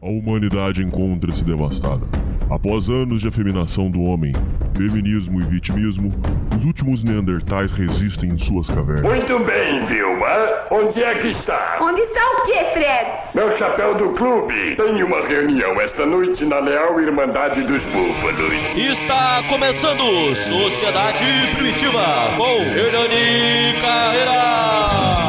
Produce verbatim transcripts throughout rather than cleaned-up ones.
A humanidade encontra-se devastada. Após anos de afeminação do homem, feminismo e vitimismo, os últimos neandertais resistem em suas cavernas. Muito bem, Vilma. Onde é que está? Onde está o quê, Fred? Meu chapéu do clube. Tem uma reunião esta noite na Leal Irmandade dos Búfalos. Está começando Sociedade Primitiva com Hernani Carreira.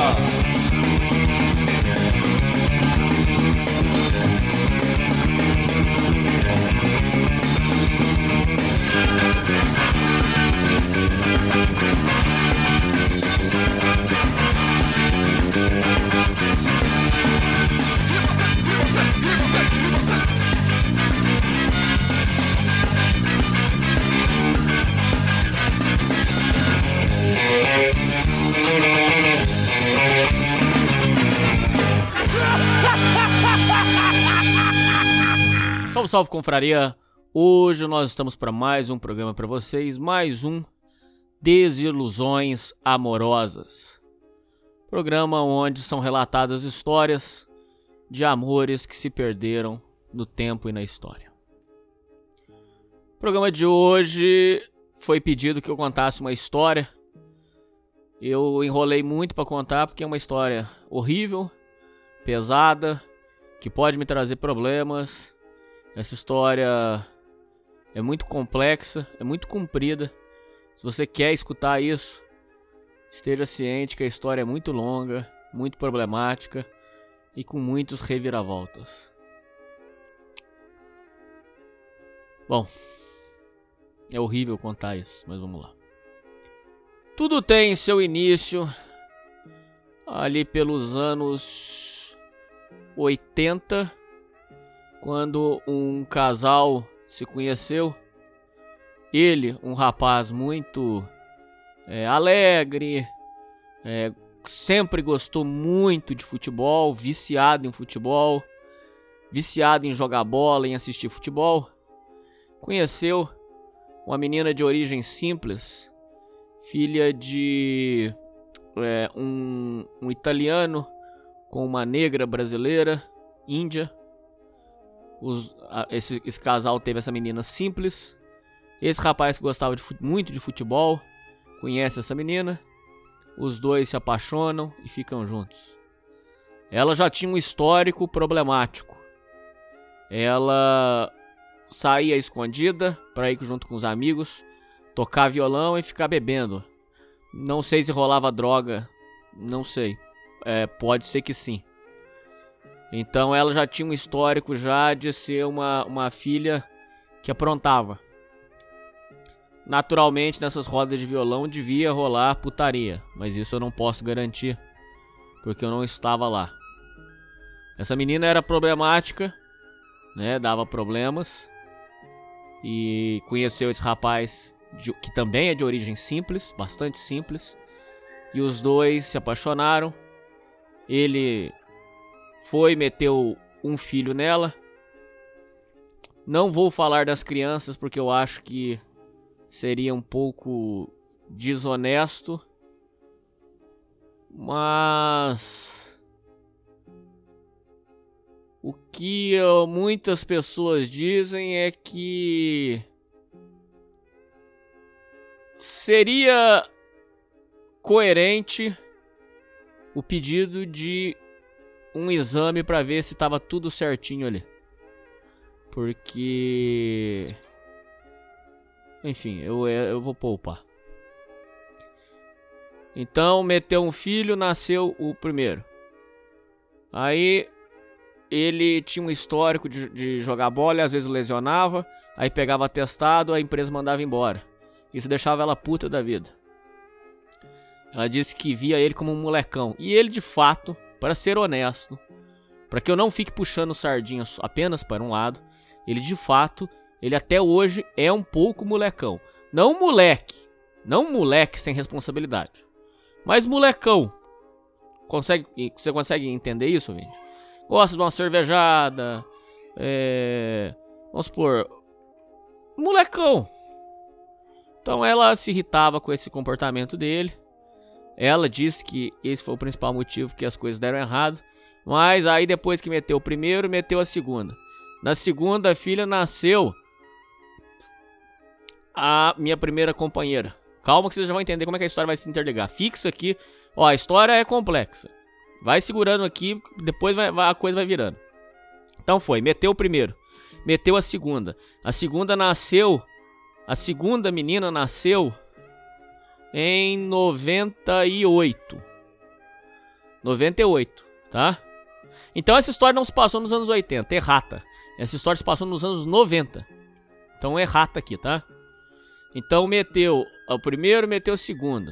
Salve, salve, confraria! Hoje nós estamos para mais um programa para vocês, mais um Desilusões Amorosas. Programa onde são relatadas histórias de amores que se perderam no tempo e na história. O programa de hoje foi pedido que eu contasse uma história. Eu enrolei muito para contar porque é uma história horrível, pesada, que pode me trazer problemas. Essa história é muito complexa, é muito comprida. Se você quer escutar isso, esteja ciente que a história é muito longa, muito problemática e com muitos reviravoltas. Bom, é horrível contar isso, mas vamos lá. Tudo tem seu início ali pelos anos oitenta, quando um casal se conheceu. Ele, um rapaz muito é, alegre, é, sempre gostou muito de futebol, viciado em futebol, viciado em jogar bola, em assistir futebol. Conheceu uma menina de origem simples, filha de é, um, um italiano com uma negra brasileira, índia. Os, a, esse, esse casal teve essa menina simples. Esse rapaz que gostava de, muito de futebol conhece essa menina. Os dois se apaixonam e ficam juntos. Ela já tinha um histórico problemático. Ela saía escondida para ir junto com os amigos, tocar violão e ficar bebendo. Não sei se rolava droga, não sei. É, pode ser que sim. Então ela já tinha um histórico já de ser uma, uma filha que aprontava. Naturalmente, nessas rodas de violão devia rolar putaria, mas isso eu não posso garantir, porque eu não estava lá. Essa menina era problemática, né, dava problemas, e conheceu esse rapaz de, que também é de origem simples, bastante simples, e os dois se apaixonaram. Ele foi, meteu um filho nela. Não vou falar das crianças porque eu acho que seria um pouco desonesto. Mas o que eu, muitas pessoas dizem é que seria coerente o pedido de um exame para ver se tava tudo certinho ali. Porque... enfim, eu, eu vou poupar. Então, meteu um filho, nasceu o primeiro. Aí, ele tinha um histórico de, de jogar bola, e às vezes lesionava. Aí pegava atestado, a empresa mandava embora. Isso deixava ela puta da vida. Ela disse que via ele como um molecão. E ele, de fato... para ser honesto, para que eu não fique puxando sardinha apenas para um lado, ele de fato, ele até hoje é um pouco molecão. Não moleque, não moleque sem responsabilidade, mas molecão. Consegue, você consegue entender isso, gente? Gosta de uma cervejada, é, vamos supor, molecão. Então ela se irritava com esse comportamento dele. Ela disse que esse foi o principal motivo que as coisas deram errado. Mas aí depois que meteu o primeiro, meteu a segunda. Na segunda filha nasceu a minha primeira companheira. Calma que vocês já vão entender como é que a história vai se interligar. Fixa aqui. Ó, a história é complexa. Vai segurando aqui, depois vai, vai, a coisa vai virando. Então foi, meteu o primeiro. Meteu a segunda. A segunda nasceu... A segunda menina nasceu em noventa e oito. noventa e oito, tá? Então essa história não se passou nos anos oitenta, errata. Essa história se passou nos anos noventa. Então errata aqui, tá? Então meteu o primeiro, meteu o segundo.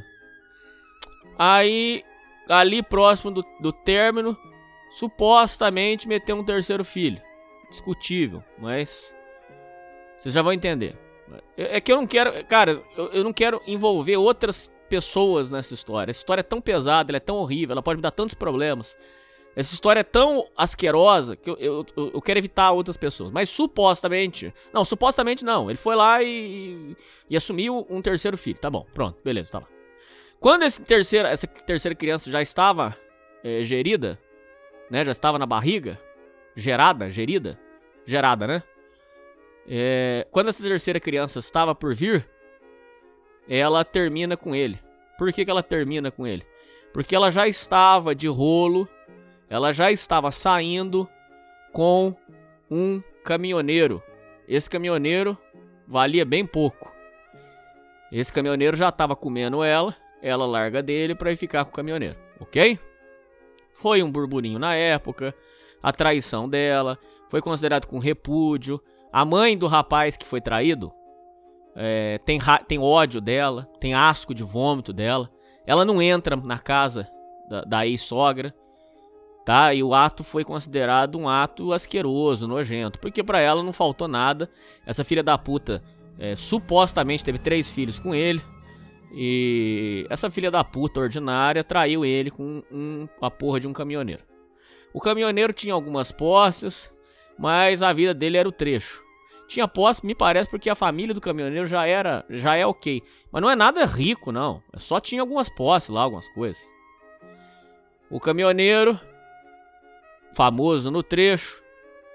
Aí, ali próximo do, do término, supostamente meteu um terceiro filho. Discutível, mas vocês já vão entender. É que eu não quero, cara, eu, eu não quero envolver outras pessoas nessa história. Essa história é tão pesada, ela é tão horrível, ela pode me dar tantos problemas. Essa história é tão asquerosa que eu, eu, eu, eu quero evitar outras pessoas. Mas supostamente, não, supostamente não. Ele foi lá e, e assumiu um terceiro filho. Tá bom, pronto, beleza, tá lá. Quando esse terceiro, essa terceira criança já estava é, gerida, né, já estava na barriga, gerada, gerida, gerada, né? É, quando essa terceira criança estava por vir, ela termina com ele. Por que que ela termina com ele? Porque ela já estava de rolo, ela já estava saindo com um caminhoneiro. Esse caminhoneiro valia bem pouco. Esse caminhoneiro já estava comendo ela, ela larga dele para ir ficar com o caminhoneiro, ok? Foi um burburinho na época, a traição dela, foi considerado com repúdio. A mãe do rapaz que foi traído é, tem, tem ódio dela, tem asco de vômito dela. Ela não entra na casa da, da ex-sogra, tá? E o ato foi considerado um ato asqueroso, nojento, porque pra ela não faltou nada. Essa filha da puta é, supostamente teve três filhos com ele. E essa filha da puta ordinária traiu ele com um, a porra de um caminhoneiro. O caminhoneiro tinha algumas posses, mas a vida dele era o trecho. Tinha posse, me parece, porque a família do caminhoneiro já era, já é ok. Mas não é nada rico, não. Só tinha algumas posses lá, algumas coisas. O caminhoneiro, famoso no trecho,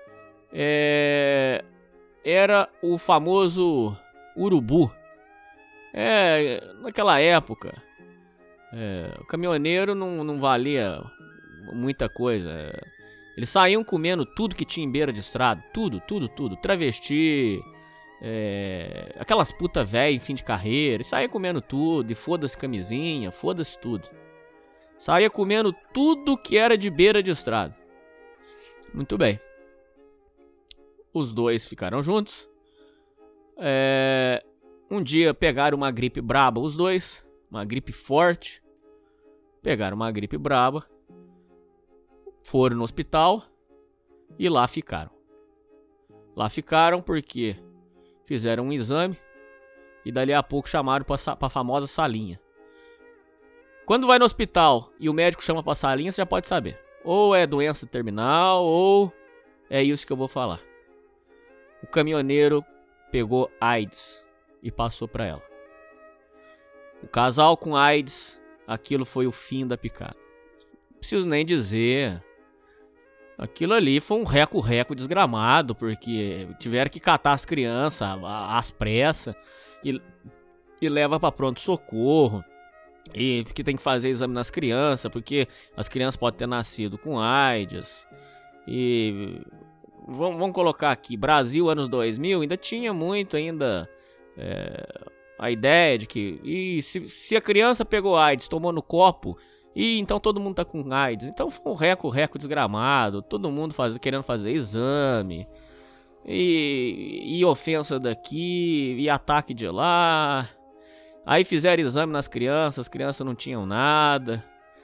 é, era o famoso urubu. É, naquela época, é, o caminhoneiro não, não valia muita coisa. Eles saíam comendo tudo que tinha em beira de estrada. Tudo, tudo, tudo. Travesti, é, aquelas puta velha em fim de carreira. Eles saíam comendo tudo. E foda-se camisinha, foda-se tudo. Saía comendo tudo que era de beira de estrada. Muito bem. Os dois ficaram juntos. É, um dia pegaram uma gripe braba, os dois. Uma gripe forte. Pegaram uma gripe braba. Foram no hospital e lá ficaram. Lá ficaram porque fizeram um exame e dali a pouco chamaram para a famosa salinha. Quando vai no hospital e o médico chama para a salinha, você já pode saber. Ou é doença terminal ou é isso que eu vou falar. O caminhoneiro pegou AIDS e passou para ela. O casal com AIDS, aquilo foi o fim da picada. Não preciso nem dizer. Aquilo ali foi um reco-reco desgramado, porque tiveram que catar as crianças às pressas e, e leva pra pronto-socorro. E porque tem que fazer exame nas crianças, porque as crianças podem ter nascido com AIDS. E vamos, vamos colocar aqui, Brasil anos dois mil, ainda tinha muito ainda é, a ideia de que e se, se a criança pegou AIDS, tomou no copo, e então todo mundo tá com AIDS. Então foi um reco-reco desgramado. Todo mundo faz, querendo fazer exame. E, e ofensa daqui. E ataque de lá. Aí fizeram exame nas crianças. As crianças não tinham nada.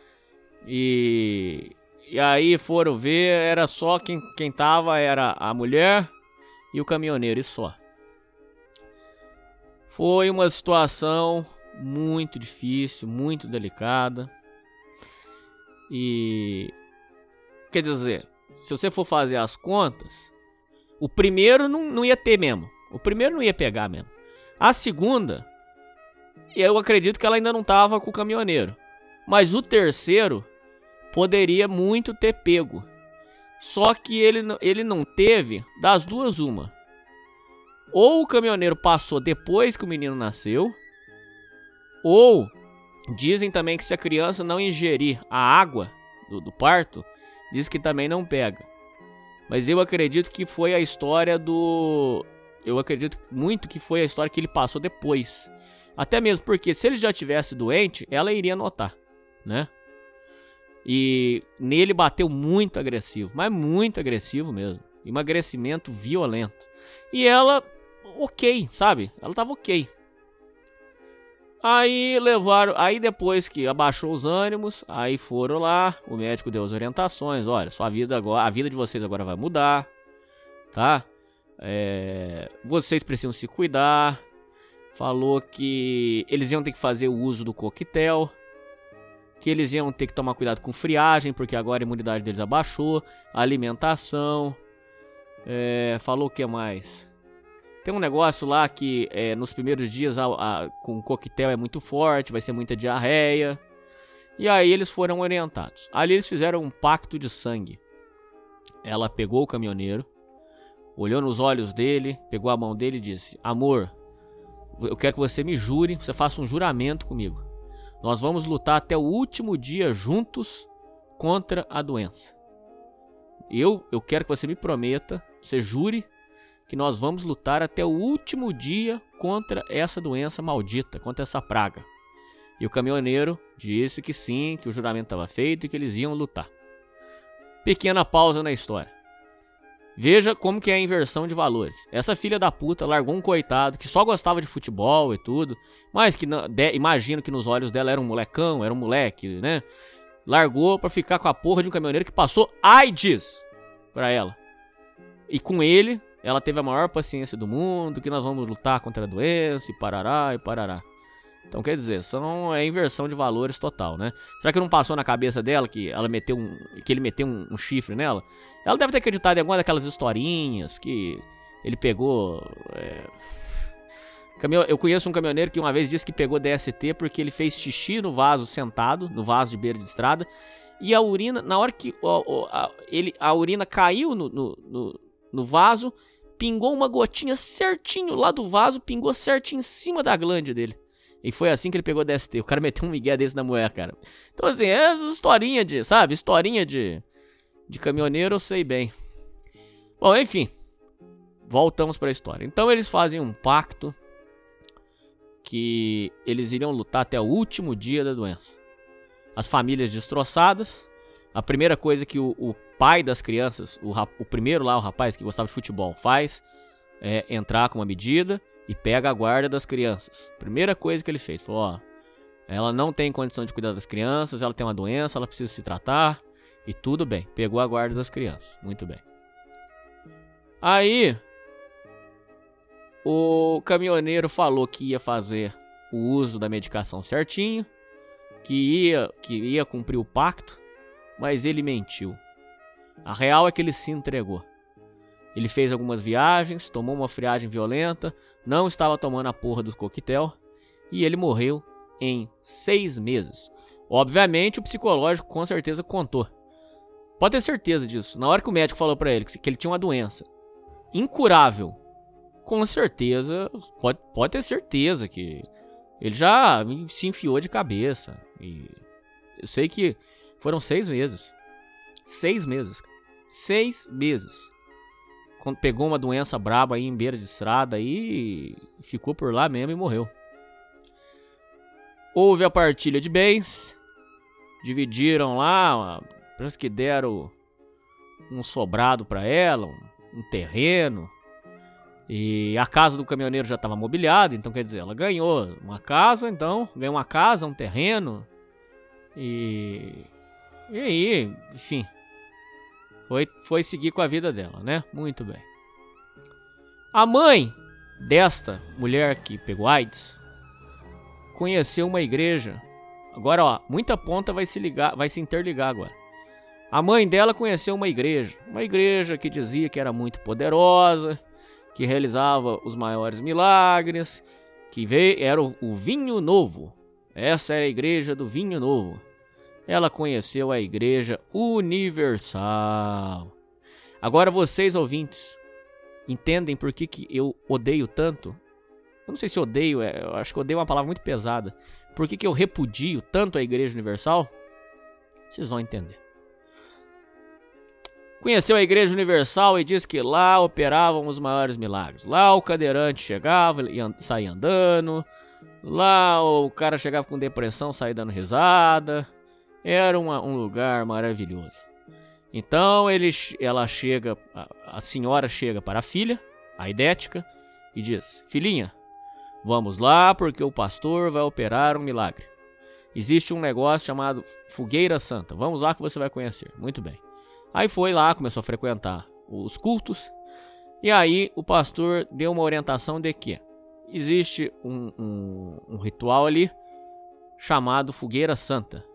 E, e aí foram ver. Era só quem, quem tava. Era a mulher e o caminhoneiro. E só. Foi uma situação muito difícil. Muito delicada. E quer dizer, se você for fazer as contas, o primeiro não, não ia ter mesmo. O primeiro não ia pegar mesmo. A segunda, eu acredito que ela ainda não estava com o caminhoneiro. Mas o terceiro poderia muito ter pego. Só que ele, ele não teve das duas uma. Ou o caminhoneiro passou depois que o menino nasceu, ou dizem também que se a criança não ingerir a água do, do parto, diz que também não pega. Mas eu acredito que foi a história do... Eu acredito muito que foi a história que ele passou depois. Até mesmo porque se ele já tivesse doente, ela iria notar, né? E nele bateu muito agressivo, mas muito agressivo mesmo. Emagrecimento violento. E ela, ok, sabe? Ela tava ok. Aí levaram, aí depois que abaixou os ânimos, aí foram lá, o médico deu as orientações, olha, sua vida agora, a vida de vocês agora vai mudar, tá? É, vocês precisam se cuidar. Falou que eles iam ter que fazer o uso do coquetel, que eles iam ter que tomar cuidado com friagem, porque agora a imunidade deles abaixou, alimentação, é, falou o que mais? Tem um negócio lá que é, nos primeiros dias a, a, com o coquetel é muito forte, vai ser muita diarreia. E aí eles foram orientados. Ali eles fizeram um pacto de sangue. Ela pegou o caminhoneiro, olhou nos olhos dele, pegou a mão dele e disse: amor, eu quero que você me jure, você faça um juramento comigo. Nós vamos lutar até o último dia juntos contra a doença. Eu, eu quero que você me prometa, você jure que nós vamos lutar até o último dia contra essa doença maldita, contra essa praga. E o caminhoneiro disse que sim, que o juramento estava feito e que eles iam lutar. Pequena pausa na história. Veja como que é a inversão de valores. Essa filha da puta largou um coitado que só gostava de futebol e tudo, mas que de, imagino que nos olhos dela era um molecão, era um moleque, né? Largou pra ficar com a porra de um caminhoneiro que passou AIDS pra ela. E com ele, ela teve a maior paciência do mundo, que nós vamos lutar contra a doença e parará e parará. Então quer dizer, são, é inversão de valores total, né? Será que não passou na cabeça dela que, ela meteu um, que ele meteu um, um chifre nela? Ela deve ter acreditado em alguma daquelas historinhas que ele pegou... É... Eu conheço um caminhoneiro que uma vez disse que pegou D S T porque ele fez xixi no vaso sentado, no vaso de beira de estrada, e a urina, na hora que a, a, ele, a urina caiu no, no, no, no vaso, pingou uma gotinha certinho lá do vaso, pingou certinho em cima da glande dele. E foi assim que ele pegou D S T. O cara meteu um migué desse na mulher, cara. Então assim, essas historinhas de, sabe, historinha de, de caminhoneiro eu sei bem. Bom, enfim, voltamos para a história. Então eles fazem um pacto que eles iriam lutar até o último dia da doença. As famílias destroçadas. A primeira coisa que o, o pai das crianças, o, o primeiro lá, o rapaz que gostava de futebol, faz é entrar com uma medida e pega a guarda das crianças. Primeira coisa que ele fez, falou, ó, ela não tem condição de cuidar das crianças, ela tem uma doença, ela precisa se tratar, e tudo bem, pegou a guarda das crianças, muito bem. Aí, o caminhoneiro falou que ia fazer o uso da medicação certinho, que ia, que ia cumprir o pacto, mas ele mentiu. A real é que ele se entregou. Ele fez algumas viagens, tomou uma friagem violenta, não estava tomando a porra do coquetel e ele morreu em seis meses. Obviamente o psicológico com certeza contou. Pode ter certeza disso. Na hora que o médico falou pra ele que ele tinha uma doença incurável, com certeza, pode, pode ter certeza que ele já se enfiou de cabeça. E eu sei que foram seis meses. Seis meses. Seis meses. Quando pegou uma doença braba aí em beira de estrada e ficou por lá mesmo e morreu. Houve a partilha de bens. Dividiram lá, parece que deram um sobrado para ela, um, um terreno. E a casa do caminhoneiro já estava mobiliada, então quer dizer, ela ganhou uma casa, então ganhou uma casa, um terreno. E, e aí, enfim... Foi, foi seguir com a vida dela, né? Muito bem. A mãe desta mulher que pegou AIDS conheceu uma igreja. Agora, ó, muita ponta vai se ligar, vai se interligar agora. A mãe dela conheceu uma igreja. Uma igreja que dizia que era muito poderosa, que realizava os maiores milagres, que veio, era o, o vinho novo. Essa era a igreja do vinho novo. Ela conheceu a Igreja Universal. Agora vocês, ouvintes, entendem por que, que eu odeio tanto? Eu não sei se odeio, eu acho que odeio é uma palavra muito pesada. Por que, que eu repudio tanto a Igreja Universal? Vocês vão entender. Conheceu a Igreja Universal e diz que lá operavam os maiores milagres. Lá o cadeirante chegava e saía andando. Lá o cara chegava com depressão, saía dando risada. Era uma, um lugar maravilhoso. Então ele, ela chega, a, a senhora chega para a filha, a idética, e diz: filhinha, vamos lá porque o pastor vai operar um milagre. Existe um negócio chamado Fogueira Santa. Vamos lá que você vai conhecer. Muito bem. Aí foi lá, começou a frequentar os cultos. E aí o pastor deu uma orientação de que existe um, um, um ritual ali chamado Fogueira Santa.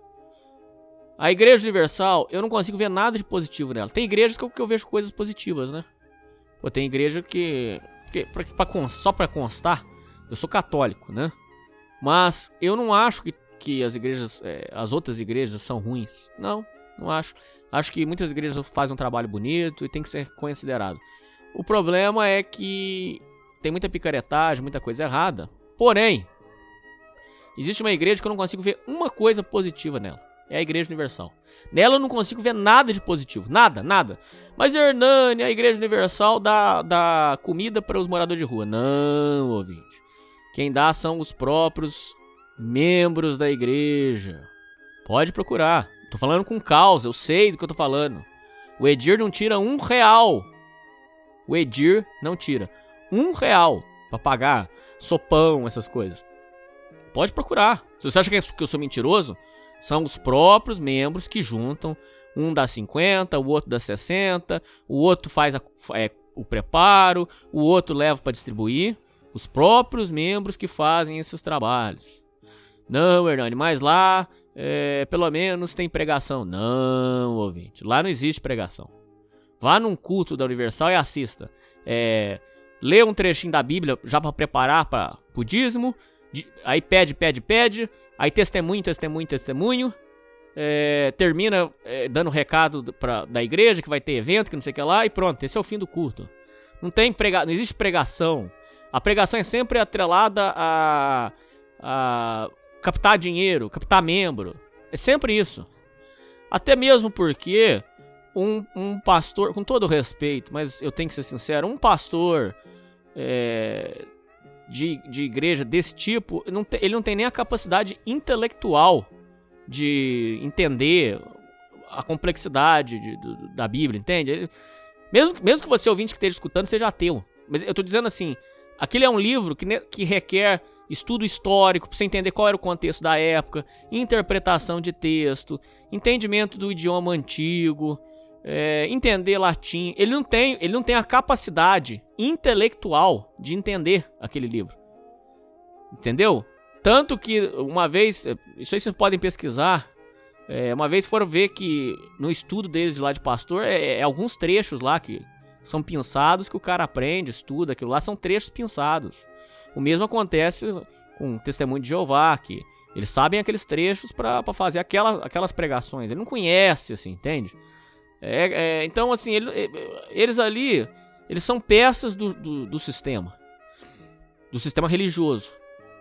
A Igreja Universal, eu não consigo ver nada de positivo nela. Tem igrejas que eu, que eu vejo coisas positivas, né? Pô, tem igreja que... que pra, pra, só pra constar, eu sou católico, né? Mas eu não acho que, que as igrejas, é, as outras igrejas são ruins. Não, não acho. Acho que muitas igrejas fazem um trabalho bonito e tem que ser considerado. O problema é que tem muita picaretagem, muita coisa errada. Porém, existe uma igreja que eu não consigo ver uma coisa positiva nela. É a Igreja Universal. Nela eu não consigo ver nada de positivo. Nada, nada. Mas Hernani, a Igreja Universal dá, dá comida para os moradores de rua. Não, ouvinte. Quem dá são os próprios membros da igreja. Pode procurar. Tô falando com causa, eu sei do que eu tô falando. O Edir não tira um real. O Edir não tira um real pra pagar sopão, essas coisas. Pode procurar. Se você acha que eu sou mentiroso, são os próprios membros que juntam. Um dá cinquenta, o outro dá sessenta, o outro faz a, é, o preparo, o outro leva para distribuir. Os próprios membros que fazem esses trabalhos. Não, Hernani, mas lá... É, pelo menos tem pregação. Não, ouvinte. Lá não existe pregação. Vá num culto da Universal e assista. É, lê um trechinho da Bíblia já para preparar para o dízimo. Aí pede, pede, pede. Aí testemunho, testemunho, testemunho. É, termina é, dando recado pra, da igreja que vai ter evento, que não sei o que lá. E pronto, esse é o fim do culto. Não, tem prega, não existe pregação. A pregação é sempre atrelada a... a captar dinheiro, captar membro. É sempre isso. Até mesmo porque um, um pastor, com todo respeito, mas eu tenho que ser sincero, um pastor é, de, de igreja desse tipo, não te, ele não tem nem a capacidade intelectual de entender a complexidade de, do, da Bíblia, entende? Ele, mesmo, mesmo que você ouvinte que esteja escutando seja ateu. Mas eu tô dizendo assim, aquele é um livro que, que requer estudo histórico, para você entender qual era o contexto da época, interpretação de texto, entendimento do idioma antigo, é, entender latim. Ele não tem, ele não tem a capacidade intelectual de entender aquele livro. Entendeu? Tanto que uma vez, isso aí vocês podem pesquisar, é, uma vez foram ver que no estudo deles de lá de pastor, é, é alguns trechos lá que são pinçados que o cara aprende, estuda, aquilo lá são trechos pinçados. O mesmo acontece com o Testemunho de Jeová, que eles sabem aqueles trechos para fazer aquela, aquelas pregações. Ele não conhece, assim, entende? É, é, então, assim, ele, eles ali, eles são peças do, do, do sistema, do sistema religioso.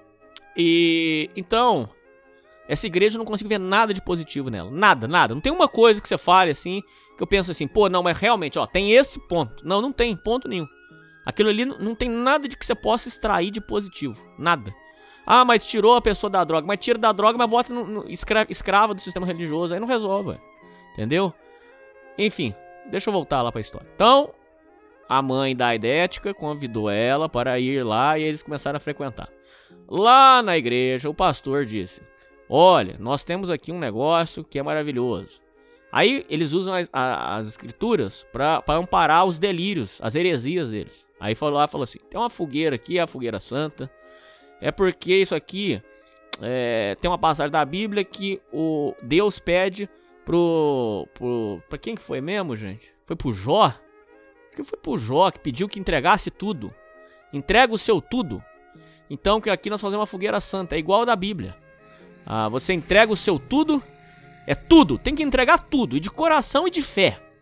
E, então, essa igreja eu não consigo ver nada de positivo nela. Nada, nada. Não tem uma coisa que você fale, assim, que eu penso assim, pô, não, mas realmente, ó, tem esse ponto. Não, não tem ponto nenhum. Aquilo ali não tem nada de que você possa extrair de positivo. Nada. Ah, mas tirou a pessoa da droga. Mas tira da droga, mas bota no, no escrava, escrava do sistema religioso. Aí não resolve. Entendeu? Enfim, deixa eu voltar lá pra história. Então, a mãe da idética convidou ela para ir lá e eles começaram a frequentar. Lá na igreja, o pastor disse: olha, nós temos aqui um negócio que é maravilhoso. Aí eles usam as, as escrituras para amparar os delírios, as heresias deles. Aí falou lá, falou assim, tem uma fogueira aqui, a fogueira santa. É porque isso aqui, é, tem uma passagem da Bíblia que o Deus pede pro, pro... Pra quem que foi mesmo, gente? Foi pro Jó? Acho que foi pro Jó, que pediu que entregasse tudo. Entrega o seu tudo. Então que aqui nós fazemos uma fogueira santa, é igual a da Bíblia. Ah, você entrega o seu tudo... É tudo, tem que entregar tudo, e de coração e de fé.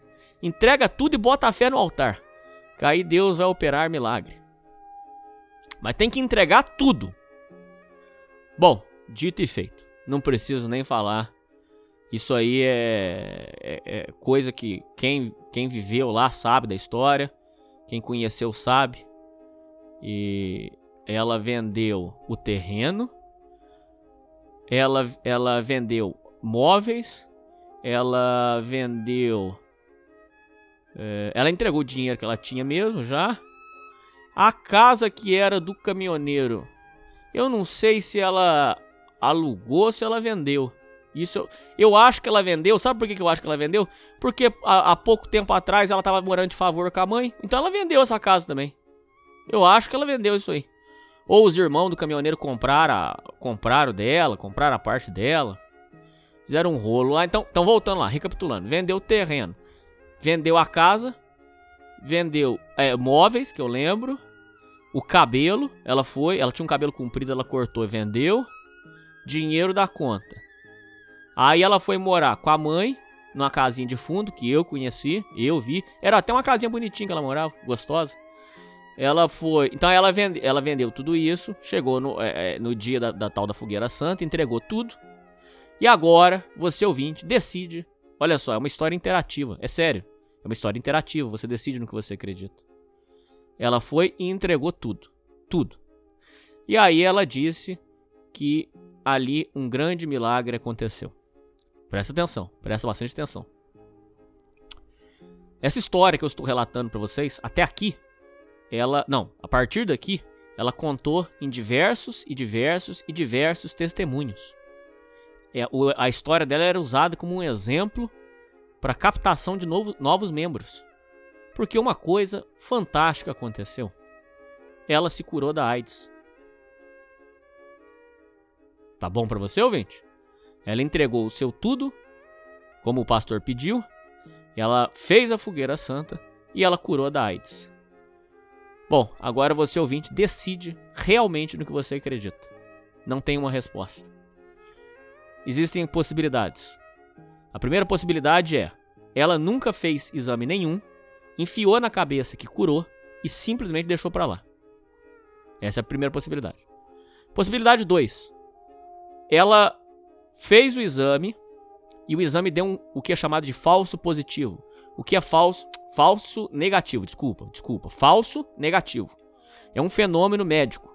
Entrega tudo e bota a fé no altar. Que aí Deus vai operar milagre. Mas tem que entregar tudo. Bom, dito e feito. Não preciso nem falar. Isso aí é, é, é coisa que quem, quem viveu lá sabe da história. Quem conheceu sabe. E ela vendeu o terreno. Ela, ela vendeu móveis. Ela vendeu... É, ela entregou o dinheiro que ela tinha mesmo já. A casa que era do caminhoneiro, eu não sei se ela alugou ou se ela vendeu. Isso eu, eu acho que ela vendeu. Sabe por que eu acho que ela vendeu? Porque há, há pouco tempo atrás ela estava morando de favor com a mãe. Então ela vendeu essa casa também. Eu acho que ela vendeu isso aí. Ou os irmãos do caminhoneiro compraram, a, compraram dela, compraram a parte dela. Fizeram um rolo lá. Então, então voltando lá, recapitulando. Vendeu o terreno. Vendeu a casa, vendeu é, móveis, que eu lembro, o cabelo, ela foi, ela tinha um cabelo comprido, ela cortou e vendeu, dinheiro da conta. Aí ela foi morar com a mãe, numa casinha de fundo, que eu conheci, eu vi, era até uma casinha bonitinha que ela morava, gostosa. Ela foi, então ela, vende, ela vendeu tudo isso, chegou no, é, no dia da, da tal da Fogueira Santa, entregou tudo, e agora, você ouvinte, decide. Olha só, é uma história interativa, é sério. É uma história interativa, você decide no que você acredita. Ela foi e entregou tudo, tudo. E aí ela disse que ali um grande milagre aconteceu. Presta atenção, presta bastante atenção. Essa história que eu estou relatando para vocês, até aqui, ela, não, a partir daqui, ela contou em diversos e diversos e diversos testemunhos. É, o, a história dela era usada como um exemplo para captação de novo, novos membros. Porque uma coisa fantástica aconteceu. Ela se curou da AIDS. Tá bom para você, ouvinte? Ela entregou o seu tudo, como o pastor pediu. Ela fez a Fogueira Santa e ela curou da AIDS. Bom, agora você, ouvinte, decide realmente no que você acredita. Não tem uma resposta. Existem possibilidades. A primeira possibilidade é, ela nunca fez exame nenhum, enfiou na cabeça que curou e simplesmente deixou pra lá. Essa é a primeira possibilidade. Possibilidade dois. Ela fez o exame e o exame deu um, o que é chamado de falso positivo. O que é falso? Falso negativo, desculpa, desculpa. Falso negativo. É um fenômeno médico.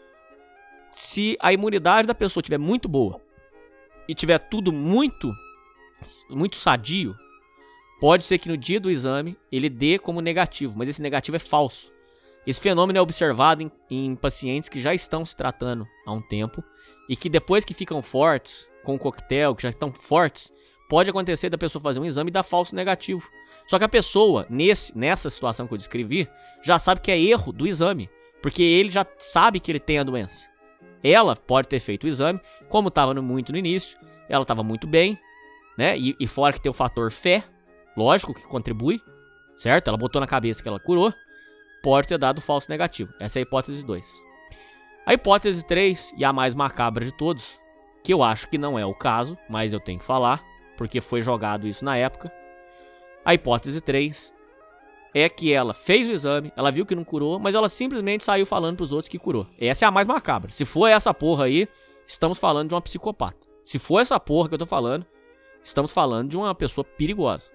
Se a imunidade da pessoa estiver muito boa e tiver tudo muito, muito sadio, pode ser que no dia do exame ele dê como negativo, mas esse negativo é falso. Esse fenômeno é observado em, em pacientes que já estão se tratando há um tempo e que depois que ficam fortes com o coquetel, que já estão fortes, pode acontecer da pessoa fazer um exame e dar falso negativo. Só que a pessoa, nesse, nessa situação que eu descrevi, já sabe que é erro do exame, porque ele já sabe que ele tem a doença. Ela pode ter feito o exame, como estava muito no início, ela estava muito bem, né? E, e fora que tem o fator fé, lógico que contribui, certo? Ela botou na cabeça que ela curou, pode ter dado falso negativo. Essa é a hipótese dois. A hipótese três, e a mais macabra de todos, que eu acho que não é o caso, mas eu tenho que falar, porque foi jogado isso na época. A hipótese três é que ela fez o exame, ela viu que não curou, mas ela simplesmente saiu falando pros outros que curou. Essa é a mais macabra. Se for essa porra aí, estamos falando de uma psicopata. Se for essa porra que eu tô falando, estamos falando de uma pessoa perigosa.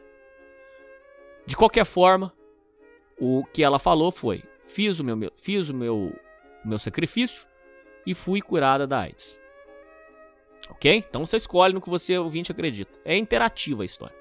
De qualquer forma, o que ela falou foi: fiz o meu, fiz o meu, o meu sacrifício e fui curada da AIDS. Ok? Então você escolhe no que você, ouvinte, acredita. É interativa a história.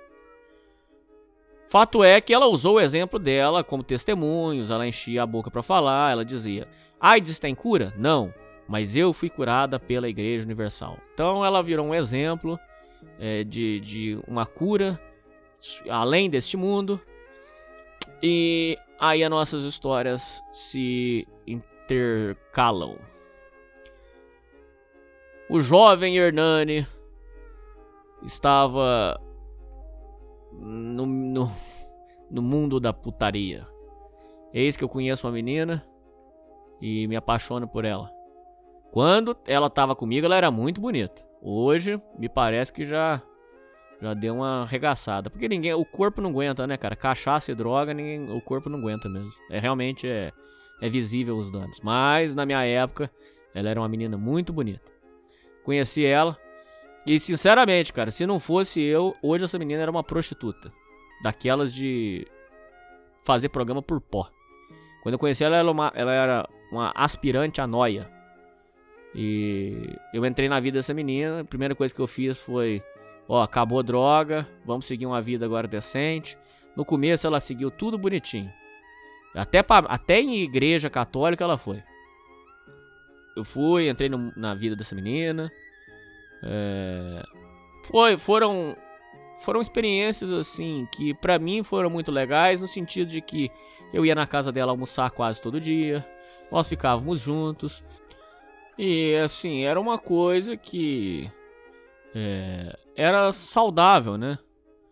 Fato é que ela usou o exemplo dela como testemunhos, ela enchia a boca pra falar, ela dizia: AIDS tem cura? Não, mas eu fui curada pela Igreja Universal. Então ela virou um exemplo é, de, de uma cura além deste mundo. E aí as nossas histórias se intercalam. O jovem Hernani estava no, no, no mundo da putaria. Eis que eu conheço uma menina e me apaixono por ela. Quando ela estava comigo, ela era muito bonita. Hoje, me parece que já Já deu uma arregaçada. Porque ninguém, o corpo não aguenta, né, cara? Cachaça e droga, ninguém, o corpo não aguenta mesmo. É realmente é, é visível os danos. Mas na minha época, ela era uma menina muito bonita. Conheci ela. E sinceramente, cara, se não fosse eu, hoje essa menina era uma prostituta. Daquelas de fazer programa por pó. Quando eu conheci ela, ela era uma, ela era uma aspirante à noia. E eu entrei na vida dessa menina. A primeira coisa que eu fiz foi: ó, acabou a droga, vamos seguir uma vida agora decente. No começo ela seguiu tudo bonitinho. Até, pra, até em igreja católica ela foi. Eu fui, entrei no, na vida dessa menina. É, foi, foram, foram experiências assim que pra mim foram muito legais. No sentido de que eu ia na casa dela almoçar quase todo dia. Nós ficávamos juntos. E assim, era uma coisa que... É, era saudável, né?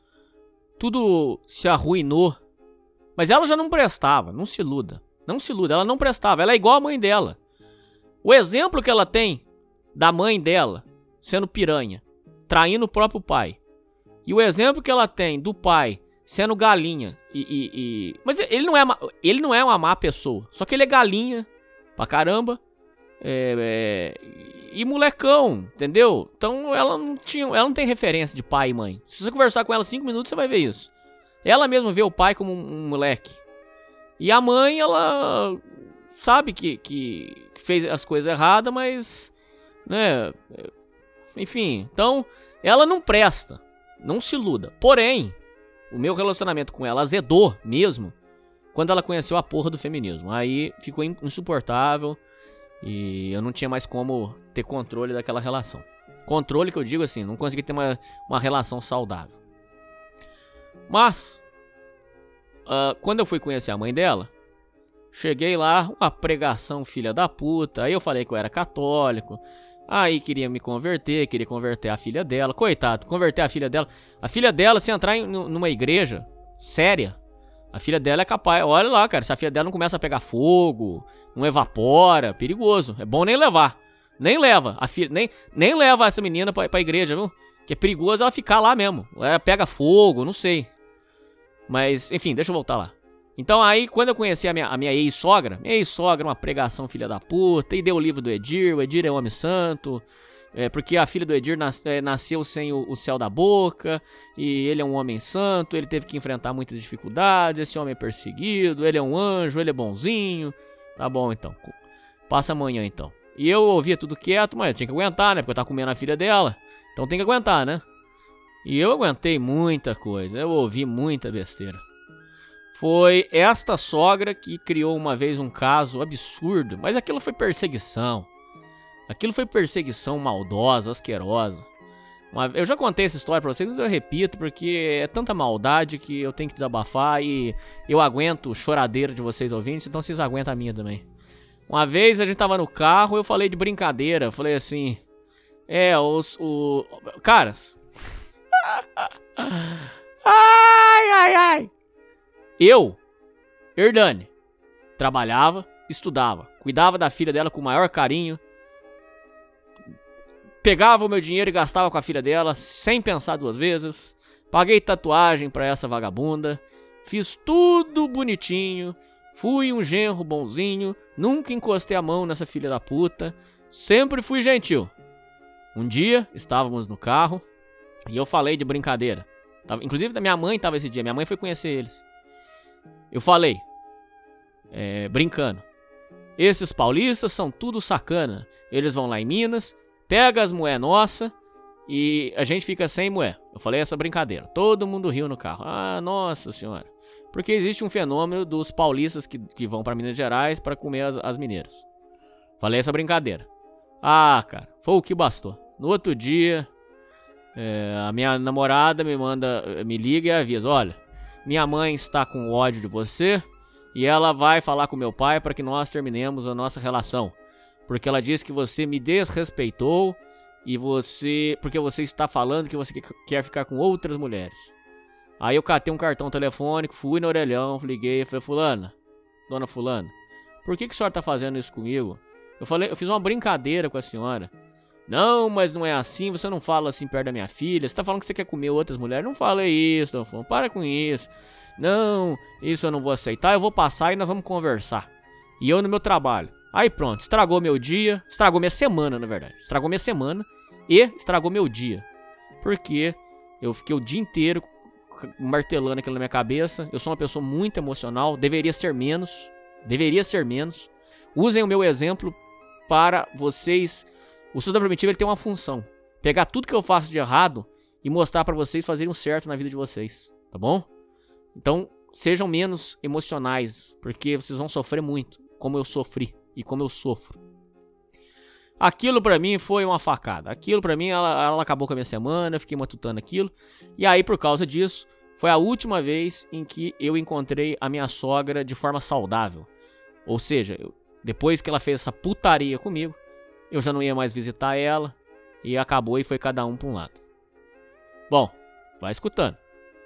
Tudo se arruinou. Mas ela já não prestava, não se iluda. Não se iluda, ela não prestava. Ela é igual a mãe dela. O exemplo que ela tem da mãe dela sendo piranha, traindo o próprio pai. E o exemplo que ela tem do pai sendo galinha. E, e, e... Mas ele não, é uma, ele não é uma má pessoa. Só que ele é galinha pra caramba. É, é, e molecão, entendeu? Então ela não tinha, ela não tem referência de pai e mãe. Se você conversar com ela cinco minutos, você vai ver isso. Ela mesma vê o pai como um, um moleque. E a mãe, ela sabe que, que fez as coisas erradas, mas, né, enfim, então ela não presta, não se iluda. Porém, o meu relacionamento com ela azedou mesmo quando ela conheceu a porra do feminismo. Aí ficou insuportável. E eu não tinha mais como ter controle daquela relação. Controle que eu digo assim, não consegui ter uma, uma relação saudável. Mas, uh, quando eu fui conhecer a mãe dela, cheguei lá, uma pregação filha da puta. Aí eu falei que eu era católico. Aí queria me converter, queria converter a filha dela. Coitado, converter a filha dela. A filha dela, se entrar em, numa igreja séria, a filha dela é capaz, olha lá, cara, se a filha dela não começa a pegar fogo, não evapora, perigoso. É bom nem levar. Nem leva a filha, nem, nem leva essa menina pra, pra igreja, viu? Que é perigoso ela ficar lá mesmo. Ela pega fogo, não sei. Mas, enfim, deixa eu voltar lá. Então aí, quando eu conheci a minha, a minha ex-sogra, minha ex-sogra, uma pregação filha da puta, e deu o livro do Edir, o Edir é homem santo. É, porque a filha do Edir nas, é, nasceu sem o, o céu da boca, e ele é um homem santo, ele teve que enfrentar muitas dificuldades, esse homem é perseguido, ele é um anjo, ele é bonzinho. Tá bom, então. Passa amanhã, então. E eu ouvia tudo quieto, mas eu tinha que aguentar, né? Porque eu tava comendo a filha dela. Então tem que aguentar, né? E eu aguentei muita coisa, eu ouvi muita besteira. Foi esta sogra que criou uma vez um caso absurdo, mas aquilo foi perseguição. Aquilo foi perseguição maldosa, asquerosa. Uma, eu já contei essa história pra vocês, mas eu repito, porque é tanta maldade que eu tenho que desabafar e eu aguento choradeira de vocês ouvintes, então vocês aguentam a minha também. Uma vez a gente tava no carro, eu falei de brincadeira, eu falei assim... É, os... O, caras... Ai, ai, ai... Eu, Hernani, trabalhava, estudava, cuidava da filha dela com o maior carinho... Pegava o meu dinheiro e gastava com a filha dela, sem pensar duas vezes. Paguei tatuagem pra essa vagabunda. Fiz tudo bonitinho. Fui um genro bonzinho. Nunca encostei a mão nessa filha da puta. Sempre fui gentil. Um dia, estávamos no carro e eu falei de brincadeira. Tava, inclusive, minha mãe estava esse dia. Minha mãe foi conhecer eles. Eu falei, é, brincando. Esses paulistas são tudo sacana. Eles vão lá em Minas... Pega as moé nossa e a gente fica sem moé. Eu falei essa brincadeira. Todo mundo riu no carro. Ah, nossa senhora. Porque existe um fenômeno dos paulistas que, que vão para Minas Gerais para comer as, as mineiras. Falei essa brincadeira. Ah, cara, foi o que bastou. No outro dia, é, a minha namorada me manda, me liga e avisa. Olha, minha mãe está com ódio de você e ela vai falar com meu pai para que nós terminemos a nossa relação. Porque ela disse que você me desrespeitou e você... Porque você está falando que você quer ficar com outras mulheres. Aí eu catei um cartão telefônico, fui no orelhão, liguei e falei, fulana, dona fulana, por que, que a senhora está fazendo isso comigo? Eu falei, eu fiz uma brincadeira com a senhora. Não, mas não é assim, você não fala assim perto da minha filha. Você tá falando que você quer comer outras mulheres? Não fala isso, tô falando, para com isso. Não, isso eu não vou aceitar, eu vou passar e nós vamos conversar. E eu no meu trabalho. Aí pronto, estragou meu dia, estragou minha semana, na verdade. Estragou minha semana e estragou meu dia. Porque eu fiquei o dia inteiro martelando aquilo na minha cabeça. Eu sou uma pessoa muito emocional, deveria ser menos. Deveria ser menos. Usem o meu exemplo para vocês. O Suda Primitivo ele tem uma função: pegar tudo que eu faço de errado e mostrar pra vocês fazerem o certo na vida de vocês, tá bom? Então, sejam menos emocionais, porque vocês vão sofrer muito, como eu sofri e como eu sofro. Aquilo pra mim foi uma facada. Aquilo pra mim, ela, ela acabou com a minha semana, eu fiquei matutando aquilo. E aí, por causa disso, foi a última vez em que eu encontrei a minha sogra de forma saudável. Ou seja, eu, depois que ela fez essa putaria comigo, eu já não ia mais visitar ela. E acabou e foi cada um pra um lado. Bom, vai escutando.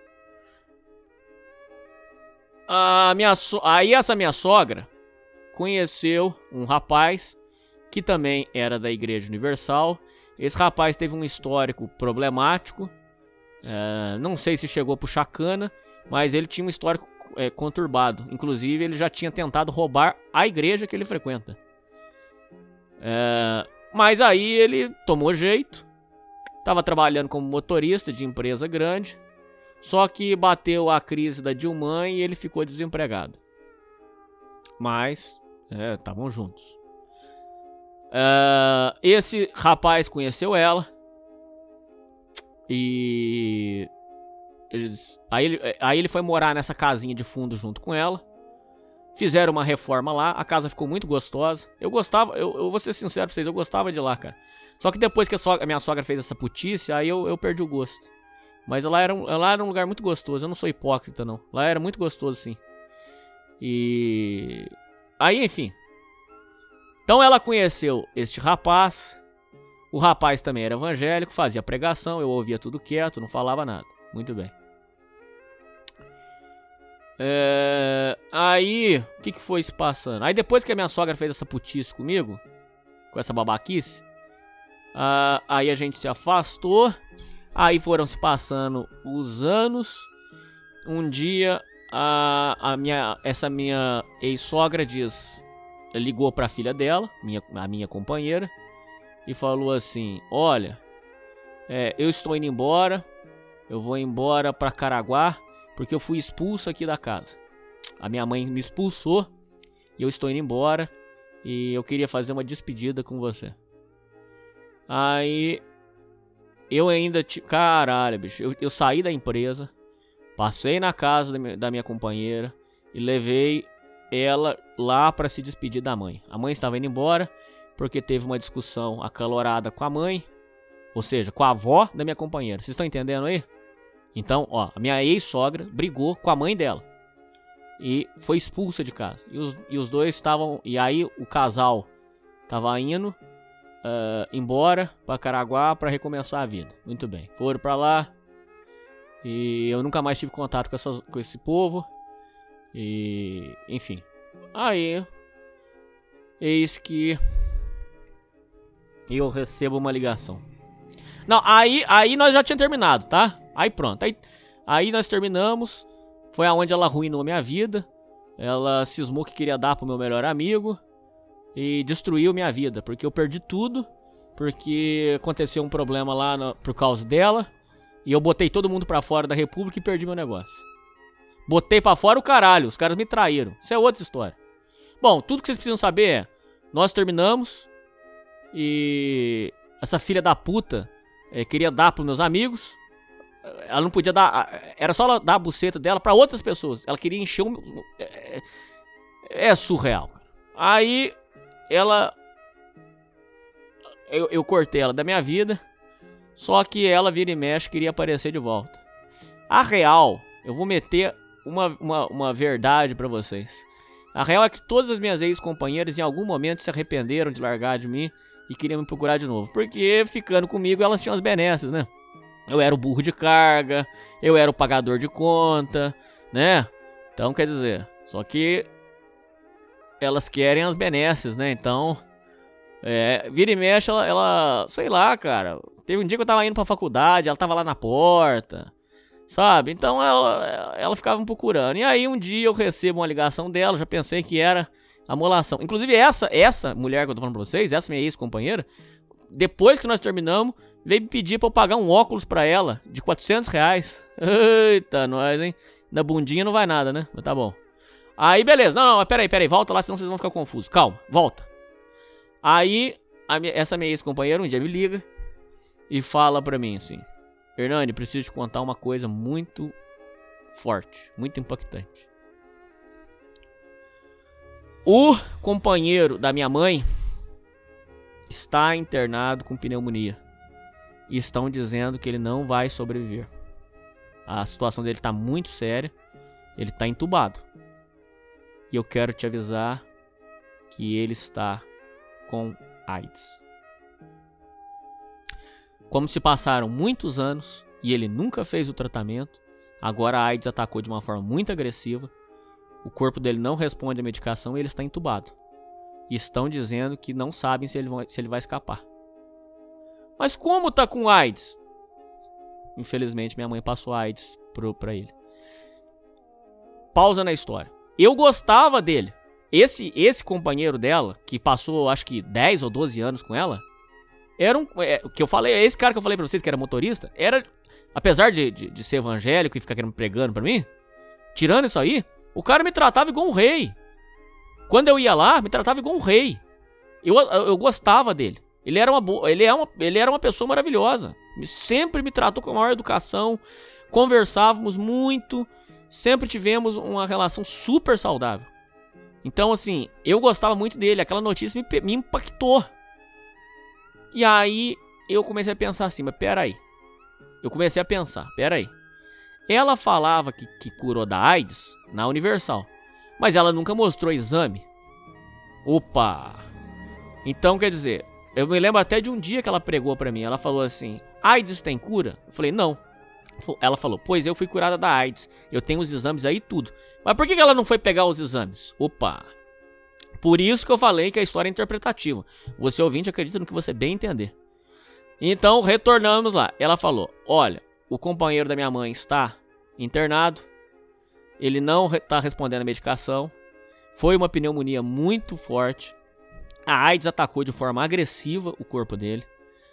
A minha so... Aí essa minha sogra conheceu um rapaz que também era da Igreja Universal. Esse rapaz teve um histórico problemático. É, não sei se chegou a puxar cana, mas ele tinha um histórico é, conturbado. Inclusive, ele já tinha tentado roubar a igreja que ele frequenta. É, mas aí ele tomou jeito. Estava trabalhando como motorista de empresa grande. Só que bateu a crise da Dilma e ele ficou desempregado. Mas, estavam é, juntos. Uh, esse rapaz conheceu ela. E... Eles, aí, ele, aí ele foi morar nessa casinha de fundo junto com ela. Fizeram uma reforma lá. A casa ficou muito gostosa. Eu gostava, eu, eu vou ser sincero pra vocês, eu gostava de lá, cara. Só que depois que a, sogra, a minha sogra fez essa putice, aí eu, eu perdi o gosto. Mas lá era, um, lá era um lugar muito gostoso. Eu não sou hipócrita, não. Lá era muito gostoso, sim. E... Aí, enfim. Então ela conheceu este rapaz. O rapaz também era evangélico, fazia pregação. Eu ouvia tudo quieto, não falava nada. Muito bem. É... Aí, o que, que foi se passando? Aí depois que a minha sogra fez essa putice comigo, com essa babaquice, uh, aí a gente se afastou. Aí foram se passando os anos. Um dia a, a minha, essa minha ex-sogra diz, ligou pra filha dela, minha, a minha companheira, e falou assim: olha, é, eu estou indo embora. Eu vou embora pra Caraguá, porque eu fui expulso aqui da casa. A minha mãe me expulsou e eu estou indo embora. E eu queria fazer uma despedida com você. Aí... Eu ainda... T... Caralho, bicho. Eu, eu saí da empresa. Passei na casa da minha, da minha companheira. E levei ela lá pra se despedir da mãe. A mãe estava indo embora. Porque teve uma discussão acalorada com a mãe. Ou seja, com a avó da minha companheira. Vocês estão entendendo aí? Então, ó. A minha ex-sogra brigou com a mãe dela. E foi expulsa de casa. E os, e os dois estavam... E aí o casal tava indo... Uh, embora pra Caraguá pra recomeçar a vida. Muito bem. Foram pra lá. E eu nunca mais tive contato com, essas, com esse povo. E... Enfim. Aí... Eis que... Eu recebo uma ligação. Não, aí, aí nós já tínhamos terminado, tá? Aí pronto. Aí, aí nós terminamos. Foi aonde ela arruinou minha vida. Ela cismou que queria dar pro meu melhor amigo. E destruiu minha vida, porque eu perdi tudo. Porque aconteceu um problema lá no, por causa dela. E eu botei todo mundo pra fora da república e perdi meu negócio. Botei pra fora o caralho, os caras me traíram. Isso é outra história. Bom, tudo que vocês precisam saber é: nós terminamos. E essa filha da puta é, queria dar pros meus amigos. Ela não podia dar. Era só ela dar a buceta dela pra outras pessoas. Ela queria encher o... É, é surreal. Aí... Ela... Eu, eu cortei ela da minha vida. Só que ela, vira e mexe, queria aparecer de volta. A real, eu vou meter uma, uma, uma verdade pra vocês. A real é que todas as minhas ex-companheiras em algum momento se arrependeram de largar de mim e queriam me procurar de novo. Porque ficando comigo elas tinham as benesses, né? Eu era o burro de carga, eu era o pagador de conta, né? Então, quer dizer, só que... Elas querem as benesses, né? Então, É, vira e mexe, ela, ela, sei lá, cara. Teve um dia que eu tava indo pra faculdade, ela tava lá na porta, sabe? Então ela, ela ficava me procurando. E aí um dia eu recebo uma ligação dela, já pensei que era amolação. Inclusive essa, essa mulher que eu tô falando pra vocês, essa minha ex-companheira, depois que nós terminamos, veio me pedir pra eu pagar um óculos pra ela de quatrocentos reais. Eita, nós, hein? Na bundinha não vai nada, né? Mas tá bom. Aí beleza, não, não, peraí, peraí, volta lá, senão vocês vão ficar confusos. Calma, volta. Aí, a minha, essa minha ex-companheira um dia me liga e fala pra mim assim: Hernani, preciso te contar uma coisa muito forte, muito impactante. O companheiro da minha mãe está internado com pneumonia e estão dizendo que ele não vai sobreviver. A situação dele tá muito séria, ele tá entubado. E eu quero te avisar que ele está com AIDS. Como se passaram muitos anos e ele nunca fez o tratamento, agora a AIDS atacou de uma forma muito agressiva, o corpo dele não responde à medicação e ele está entubado. E estão dizendo que não sabem se ele vai, se ele vai escapar. Mas como tá com AIDS? Infelizmente minha mãe passou AIDS pro, pra ele. Pausa na história. Eu gostava dele. Esse, esse companheiro dela, que passou acho que dez ou doze anos com ela, era um. É, que eu falei, esse cara que eu falei pra vocês que era motorista, era. Apesar de, de, de ser evangélico e ficar querendo pregando pra mim, tirando isso aí, o cara me tratava igual um rei. Quando eu ia lá, me tratava igual um rei. Eu, eu, eu gostava dele. Ele era, uma boa, ele, é uma, ele era uma pessoa maravilhosa. Sempre me tratou com a maior educação. Conversávamos muito. Sempre tivemos uma relação super saudável. Então, assim, eu gostava muito dele. Aquela notícia me, me impactou. E aí, eu comecei a pensar assim, mas peraí. Eu comecei a pensar, peraí. Ela falava que, que curou da AIDS na Universal. Mas ela nunca mostrou exame. Opa! Então, quer dizer, eu me lembro até de um dia que ela pregou pra mim. Ela falou assim, AIDS tem cura? Eu falei, não. Ela falou, pois eu fui curada da AIDS. Eu tenho os exames aí e tudo. Mas por que ela não foi pegar os exames? Opa! Por isso que eu falei que a história é interpretativa. Você ouvinte acredita no que você bem entender. Então, retornamos lá. Ela falou, olha, o companheiro da minha mãe está internado. Ele não está respondendo a medicação. Foi uma pneumonia muito forte. A AIDS atacou de forma agressiva o corpo dele.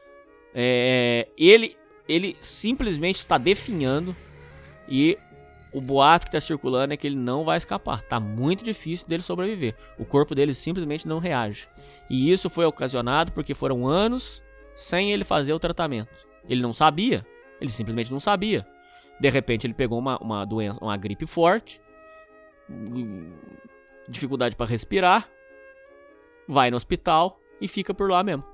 É, ele, ele simplesmente está definhando. E o boato que está circulando é que ele não vai escapar. Tá muito difícil dele sobreviver. O corpo dele simplesmente não reage. E isso foi ocasionado porque foram anos sem ele fazer o tratamento. Ele não sabia. Ele simplesmente não sabia. De repente ele pegou uma, uma doença, uma gripe forte. Dificuldade para respirar. Vai no hospital e fica por lá mesmo.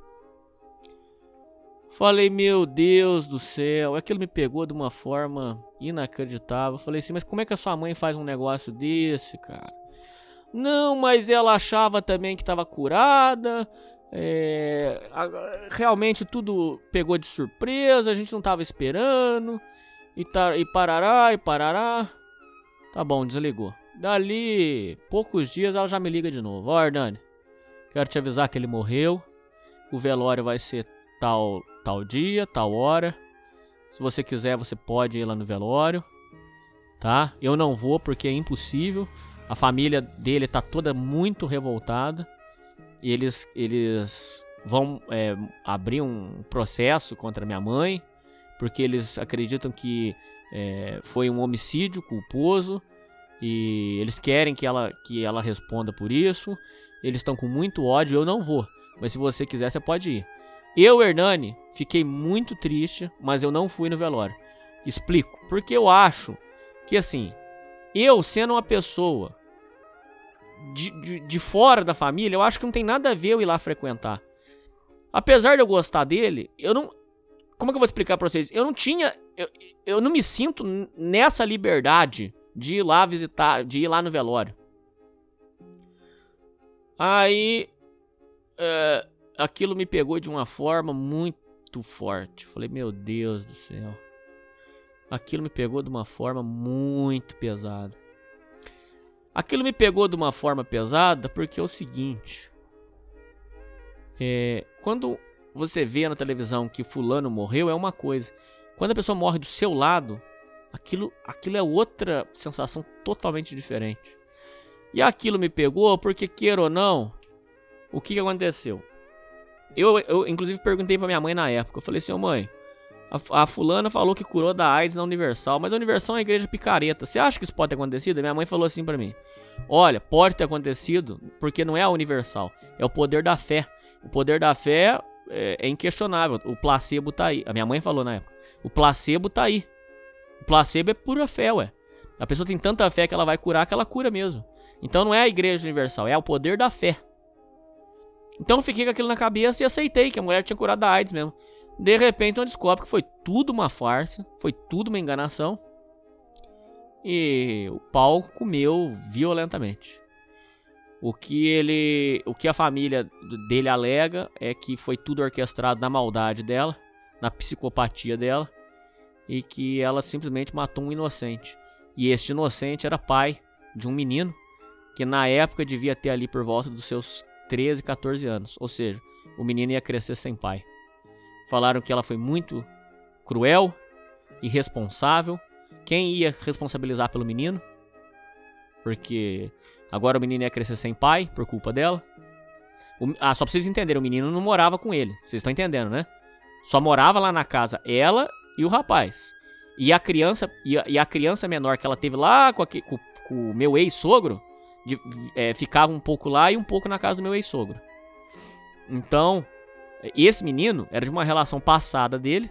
Falei, meu Deus do céu, aquilo me pegou de uma forma inacreditável. Falei assim, mas como é que a sua mãe faz um negócio desse, cara? Não, mas ela achava também que estava curada. É, realmente tudo pegou de surpresa, a gente não estava esperando. E, tar, e parará, e parará. Tá bom, desligou. Dali poucos dias ela já me liga de novo. Ó, Hernani, quero te avisar que ele morreu. O velório vai ser tal... tal dia, tal hora. Se você quiser, você pode ir lá no velório, tá? Eu não vou porque é impossível. A família dele tá toda muito revoltada. E eles, eles vão é, abrir um processo contra minha mãe, porque eles acreditam que é, foi um homicídio culposo. E eles querem que ela, que ela responda por isso. Eles estão com muito ódio, eu não vou. Mas se você quiser, você pode ir. Eu, Hernani, fiquei muito triste, mas eu não fui no velório. Explico. Porque eu acho que, assim, eu sendo uma pessoa de, de, de fora da família, eu acho que não tem nada a ver eu ir lá frequentar. Apesar de eu gostar dele, eu não... Como é que eu vou explicar pra vocês? Eu não tinha... Eu, eu não me sinto nessa liberdade de ir lá visitar, de ir lá no velório. Aí... É... Aquilo me pegou de uma forma muito forte. Falei, meu Deus do céu. Aquilo me pegou de uma forma muito pesada. Aquilo me pegou de uma forma pesada porque é o seguinte. É, quando você vê na televisão que fulano morreu, é uma coisa. Quando a pessoa morre do seu lado, aquilo, aquilo é outra sensação totalmente diferente. E aquilo me pegou porque, queira ou não, o que, que aconteceu? Eu, eu, inclusive, perguntei pra minha mãe na época. Eu falei assim, ô mãe, a, a fulana falou que curou da AIDS na Universal, mas a Universal é uma igreja picareta. Você acha que isso pode ter acontecido? A minha mãe falou assim pra mim, olha, pode ter acontecido porque não é a Universal, é o poder da fé. O poder da fé é, é inquestionável, o placebo tá aí. A minha mãe falou na época, o placebo tá aí. O placebo é pura fé, ué. A pessoa tem tanta fé que ela vai curar que ela cura mesmo. Então não é a igreja universal, é o poder da fé. Então eu fiquei com aquilo na cabeça e aceitei que a mulher tinha curado da AIDS mesmo. De repente eu descobri que foi tudo uma farsa, foi tudo uma enganação. E o pau comeu violentamente. O que ele, o que a família dele alega é que foi tudo orquestrado na maldade dela, na psicopatia dela, e que ela simplesmente matou um inocente. E este inocente era pai de um menino que na época devia ter ali por volta dos seus treze, quatorze anos. Ou seja, o menino ia crescer sem pai. Falaram que ela foi muito cruel, irresponsável. Quem ia responsabilizar pelo menino? Porque agora o menino ia crescer sem pai por culpa dela. O, ah, só pra vocês entenderem, o menino não morava com ele. Vocês estão entendendo, né? Só morava lá na casa ela e o rapaz. E a criança, e a, e a criança menor que ela teve lá com, aqui, com, com o meu ex-sogro, de, é, ficava um pouco lá e um pouco na casa do meu ex-sogro. Então, esse menino era de uma relação passada dele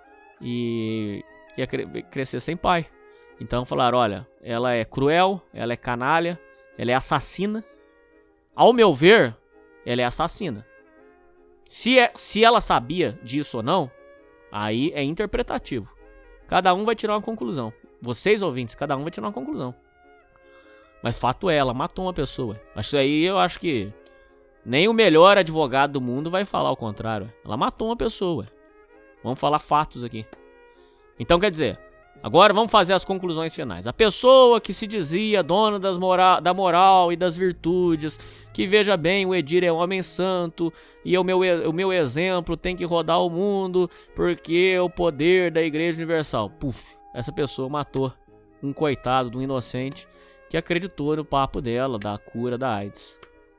e ia cre- crescer sem pai. Então falaram, olha, ela é cruel, ela é canalha, ela é assassina. Ao meu ver, ela é assassina. Se, é, se ela sabia disso ou não, aí é interpretativo. Cada um vai tirar uma conclusão. Vocês ouvintes, cada um vai tirar uma conclusão. Mas fato é, ela matou uma pessoa. Isso aí eu acho que nem o melhor advogado do mundo vai falar o contrário. Ela matou uma pessoa. Vamos falar fatos aqui. Então quer dizer, agora vamos fazer as conclusões finais. A pessoa que se dizia dona das mora- da moral e das virtudes, que veja bem, o Edir é um homem santo, e o meu, o meu exemplo tem que rodar o mundo, porque é o poder da Igreja Universal. Puf, essa pessoa matou um coitado, de um inocente, que acreditou no papo dela, da cura da AIDS.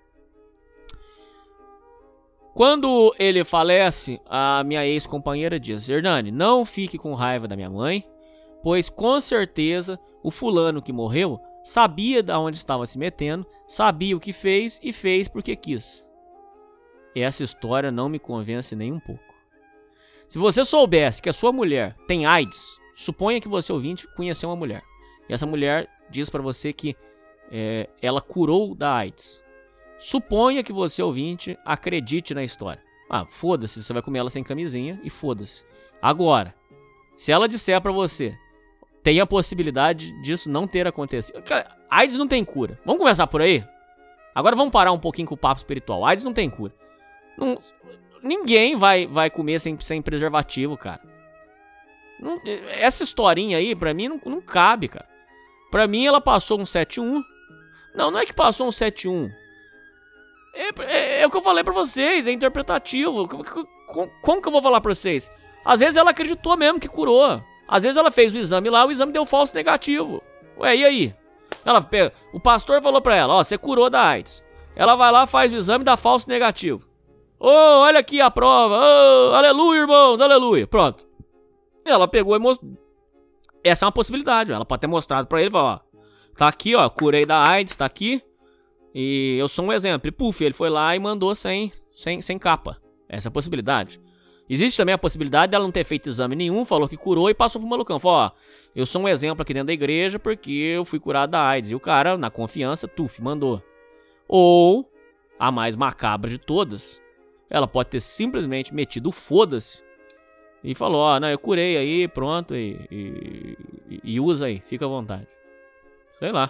Quando ele falece, a minha ex-companheira diz, Hernani, não fique com raiva da minha mãe, pois com certeza o fulano que morreu sabia de onde estava se metendo, sabia o que fez e fez porque quis. Essa história não me convence nem um pouco. Se você soubesse que a sua mulher tem AIDS, suponha que você ouvinte conheceu uma mulher. E essa mulher diz pra você que é, ela curou da AIDS. Suponha que você ouvinte acredite na história. Ah, foda-se, você vai comer ela sem camisinha e foda-se. Agora, se ela disser pra você, tem a possibilidade disso não ter acontecido. Cara, AIDS não tem cura. Vamos começar por aí? Agora vamos parar um pouquinho com o papo espiritual. AIDS não tem cura. Não, ninguém vai, vai comer sem, sem preservativo, cara. Não, essa historinha aí, pra mim, não, não cabe, cara. Pra mim, ela passou um sete um. Não, não é que passou um sete um. É, é, é o que eu falei pra vocês, é interpretativo. Como, como, como que eu vou falar pra vocês? Às vezes ela acreditou mesmo que curou. Às vezes ela fez o exame lá, o exame deu falso negativo. Ué, e aí? Ela pega, o pastor falou pra ela, ó, você curou da AIDS. Ela vai lá, faz o exame e dá falso negativo. Ô, oh, olha aqui a prova. Ô, oh, aleluia, irmãos, aleluia. Pronto. Ela pegou e mostrou. Essa é uma possibilidade, ela pode ter mostrado pra ele, ó, tá aqui, ó, curei da AIDS, tá aqui. E eu sou um exemplo. E puf, ele foi lá e mandou sem, sem, sem capa. Essa é a possibilidade. Existe também a possibilidade dela não ter feito exame nenhum, falou que curou e passou pro malucão. Falou, ó, eu sou um exemplo aqui dentro da igreja porque eu fui curado da AIDS. E o cara, na confiança, tuf, mandou. Ou, a mais macabra de todas, ela pode ter simplesmente metido o foda-se e falou, ó, não, eu curei aí, pronto, e, e, e usa aí, fica à vontade. Sei lá.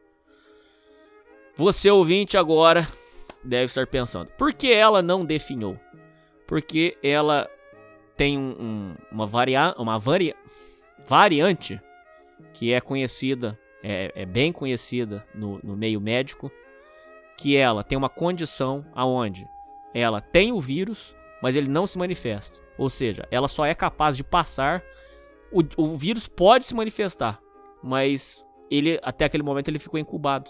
Você ouvinte agora deve estar pensando, por que ela não definhou? Porque ela tem um, um, uma, varia, uma varia, variante que é conhecida, é, é bem conhecida no, no meio médico, que ela tem uma condição aonde ela tem o vírus, mas ele não se manifesta. Ou seja, ela só é capaz de passar. O, o vírus pode se manifestar, mas ele, até aquele momento ele ficou incubado.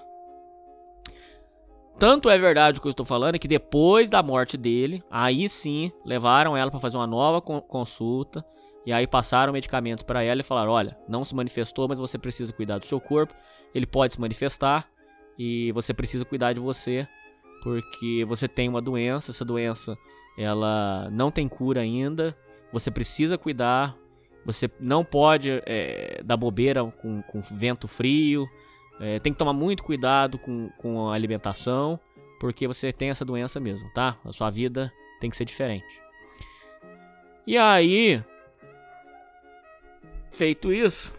Tanto é verdade o que eu estou falando, é que depois da morte dele, aí sim, levaram ela para fazer uma nova consulta. E aí passaram medicamentos para ela e falaram, olha, não se manifestou, mas você precisa cuidar do seu corpo. Ele pode se manifestar e você precisa cuidar de você, porque você tem uma doença, essa doença ela não tem cura ainda. Você precisa cuidar, você não pode é, dar bobeira com, com vento frio. É, tem que tomar muito cuidado com, com a alimentação, porque você tem essa doença mesmo, tá? A sua vida tem que ser diferente. E aí... Feito isso,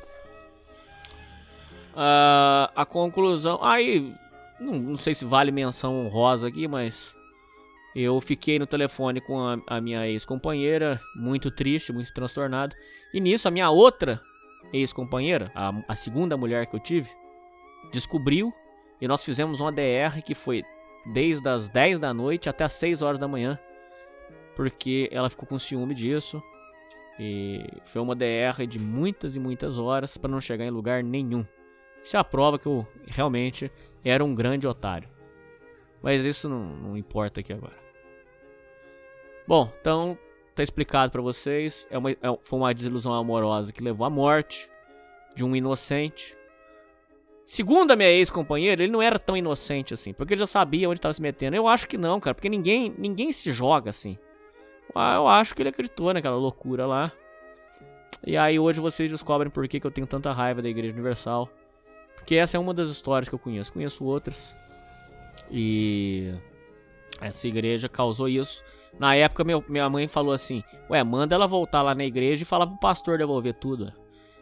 uh, a conclusão... Aí, não, não sei se vale menção honrosa aqui, mas... Eu fiquei no telefone com a, a minha ex-companheira, muito triste, muito transtornado. E nisso, a minha outra ex-companheira, a, a segunda mulher que eu tive, descobriu. E nós fizemos uma D R que foi desde as dez da noite até as seis horas da manhã. Porque ela ficou com ciúme disso. E foi uma D R de muitas e muitas horas para não chegar em lugar nenhum. Isso é a prova que eu realmente era um grande otário. Mas isso não, não importa aqui agora. Bom, então tá explicado para vocês. É uma, é, foi uma desilusão amorosa que levou à morte de um inocente. Segundo a minha ex-companheira, ele não era tão inocente assim, porque ele já sabia onde estava se metendo. Eu acho que não, cara, porque ninguém, ninguém se joga assim. Eu acho que ele acreditou naquela loucura lá. E aí hoje vocês descobrem por que, que eu tenho tanta raiva da Igreja Universal. Porque essa é uma das histórias que eu conheço. Conheço outras. E essa igreja causou isso. Na época meu, minha mãe falou assim, ué, manda ela voltar lá na igreja e falar pro pastor devolver tudo.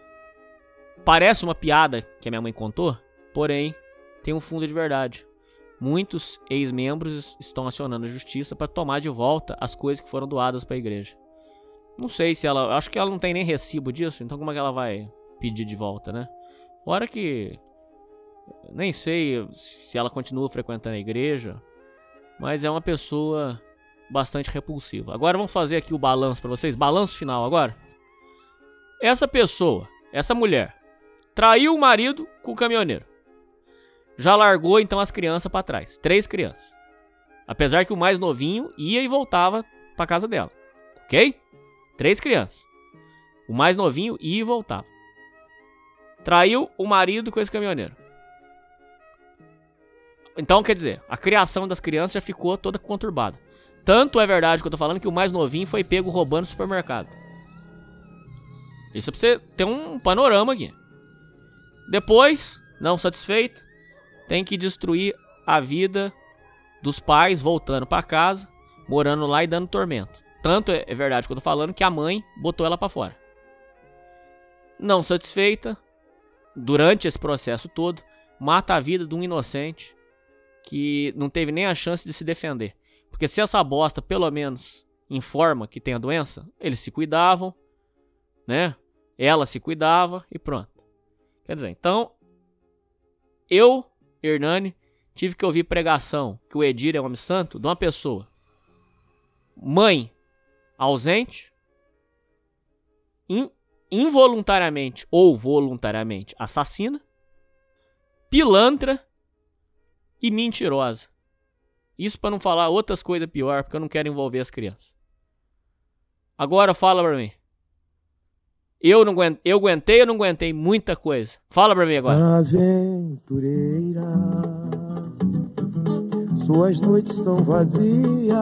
Parece uma piada que a minha mãe contou, porém tem um fundo de verdade. Muitos ex-membros estão acionando a justiça para tomar de volta as coisas que foram doadas para a igreja. Não sei se ela... Acho que ela não tem nem recibo disso, então como é que ela vai pedir de volta, né? Fora que... Nem sei se ela continua frequentando a igreja, mas é uma pessoa bastante repulsiva. Agora vamos fazer aqui o balanço para vocês. Balanço final agora. Essa pessoa, essa mulher, traiu o marido com o caminhoneiro. Já largou então as crianças pra trás. Três crianças. Apesar que o mais novinho ia e voltava pra casa dela. Ok? Três crianças. O mais novinho ia e voltava. Traiu o marido com esse caminhoneiro. Então, quer dizer, a criação das crianças já ficou toda conturbada. Tanto é verdade que eu tô falando que o mais novinho foi pego roubando no supermercado. Isso é pra você ter um panorama aqui. Depois, não satisfeito, tem que destruir a vida dos pais, voltando pra casa, morando lá e dando tormento. Tanto é verdade que eu tô falando que a mãe botou ela pra fora. Não satisfeita, durante esse processo todo, mata a vida de um inocente que não teve nem a chance de se defender. Porque se essa bosta, pelo menos, informa que tem a doença, eles se cuidavam, né? Ela se cuidava e pronto. Quer dizer, então, eu... Hernani, tive que ouvir pregação que o Edir é um homem santo de uma pessoa, mãe ausente, in, involuntariamente ou voluntariamente assassina, pilantra e mentirosa. Isso para não falar outras coisas pior, porque eu não quero envolver as crianças. Agora fala pra mim. Eu não aguentei, eu aguentei ou não aguentei muita coisa? Fala pra mim agora. Aventureira, suas noites são vazias.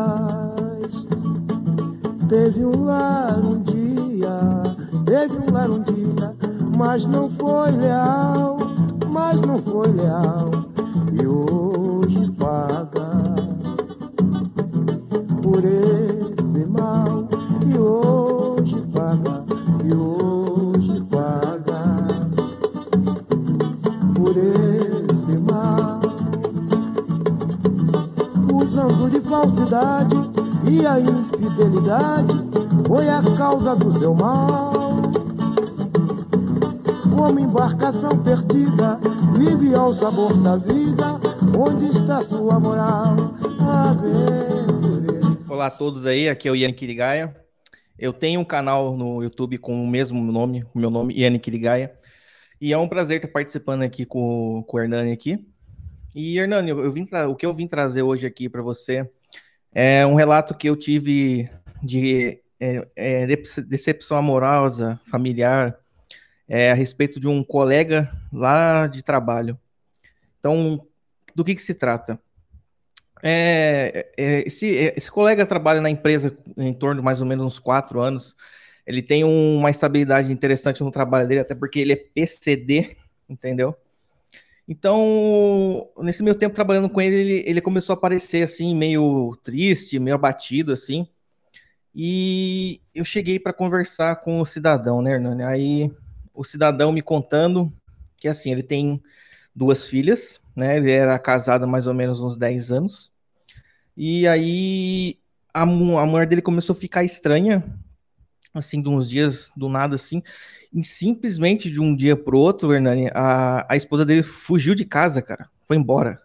Teve um lar um dia, teve um lar um dia, mas não foi leal, mas não foi leal. E hoje paga por esse mal. E hoje paga, e hoje paga por esse mal. Usando de falsidade e a infidelidade foi a causa do seu mal. Como embarcação perdida, vive ao sabor da vida. Onde está sua moral, aventureira? Olá a todos aí, aqui é o Ian Kirigaia. Eu tenho um canal no YouTube com o mesmo nome, o meu nome, Ian Kirigaia. E é um prazer estar participando aqui com, com o Hernani aqui. E Hernani, eu, eu vim tra- o que eu vim trazer hoje aqui para você é um relato que eu tive de é, é, dece- decepção amorosa, familiar, é, a respeito de um colega lá de trabalho. Então, do que que se trata? É, é, esse, é, esse colega trabalha na empresa em torno de mais ou menos uns quatro anos. Ele tem um- uma estabilidade interessante no trabalho dele, até porque ele é P C D, entendeu? Então, nesse meio tempo trabalhando com ele, ele, ele começou a aparecer assim, meio triste, meio abatido, assim. E eu cheguei para conversar com o cidadão, né, Hernani? Aí o cidadão me contando que assim, ele tem duas filhas, né? Ele era casado há mais ou menos uns dez anos. E aí a, mu- a mulher dele começou a ficar estranha, assim, de uns dias, do nada, assim. E simplesmente de um dia pro outro, Hernani, a, a esposa dele fugiu de casa, cara. Foi embora.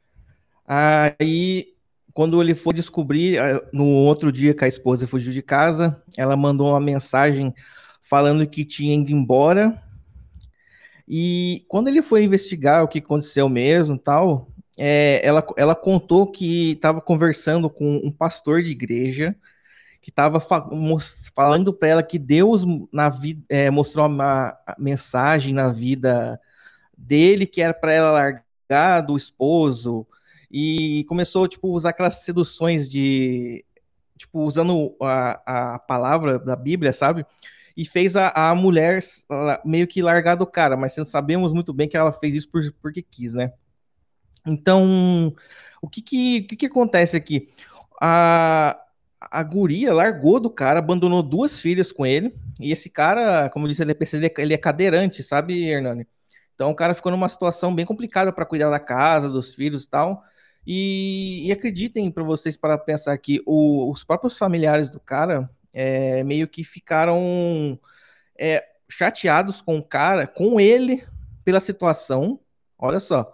Aí, quando ele foi descobrir, eh, no outro dia que a esposa fugiu de casa, ela mandou uma mensagem falando que tinha ido embora. E quando ele foi investigar o que aconteceu mesmo, tal, é, ela, ela contou que estava conversando com um pastor de igreja que estava fa falando para ela que Deus na vida é, mostrou uma mensagem na vida dele que era para ela largar do esposo e começou tipo usar aquelas seduções de tipo usando a, a palavra da Bíblia, sabe? E fez a, a mulher meio que largar do cara, mas sabemos muito bem que ela fez isso por, porque quis, né? Então, o que que, o que, que acontece aqui? A, a guria largou do cara, abandonou duas filhas com ele, e esse cara, como eu disse, ele é, P C D, ele é cadeirante, sabe, Hernani? Então o cara ficou numa situação bem complicada para cuidar da casa, dos filhos e tal. E, e acreditem para vocês para pensar que o- os próprios familiares do cara é, meio que ficaram é, chateados com o cara, com ele, pela situação. Olha só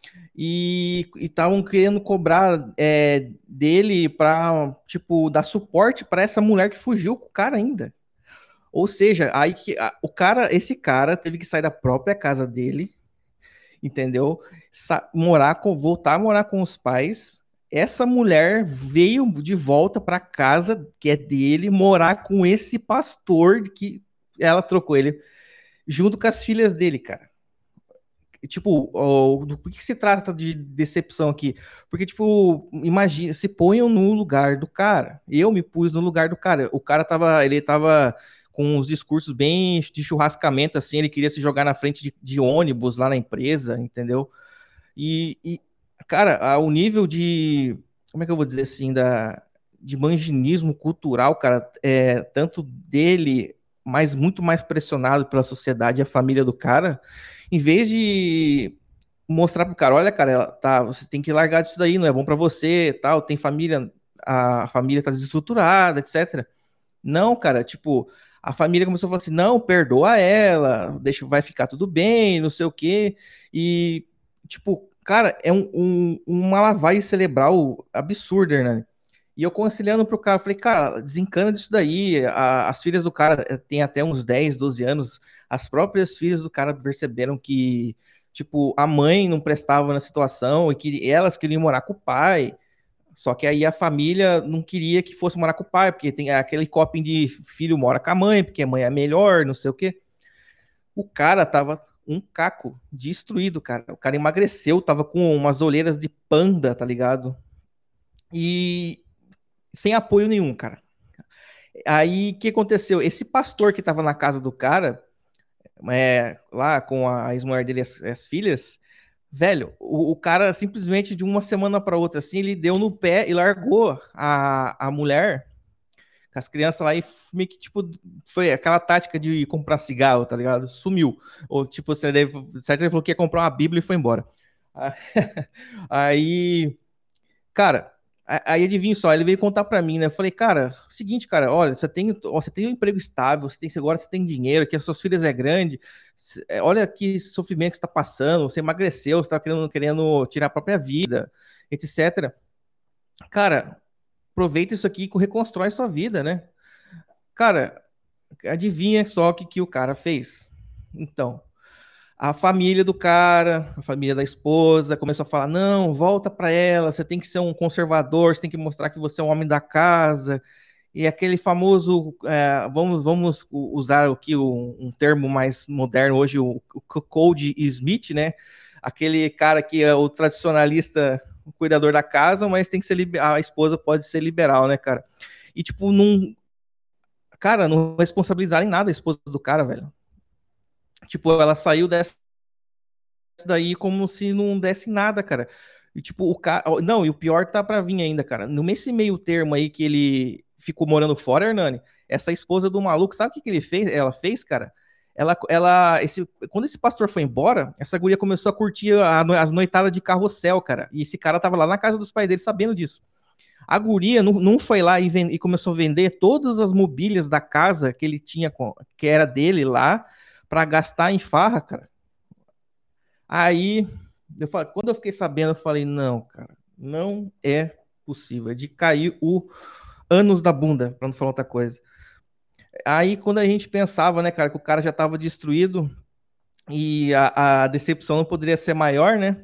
e estavam querendo cobrar é, dele para tipo dar suporte para essa mulher que fugiu com o cara ainda. Ou seja, aí que a- o cara, esse cara teve que sair da própria casa dele, entendeu? Sa- morar com, voltar a morar com os pais. Essa mulher veio de volta para casa que é dele, morar com esse pastor que ela trocou ele junto com as filhas dele, cara. Tipo, o- do que se trata de decepção aqui? Porque, tipo, imagina, se ponham no lugar do cara. Eu me pus no lugar do cara. O cara tava, ele tava com uns discursos bem de churrascamento, assim, ele queria se jogar na frente de, de ônibus lá na empresa, entendeu? E, e, cara, a- o nível de, como é que eu vou dizer assim, da, de manginismo cultural, cara, é tanto dele, mas muito mais pressionado pela sociedade e a família do cara, em vez de mostrar pro cara, olha, cara, ela- tá, você tem que largar disso daí, não é bom pra você, tal, tem família, a família tá desestruturada, etcétera. Não, cara, tipo, a família começou a falar assim, não, perdoa ela, deixa, vai ficar tudo bem, não sei o quê. E, tipo, cara, é um, um- uma lavagem cerebral absurda, né? E eu aconselhando pro cara, falei, cara, desencana disso daí. A- as filhas do cara eh, têm até uns dez, doze anos. As próprias filhas do cara perceberam que, tipo, a mãe não prestava na situação e que elas queriam morar com o pai. Só que aí a família não queria que fosse morar com o pai, porque tem aquele coping de filho mora com a mãe, porque a mãe é melhor, não sei o quê. O cara tava um caco destruído, cara. O cara emagreceu, tava com umas olheiras de panda, tá ligado? E sem apoio nenhum, cara. Aí o que aconteceu? Esse pastor que tava na casa do cara, é, lá com a ex-mulher dele e as, as filhas, velho, o, o cara simplesmente de uma semana para outra, assim, ele deu no pé e largou a, a mulher com as crianças lá e meio que, tipo, foi aquela tática de comprar cigarro, tá ligado? Sumiu. Ou, tipo, você deve, certo, ele falou que ia comprar uma Bíblia e foi embora. Aí, cara, a- aí adivinha só, ele veio contar pra mim, né? Eu falei, cara, seguinte, cara, olha, você tem, ó, você tem um emprego estável, você tem, agora você tem dinheiro, que as suas filhas é grande, c- é, olha que sofrimento que você tá passando, você emagreceu, você tá querendo, querendo tirar a própria vida, etcétera. Cara, aproveita isso aqui e reconstrói sua vida, né? Cara, adivinha só o que, que o cara fez? Então, a família do cara, a família da esposa, começou a falar, não, volta para ela, você tem que ser um conservador, você tem que mostrar que você é um homem da casa, e aquele famoso, é, vamos, vamos usar aqui um, um termo mais moderno hoje, o, o Code Smith, né? Aquele cara que é o tradicionalista, o cuidador da casa, mas tem que ser, a esposa pode ser liberal, né, cara? E tipo, não, cara, não responsabilizarem nada a esposa do cara, velho. Tipo, ela saiu dessa daí como se não desse nada, cara. E tipo, o cara, não, e o pior tá pra vir ainda, cara. Nesse meio termo aí que ele ficou morando fora, Hernani, essa esposa do maluco, sabe o que, que ele fez? Ela fez, cara? Ela, ela, esse, quando esse pastor foi embora, essa guria começou a curtir a, as noitadas de carrossel, cara. E esse cara tava lá na casa dos pais dele sabendo disso. A guria não, não foi lá e, vend, e começou a vender todas as mobílias da casa que ele tinha, que era dele lá, pra gastar em farra, cara. Aí, eu falei, quando eu fiquei sabendo, eu falei, não, cara, não é possível. É de cair o ânus da bunda, pra não falar outra coisa. Aí, quando a gente pensava, né, cara, que o cara já tava destruído e a, a decepção não poderia ser maior, né?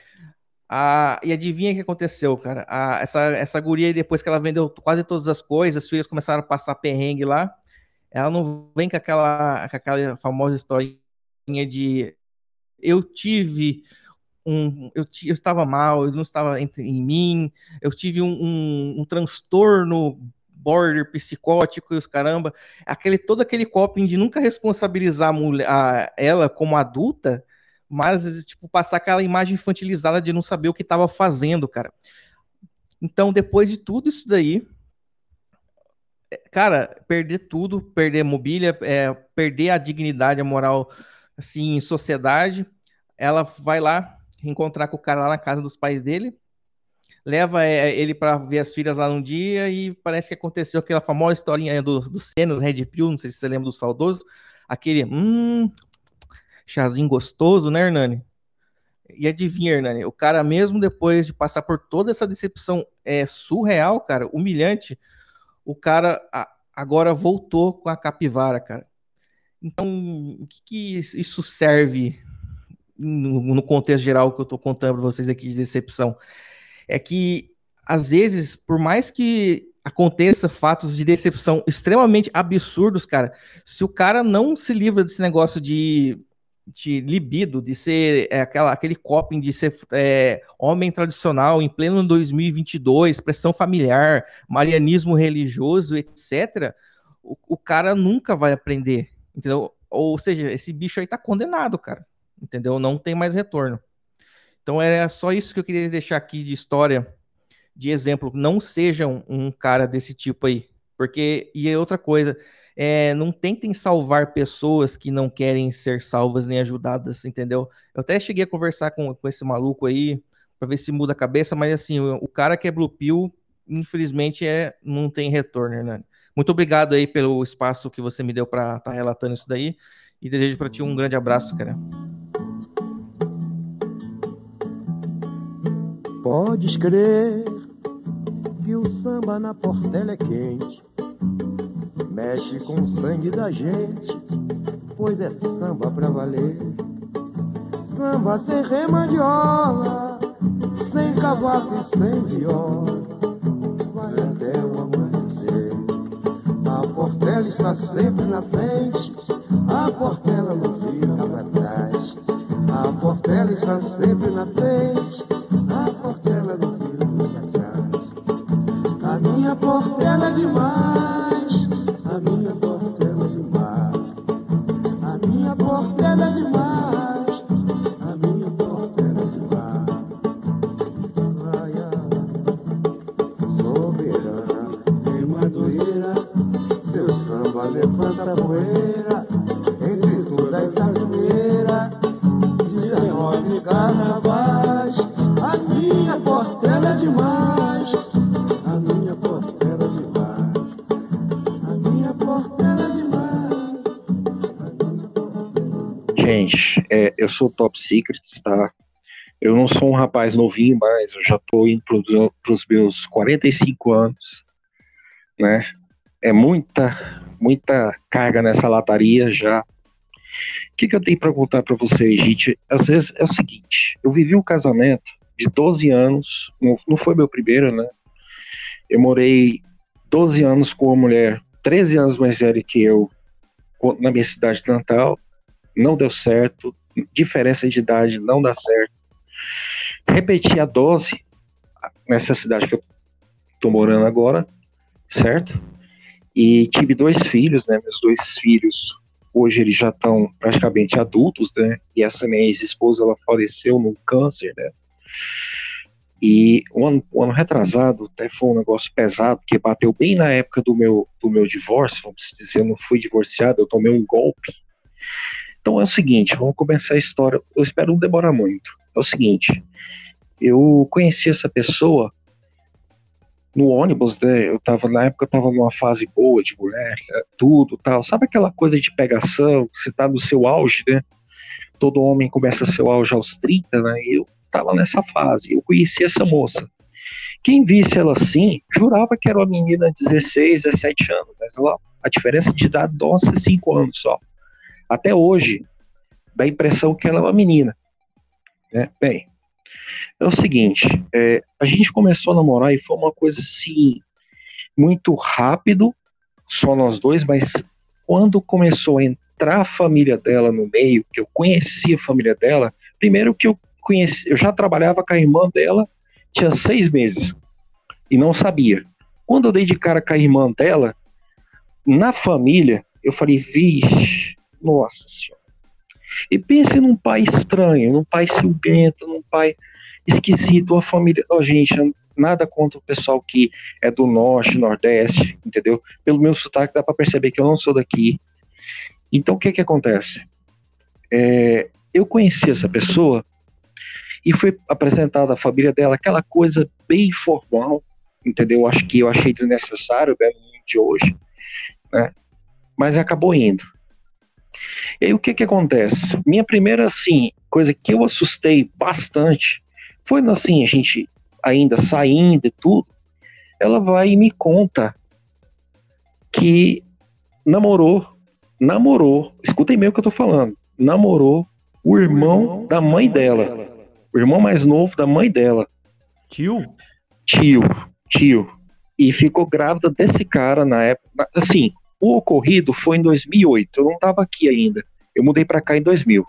A, e adivinha o que aconteceu, cara? A, essa, essa guria, depois que ela vendeu quase todas as coisas, as filhas começaram a passar perrengue lá, ela não vem com aquela, com aquela famosa historinha de eu tive um, eu, eu estava mal, eu não estava entre, em mim, eu tive um, um, um transtorno border psicótico e os caramba, aquele, todo aquele coping de nunca responsabilizar a mulher, a, ela como adulta, mas tipo, passar aquela imagem infantilizada de não saber o que estava fazendo, cara. Então, depois de tudo isso daí, cara, perder tudo, perder mobília, é, perder a dignidade, a moral, assim, em sociedade, ela vai lá encontrar com o cara lá na casa dos pais dele, leva ele para ver as filhas lá num dia e parece que aconteceu aquela famosa historinha do, do Cenas, Red Pill, não sei se você lembra do saudoso, aquele, hum, chazinho gostoso, né, Hernani? E adivinha, Hernani, o cara mesmo depois de passar por toda essa decepção é, surreal, cara, humilhante, o cara a, agora voltou com a capivara, cara. Então, o que, que isso serve no, no contexto geral que eu tô contando para vocês aqui de decepção? É que, às vezes, por mais que aconteça fatos de decepção extremamente absurdos, cara, se o cara não se livra desse negócio de, de libido, de ser é, aquela, aquele coping de ser é, homem tradicional em pleno dois mil e vinte e dois, pressão familiar, marianismo religioso, etcétera, o, o cara nunca vai aprender, entendeu? Ou seja, esse bicho aí tá condenado, cara, entendeu? Não tem mais retorno. Então era só isso que eu queria deixar aqui de história, de exemplo. Não sejam um cara desse tipo aí. Porque, e é outra coisa, é, não tentem salvar pessoas que não querem ser salvas nem ajudadas, entendeu? Eu até cheguei a conversar com, com esse maluco aí, pra ver se muda a cabeça, mas assim, o, o cara que é Blue Pill, infelizmente, é, não tem retorno, Hernani. Muito obrigado aí pelo espaço que você me deu pra estar tá relatando isso daí, e desejo pra ti um grande abraço, cara. Podes crer que o samba na Portela é quente, mexe com o sangue da gente, pois é samba pra valer. Samba sem remandiola, sem cavaco e sem viola, vai até o amanhecer. A Portela está sempre na frente, a Portela não fica pra trás. A Portela está sempre na frente, a Portela não fica pra trás. A minha Portela é demais, a minha Portela é demais. A minha Portela é demais, a minha Portela é demais. Ai, ai, soberana e madureira, seu samba levanta a poeira, entre todas as almeiras, dezenove carnavais. A minha Portela é demais, a minha Portela é demais, a minha Portela é demais, a minha Portela... Gente, é, eu sou o Top Secret, tá? Eu não sou um rapaz novinho mais, eu já tô indo para os meus quarenta e cinco anos, né? É muita, muita carga nessa lataria já. O que, que eu tenho para contar para vocês, gente? Às vezes é o seguinte, eu vivi um casamento de doze anos, não, não foi meu primeiro, né? Eu morei doze anos com uma mulher, treze anos mais velha que eu, na minha cidade natal, não deu certo, diferença de idade não dá certo. Repeti a dose nessa cidade que eu tô morando agora, certo? E tive dois filhos, né? Meus dois filhos, hoje eles já estão praticamente adultos, né? E essa minha ex-esposa, ela faleceu num câncer, né? E o ano, o ano retrasado até foi um negócio pesado, porque bateu bem na época do meu, do meu divórcio, vamos dizer, eu não fui divorciado, eu tomei um golpe. Então é o seguinte, vamos começar a história, eu espero não demorar muito. É o seguinte, eu conheci essa pessoa no ônibus, né? Eu tava, na época eu tava numa fase boa de mulher, tudo, tal. Sabe aquela coisa de pegação, você tá no seu auge, né? Todo homem começa seu auge aos trinta, né? E eu tava nessa fase, eu conheci essa moça. Quem visse ela assim, jurava que era uma menina de dezesseis, dezessete anos, mas ela, a diferença de idade nossa é cinco anos só. Até hoje, dá a impressão que ela é uma menina, né? Bem, é o seguinte, é, a gente começou a namorar e foi uma coisa assim, muito rápido, só nós dois, mas quando começou a entrar a família dela no meio, que eu conheci a família dela, primeiro que eu conheci, eu já trabalhava com a irmã dela, tinha seis meses, e não sabia. Quando eu dei de cara com a irmã dela, na família, eu falei, vixe, nossa senhora. E pense num pai estranho, num pai ciumento, num pai esquisito, uma família... Oh, gente, nada contra o pessoal que é do norte, nordeste, entendeu? Pelo meu sotaque dá pra perceber que eu não sou daqui. Então o que que acontece? É, eu conheci essa pessoa e foi apresentada a família dela, aquela coisa bem formal, entendeu? Acho que eu achei desnecessário, né, no mundo de hoje, né? Mas acabou indo. E aí o que que acontece? Minha primeira, assim, coisa que eu assustei bastante foi, assim, a gente ainda saindo e tudo, ela vai e me conta que namorou, namorou, escutem bem o que eu tô falando, namorou o irmão da mãe dela, o irmão mais novo da mãe dela. Tio? Tio, tio. E ficou grávida desse cara na época, assim, o ocorrido foi em dois mil e oito, eu não tava aqui ainda, eu mudei pra cá em dois mil,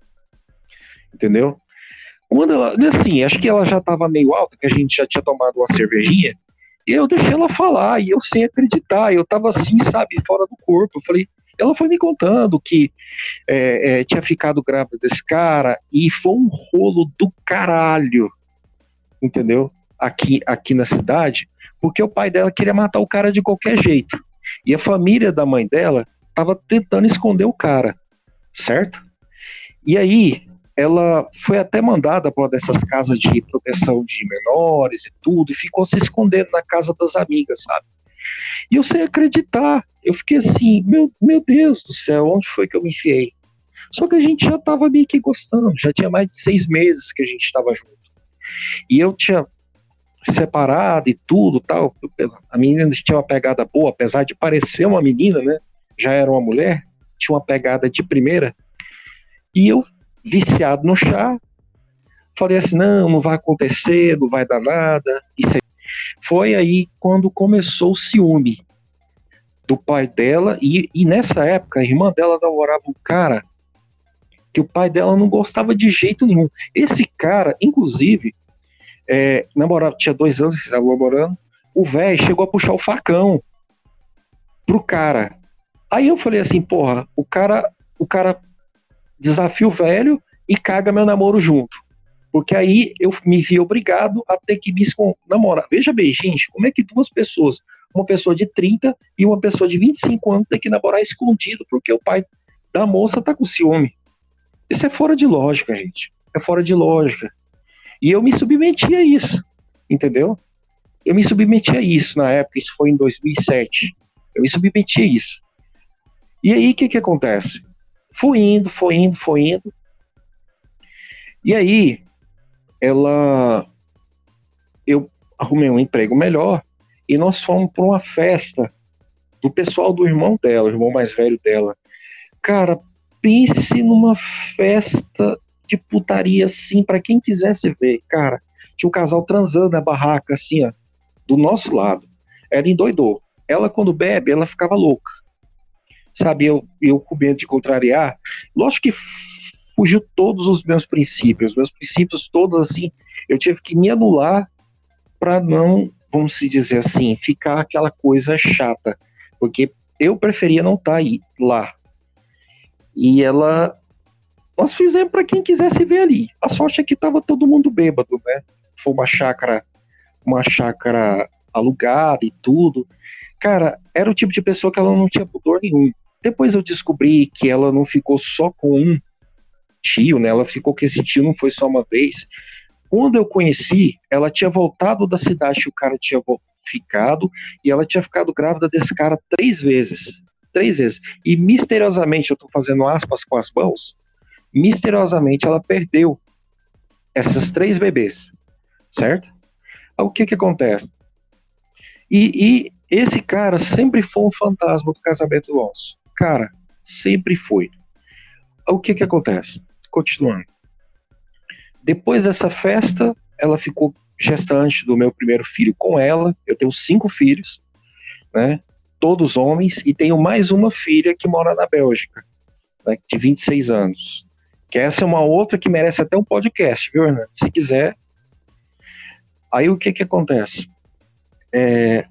entendeu? Quando ela, assim, acho que ela já tava meio alta, que a gente já tinha tomado uma cervejinha, e eu deixei ela falar, e eu sem acreditar, eu tava assim, sabe, fora do corpo, eu falei, ela foi me contando que é, é, tinha ficado grávida desse cara, e foi um rolo do caralho, entendeu? Aqui, aqui na cidade, porque o pai dela queria matar o cara de qualquer jeito, e a família da mãe dela tava tentando esconder o cara, certo? E aí, ela foi até mandada para uma dessas casas de proteção de menores e tudo, e ficou se escondendo na casa das amigas, sabe? E eu sem acreditar, eu fiquei assim, meu, meu Deus do céu, onde foi que eu me enfiei? Só que a gente já tava meio que gostando, já tinha mais de seis meses que a gente estava junto. E eu tinha separado e tudo, tal, a menina tinha uma pegada boa, apesar de parecer uma menina, né? Já era uma mulher, tinha uma pegada de primeira, e eu, viciado no chá, falei assim, não, não vai acontecer, não vai dar nada. Isso aí. Foi aí quando começou o ciúme do pai dela, e, e nessa época a irmã dela namorava um cara que o pai dela não gostava de jeito nenhum. Esse cara, inclusive, é, namorava, tinha dois anos, estava namorando, o velho chegou a puxar o facão pro cara. Aí eu falei assim, porra, o cara, o cara desafia o velho e caga meu namoro junto. Porque aí eu me vi obrigado a ter que me namorar. Veja bem, gente, como é que duas pessoas, uma pessoa de trinta e uma pessoa de vinte e cinco anos, tem que namorar escondido porque o pai da moça tá com ciúme. Isso é fora de lógica, gente. É fora de lógica. E eu me submeti a isso, entendeu? Eu me submeti a isso na época, isso foi em dois mil e sete. Eu me submeti a isso. E aí, o que que acontece? Foi indo, foi indo, foi indo. E aí, ela, eu arrumei um emprego melhor e nós fomos para uma festa do pessoal do irmão dela, o irmão mais velho dela. Cara, pense numa festa de putaria assim, para quem quisesse ver. Cara, tinha um casal transando na barraca assim, ó, do nosso lado. Ela endoidou. Ela, quando bebe, ela ficava louca. Sabe, eu, eu com medo de contrariar, lógico que fugiu todos os meus princípios, meus princípios todos assim, eu tive que me anular para não, vamos se dizer assim, ficar aquela coisa chata, porque eu preferia não estar aí, lá. E ela, nós fizemos para quem quisesse ver ali. A sorte é que tava todo mundo bêbado, né? Foi uma chácara, uma chácara alugada e tudo. Cara, era o tipo de pessoa que ela não tinha pudor nenhum. Depois eu descobri que ela não ficou só com um tio, né? Ela ficou com esse tio, não foi só uma vez. Quando eu conheci, ela tinha voltado da cidade que o cara tinha ficado, e ela tinha ficado grávida desse cara três vezes. Três vezes. E misteriosamente, eu tô fazendo aspas com as mãos, misteriosamente ela perdeu essas três bebês. Certo? Aí, o que que acontece? E, e esse cara sempre foi um fantasma do casamento nosso. Cara, sempre foi. O que que acontece? Continuando. Depois dessa festa, ela ficou gestante do meu primeiro filho com ela. Eu tenho cinco filhos, né? Todos homens, e tenho mais uma filha que mora na Bélgica, né? De vinte e seis anos. Que essa é uma outra que merece até um podcast, viu, Hernando? Se quiser. Aí o que que acontece? É...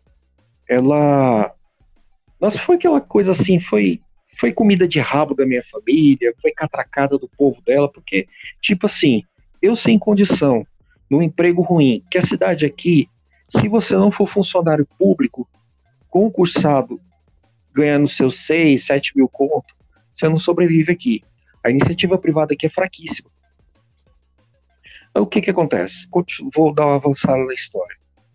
Ela... Nossa, foi aquela coisa assim, foi... Foi comida de rabo da minha família, foi catracada do povo dela, porque, tipo assim, eu sem condição, num emprego ruim, que a cidade aqui, se você não for funcionário público, concursado, ganhando seus seis, sete mil conto, você não sobrevive aqui. A iniciativa privada aqui é fraquíssima. Então, o que que acontece? Vou dar uma avançada na história.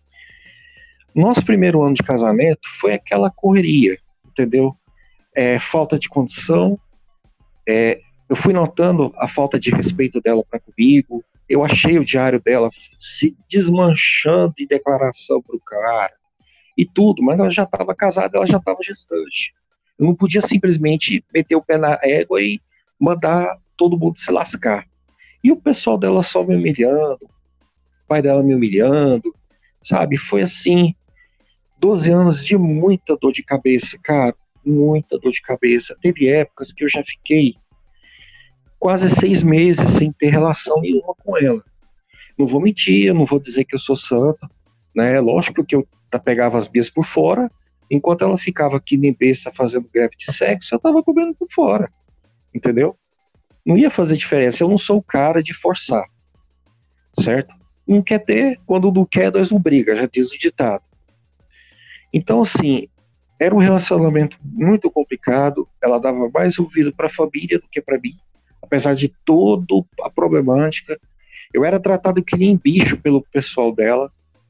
Nosso primeiro ano de casamento foi aquela correria, entendeu? É, falta de condição, é, eu fui notando a falta de respeito dela para comigo, eu achei o diário dela se desmanchando de declaração pro cara, e tudo, mas ela já estava casada, ela já estava gestante. Eu não podia simplesmente meter o pé na égua e mandar todo mundo se lascar. E o pessoal dela só me humilhando, o pai dela me humilhando, sabe? Foi assim, doze anos de muita dor de cabeça, cara. Muita dor de cabeça. Teve épocas que eu já fiquei quase seis meses sem ter relação nenhuma com ela. Não vou mentir, eu não vou dizer que eu sou santa, né? Lógico que eu pegava as bias por fora, enquanto ela ficava aqui nem besta fazendo greve de sexo, eu tava comendo por fora, entendeu? Não ia fazer diferença, eu não sou o cara de forçar, certo? Não quer ter, quando não quer, dois não briga, já diz o ditado. Então, assim, era um relacionamento muito complicado, ela dava mais ouvido para a família do que para mim, apesar de toda a problemática. Eu era tratado que nem bicho pelo pessoal dela,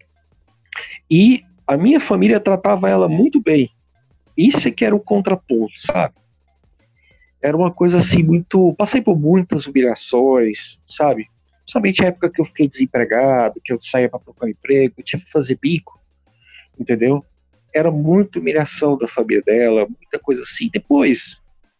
e a minha família tratava ela muito bem. Isso é que era o contraponto, sabe? Era uma coisa assim muito... Passei por muitas humilhações, sabe? Principalmente na época que eu fiquei desempregado, que eu saía para procurar emprego, eu tive que fazer bico, entendeu? Era muita humilhação da família dela, muita coisa assim. Depois,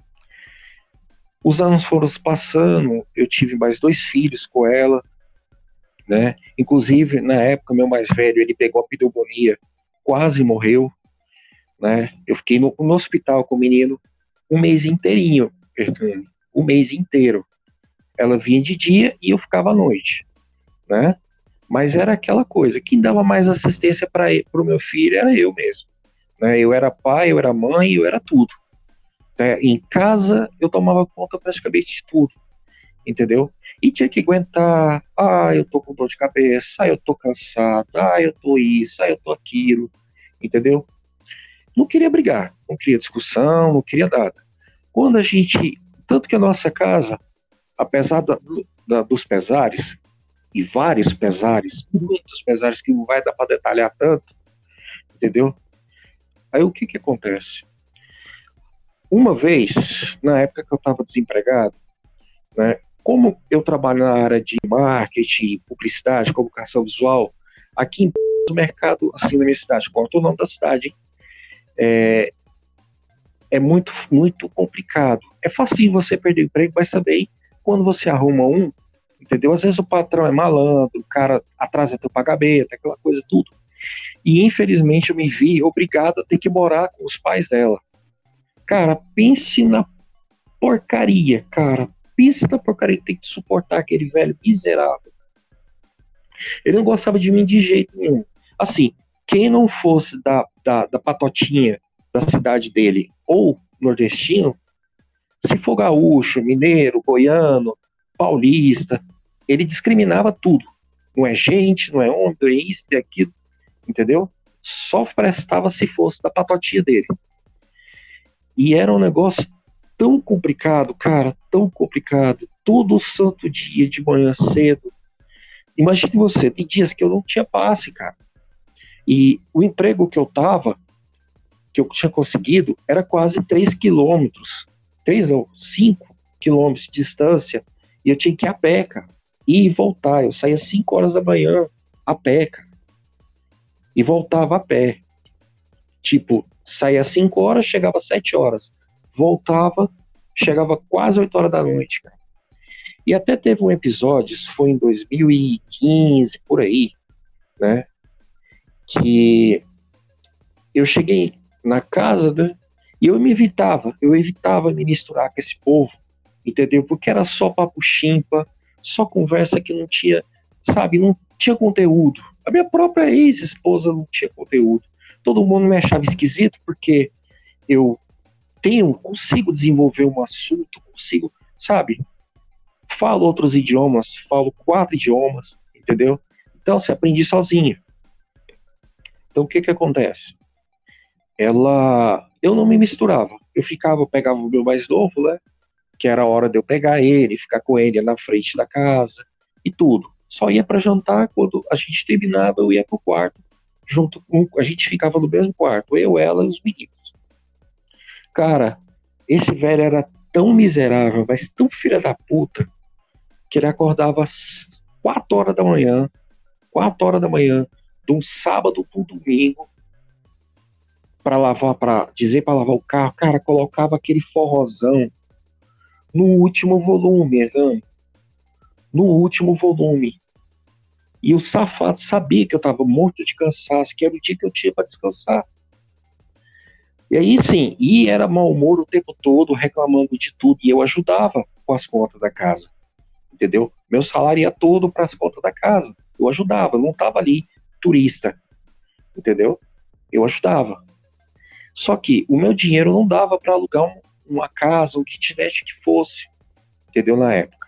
os anos foram se passando, eu tive mais dois filhos com ela, né? Inclusive, na época, meu mais velho, ele pegou a pneumonia, quase morreu, né? Eu fiquei no, no hospital com o menino um mês inteirinho, um mês inteiro. Ela vinha de dia e eu ficava à noite, né? Mas era aquela coisa, quem dava mais assistência para o meu filho era eu mesmo, né? Eu era pai, eu era mãe, eu era tudo, né? Em casa eu tomava conta praticamente de tudo, entendeu? E tinha que aguentar, ah, eu tô com dor de cabeça, ah, eu tô cansado, ah, eu tô isso, ah, eu tô aquilo, entendeu? Não queria brigar, não queria discussão, não queria nada. Quando a gente, tanto que a nossa casa, apesar da, da, dos pesares, e vários pesares, muitos pesares que não vai dar para detalhar tanto, entendeu? Aí o que que acontece? Uma vez, na época que eu estava desempregado, né, como eu trabalho na área de marketing, publicidade, comunicação visual, aqui em o mercado, assim, na minha cidade, qual é o nome da cidade, hein? É, é muito, muito complicado. É fácil você perder o emprego, mas também quando você arruma um, entendeu? Às vezes o patrão é malandro, o cara atrasa teu pagamento, aquela coisa tudo. E infelizmente eu me vi obrigado a ter que morar com os pais dela. Cara, pense na porcaria, cara. Pense na porcaria que tem que suportar aquele velho miserável. Ele não gostava de mim de jeito nenhum. Assim, quem não fosse da, da, da patotinha da cidade dele ou nordestino, se for gaúcho, mineiro, goiano, paulista, ele discriminava tudo. Não é gente, não é homem, não é isso, é aquilo, entendeu? Só prestava se fosse da patotinha dele. E era um negócio tão complicado, cara, tão complicado. Todo santo dia, de manhã cedo. Imagine você, tem dias que eu não tinha passe, cara. E o emprego que eu tava, que eu tinha conseguido, era quase três quilômetros. três ou cinco quilômetros de distância. E eu tinha que ir a pé, cara. Ir e voltar. Eu saía cinco horas da manhã a pé, cara. E voltava a pé. Tipo, saía às cinco horas, chegava às sete horas. Voltava, chegava quase oito horas da noite, cara. E até teve um episódio, isso foi em dois mil e quinze, por aí, né? Que eu cheguei na casa, né? E eu me evitava, eu evitava me misturar com esse povo, entendeu? Porque era só papo chimpa, só conversa que não tinha, sabe, não tinha conteúdo. A minha própria ex-esposa não tinha conteúdo. Todo mundo me achava esquisito porque eu tenho, consigo desenvolver um assunto, consigo, sabe? Falo outros idiomas, falo quatro idiomas, entendeu? Então, você aprendi sozinho. Então, o que que acontece? Ela, eu não me misturava. Eu ficava, eu pegava o meu mais novo, né? Que era a hora de eu pegar ele, ficar com ele na frente da casa e tudo. Só ia para jantar quando a gente terminava, eu ia pro quarto, junto com, a gente ficava no mesmo quarto, eu, ela e os meninos. Cara, esse velho era tão miserável, mas tão filha da puta, que ele acordava às quatro horas da manhã, quatro horas da manhã, de um sábado para um domingo, para lavar, para dizer para lavar o carro, cara, colocava aquele forrozão no último volume, errando, no último volume. E o safado sabia que eu estava morto de cansaço, que era o dia que eu tinha para descansar. E aí sim, e era mau humor o tempo todo, reclamando de tudo, e eu ajudava com as contas da casa, entendeu? Meu salário ia todo para as contas da casa, eu ajudava, eu não estava ali turista, entendeu? Eu ajudava. Só que o meu dinheiro não dava para alugar um, uma casa, um kitnet que fosse, entendeu? Na época.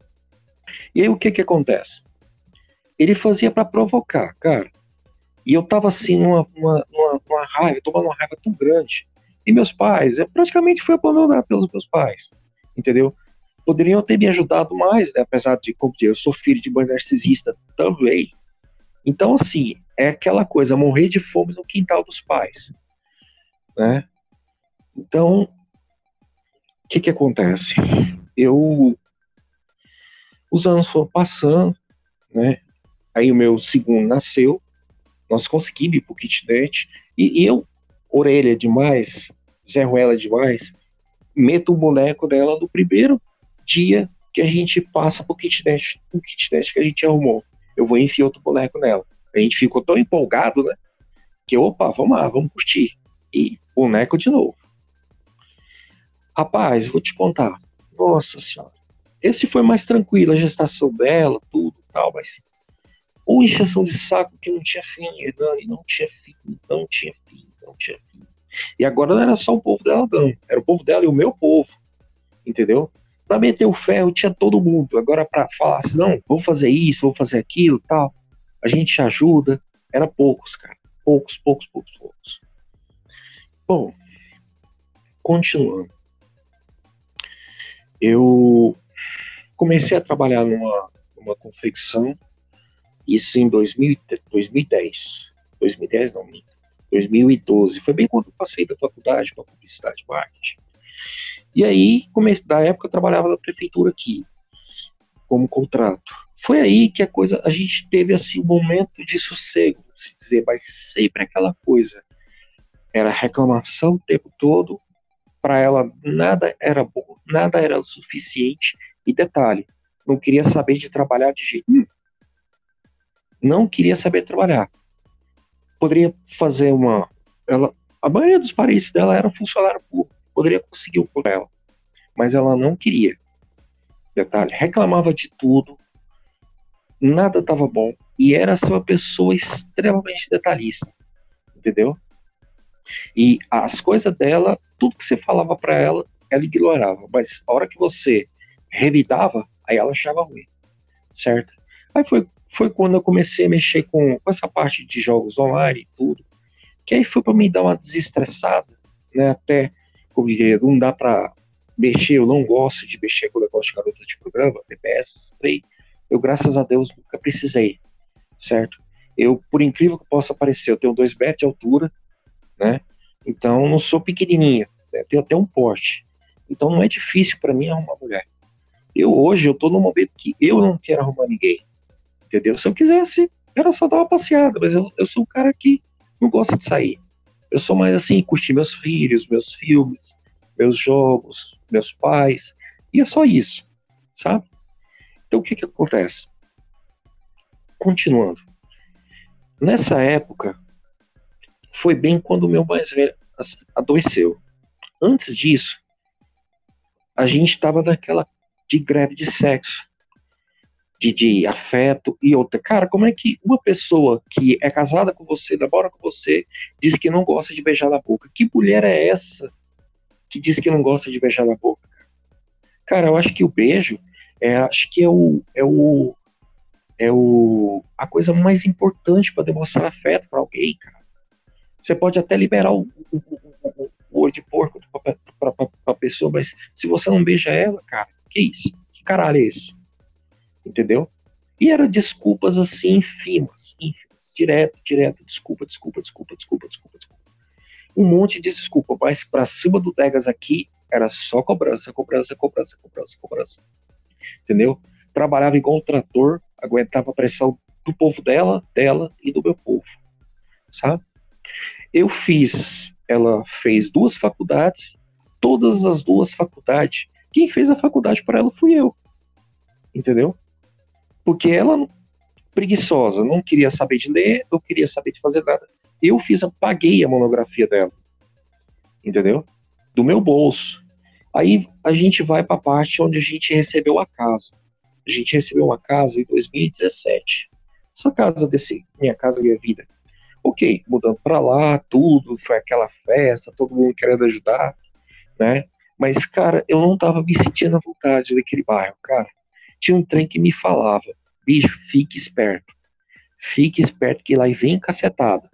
E aí o que que acontece? Ele fazia para provocar, cara. E eu tava assim, numa, numa, numa, numa raiva, tomando uma raiva tão grande. E meus pais, eu praticamente fui abandonado pelos meus pais, entendeu? Poderiam ter me ajudado mais, né? Apesar de, como dizer, eu sou filho de mãe narcisista também. Então, assim, é aquela coisa, morrer de fome no quintal dos pais, né? Então, o que que acontece? Eu, os anos foram passando, né? Aí o meu segundo nasceu, nós conseguimos ir pro kitnet, e eu, orelha demais, Zé Ruela demais, meto o boneco dela no primeiro dia que a gente passa pro kitnet, pro kitnet que a gente arrumou. Eu vou enfiar outro boneco nela. A gente ficou tão empolgado, né? Que, opa, vamos lá, vamos curtir. E boneco de novo. Rapaz, vou te contar. Nossa senhora. Esse foi mais tranquilo, a gestação dela, tudo e tal, mas uma encheção de saco que não tinha fim, Hernani, não tinha fim, não tinha fim, não tinha fim. E agora não era só o povo dela, não. Era o povo dela e o meu povo. Entendeu? Pra meter o ferro tinha todo mundo. Agora pra falar assim, não, vamos fazer isso, vamos fazer aquilo, tal. A gente te ajuda. Era poucos, cara. Poucos, poucos, poucos, poucos. Bom, continuando. Eu comecei a trabalhar numa, numa confecção, isso em dois mil, dois mil e dez. dois mil e dez não, dois mil e doze. Foi bem quando eu passei da faculdade para publicidade e marketing. E aí, comecei, da época eu trabalhava na prefeitura aqui. como contrato. Foi aí que a coisa, a gente teve assim um momento de sossego, se dizer, mas sempre aquela coisa. Era reclamação o tempo todo, para ela nada era bom, nada era o suficiente, e detalhe, não queria saber de trabalhar de jeito nenhum. Não queria saber trabalhar. Poderia fazer uma... Ela, a maioria dos parentes dela era funcionário público, poderia conseguir por ela, mas ela não queria. Detalhe, reclamava de tudo, nada estava bom, e era assim, uma pessoa extremamente detalhista, entendeu? E as coisas dela, tudo que você falava para ela, ela ignorava, mas a hora que você revidava, aí ela achava ruim, certo? Aí foi, foi quando eu comecei a mexer com, com essa parte de jogos online e tudo, que aí foi para me dar uma desestressada, né? Até, como eu diria, não dá para mexer, eu não gosto de mexer com o negócio de garota de programa, D P S, três, eu, graças a Deus, nunca precisei, certo? Eu, por incrível que possa parecer, eu tenho dois metros de altura, né? Então, eu não sou pequenininho, né? Tenho até um porte. Então, não é difícil para mim arrumar mulher. Eu, hoje, eu tô num momento que eu não quero arrumar ninguém, entendeu? Se eu quisesse, era só dar uma passeada, mas eu, eu sou um cara que não gosta de sair. Eu sou mais assim, curtir meus filhos, meus filmes, meus jogos, meus pais, e é só isso, sabe? Então, o que que acontece? Continuando. Nessa época, foi bem quando o meu mais velho adoeceu. Antes disso, a gente estava naquela de greve de sexo, de, de afeto e outra. Cara, como é que uma pessoa que é casada com você, namora com você, diz que não gosta de beijar na boca? Que mulher é essa que diz que não gosta de beijar na boca? Cara, eu acho que o beijo, é, acho que é o, é o, é o, a coisa mais importante para demonstrar afeto para alguém, cara. Você pode até liberar o, o, o, o olho de porco para a pessoa, mas se você não beija ela, cara, que isso? Que caralho é esse? Entendeu? E eram desculpas assim, ínfimas, ínfimas, direto, direto, desculpa, desculpa, desculpa, desculpa, desculpa, desculpa. Um monte de desculpa, mas pra cima do Degas aqui, era só cobrança, cobrança, cobrança, cobrança, cobrança. Entendeu? Trabalhava igual um trator, aguentava a pressão do povo dela, dela e do meu povo. Sabe? Eu fiz, ela fez duas faculdades, todas as duas faculdades, quem fez a faculdade para ela fui eu. Entendeu? Porque ela, preguiçosa, não queria saber de ler, não queria saber de fazer nada. Eu fiz, eu paguei a monografia dela. Entendeu? Do meu bolso. Aí a gente vai para a parte onde a gente recebeu a casa. A gente recebeu uma casa em dois mil e dezessete. Essa casa desse, minha casa, minha vida. Ok, mudando para lá, tudo, foi aquela festa, todo mundo querendo ajudar, né? Mas, cara, eu não tava me sentindo à vontade naquele bairro, cara. Tinha um trem que me falava, bicho, fique esperto. Fique esperto que lá vem cacetada.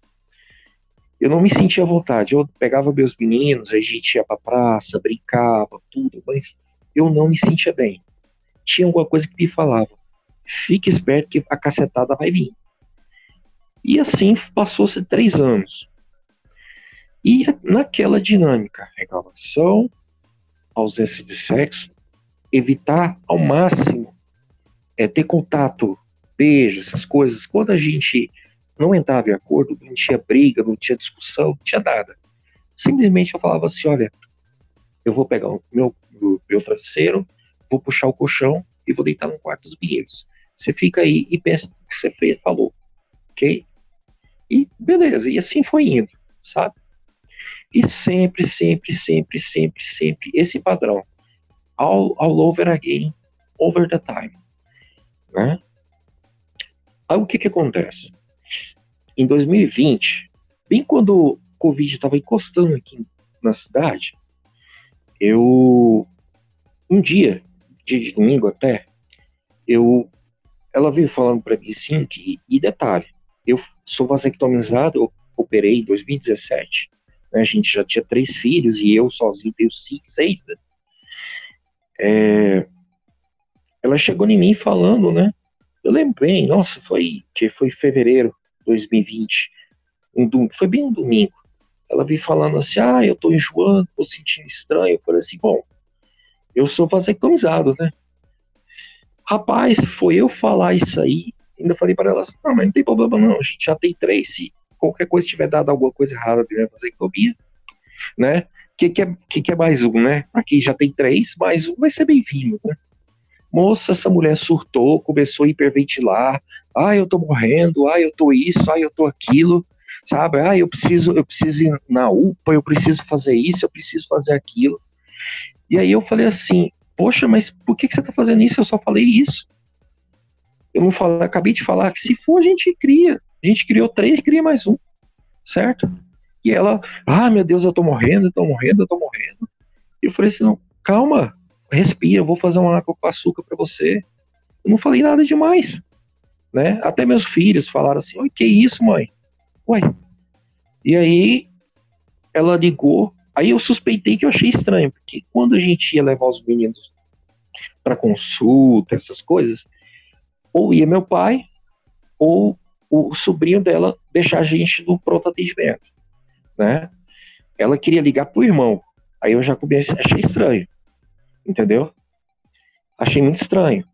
Eu não me sentia à vontade. Eu pegava meus meninos, a gente ia pra praça, brincava, tudo, mas eu não me sentia bem. Tinha alguma coisa que me falava, fique esperto que a cacetada vai vir. E assim passou-se três anos. E naquela dinâmica, reclamação, ausência de sexo, evitar ao máximo é, ter contato, beijo, essas coisas. Quando a gente não entrava em acordo, não tinha briga, não tinha discussão, não tinha nada. Simplesmente eu falava assim, olha, eu vou pegar o meu, meu, meu travesseiro, vou puxar o colchão e vou deitar no quarto dos meninos. Você fica aí e pensa no que você fez, falou, ok? E beleza, e assim foi indo, sabe? E sempre, sempre, sempre, sempre, sempre esse padrão. All, all over again, over the time. Né? Aí o que que acontece? Em dois mil e vinte, bem quando o Covid estava encostando aqui na cidade, eu, um dia, dia de domingo até, eu, ela veio falando para mim assim, que, e detalhe, eu sou vasectomizado, eu operei em dois mil e dezessete, né, a gente já tinha três filhos e eu sozinho tenho cinco, seis, né? É, ela chegou em mim falando, né? Eu lembro bem, nossa, foi que foi em fevereiro de dois mil e vinte, um dom, foi bem um domingo. Ela veio falando assim, ah, eu tô enjoando, tô sentindo estranho. Eu falei assim, bom, eu sou vasectomizado, né? Rapaz, foi eu falar isso aí, ainda falei para elas, não, mas não tem problema não, a gente já tem três, se qualquer coisa tiver dado alguma coisa errada de vasectomia, né? O que, que, é, que, que é mais um, né? Aqui já tem três, mais um vai ser bem-vindo, né? Moça, essa mulher surtou, começou a hiperventilar, ah, eu tô morrendo, ah, eu tô isso, ah, eu tô aquilo, sabe? Ah, eu preciso, eu preciso ir na U P A, eu preciso fazer isso, eu preciso fazer aquilo. E aí eu falei assim, poxa, mas por que, que você tá fazendo isso? Eu só falei isso. Eu não falei, acabei de falar que se for a gente cria. A gente criou três, cria mais um, certo? E ela, ah, meu Deus, eu tô morrendo, eu tô morrendo, eu tô morrendo. E eu falei assim, não, calma, respira, eu vou fazer uma água com açúcar pra você. Eu não falei nada demais, né? Até meus filhos falaram assim, oi, que isso, mãe? Ué. E aí, ela ligou, aí eu suspeitei que eu achei estranho, porque quando a gente ia levar os meninos pra consulta, essas coisas, ou ia meu pai, ou o sobrinho dela deixar a gente no pronto atendimento, né? Ela queria ligar pro irmão, aí eu já comecei, achei estranho, entendeu? Achei muito estranho.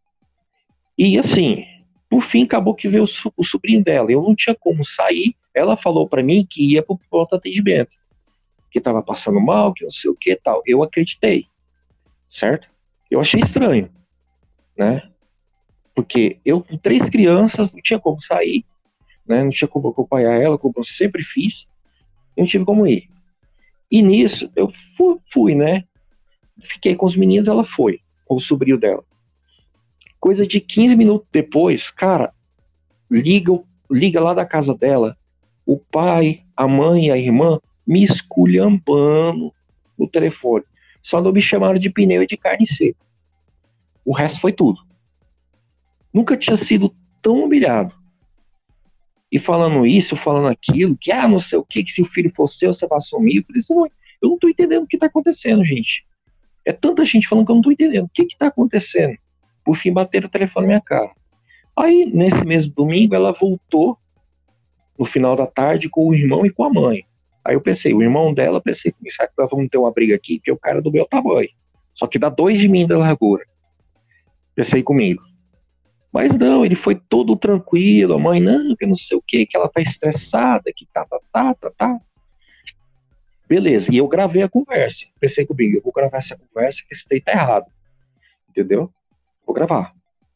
E assim, por fim, acabou que veio o, o sobrinho dela, eu não tinha como sair, ela falou para mim que ia pro pronto atendimento, que tava passando mal, que não sei o que tal, eu acreditei, certo? Eu achei estranho, né? Porque eu, com três crianças, não tinha como sair, né? Não tinha como acompanhar ela, como eu sempre fiz, não tive como ir. E nisso, eu fui, fui, né? Fiquei com os meninos, ela foi, com o sobrinho dela. Coisa de quinze minutos depois, cara, liga, liga lá da casa dela, o pai, a mãe, a irmã, me esculhambando no telefone. Só não me chamaram de pneu e de carne seca. O resto foi tudo. Nunca tinha sido tão humilhado. E falando isso, falando aquilo, que ah, não sei o que, que se o filho for seu, você vai assumir. Eu falei assim, não, eu não tô entendendo o que tá acontecendo, gente. É tanta gente falando que eu não tô entendendo. O que que tá acontecendo? Por fim, bateram o telefone na minha cara. Aí, nesse mesmo domingo, ela voltou no final da tarde com o irmão e com a mãe. Aí eu pensei, o irmão dela, pensei, será que nós vamos ter uma briga aqui? Porque o cara é do meu tamanho. Só que dá dois de mim da largura. Pensei comigo. Mas não, ele foi todo tranquilo, a mãe, não, que não sei o que, que ela tá estressada, que tá, tá, tá, tá, tá. Beleza, e eu gravei a conversa. Pensei comigo, eu vou gravar essa conversa, que esse daí tá errado. Entendeu? Vou gravar.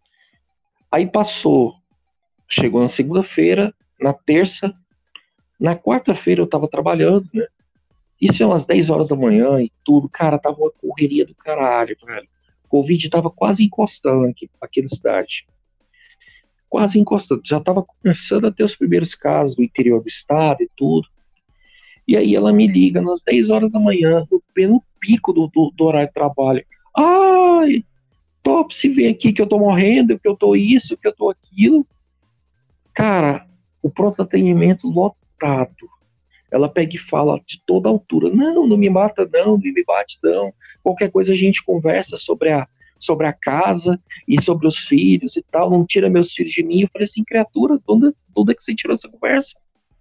Aí passou, chegou na segunda-feira, na terça, na quarta-feira eu tava trabalhando, né? Isso é umas dez horas da manhã e tudo, cara, tava uma correria do caralho, velho. O Covid tava quase encostando aqui, aqui na cidade. Quase encostando, já estava começando a ter os primeiros casos do interior do estado e tudo. E aí ela me liga nas dez horas da manhã, no pelo pico do, do, do horário de trabalho. Ai, top, se vem aqui que eu tô morrendo, que eu tô isso, que eu tô aquilo. Cara, o pronto atendimento lotado. Ela pega e fala de toda altura, não, não me mata não, não me bate não. Qualquer coisa a gente conversa sobre a sobre a casa e sobre os filhos e tal, não tira meus filhos de mim. Eu falei assim, criatura, de onde, de onde é que você tirou essa conversa?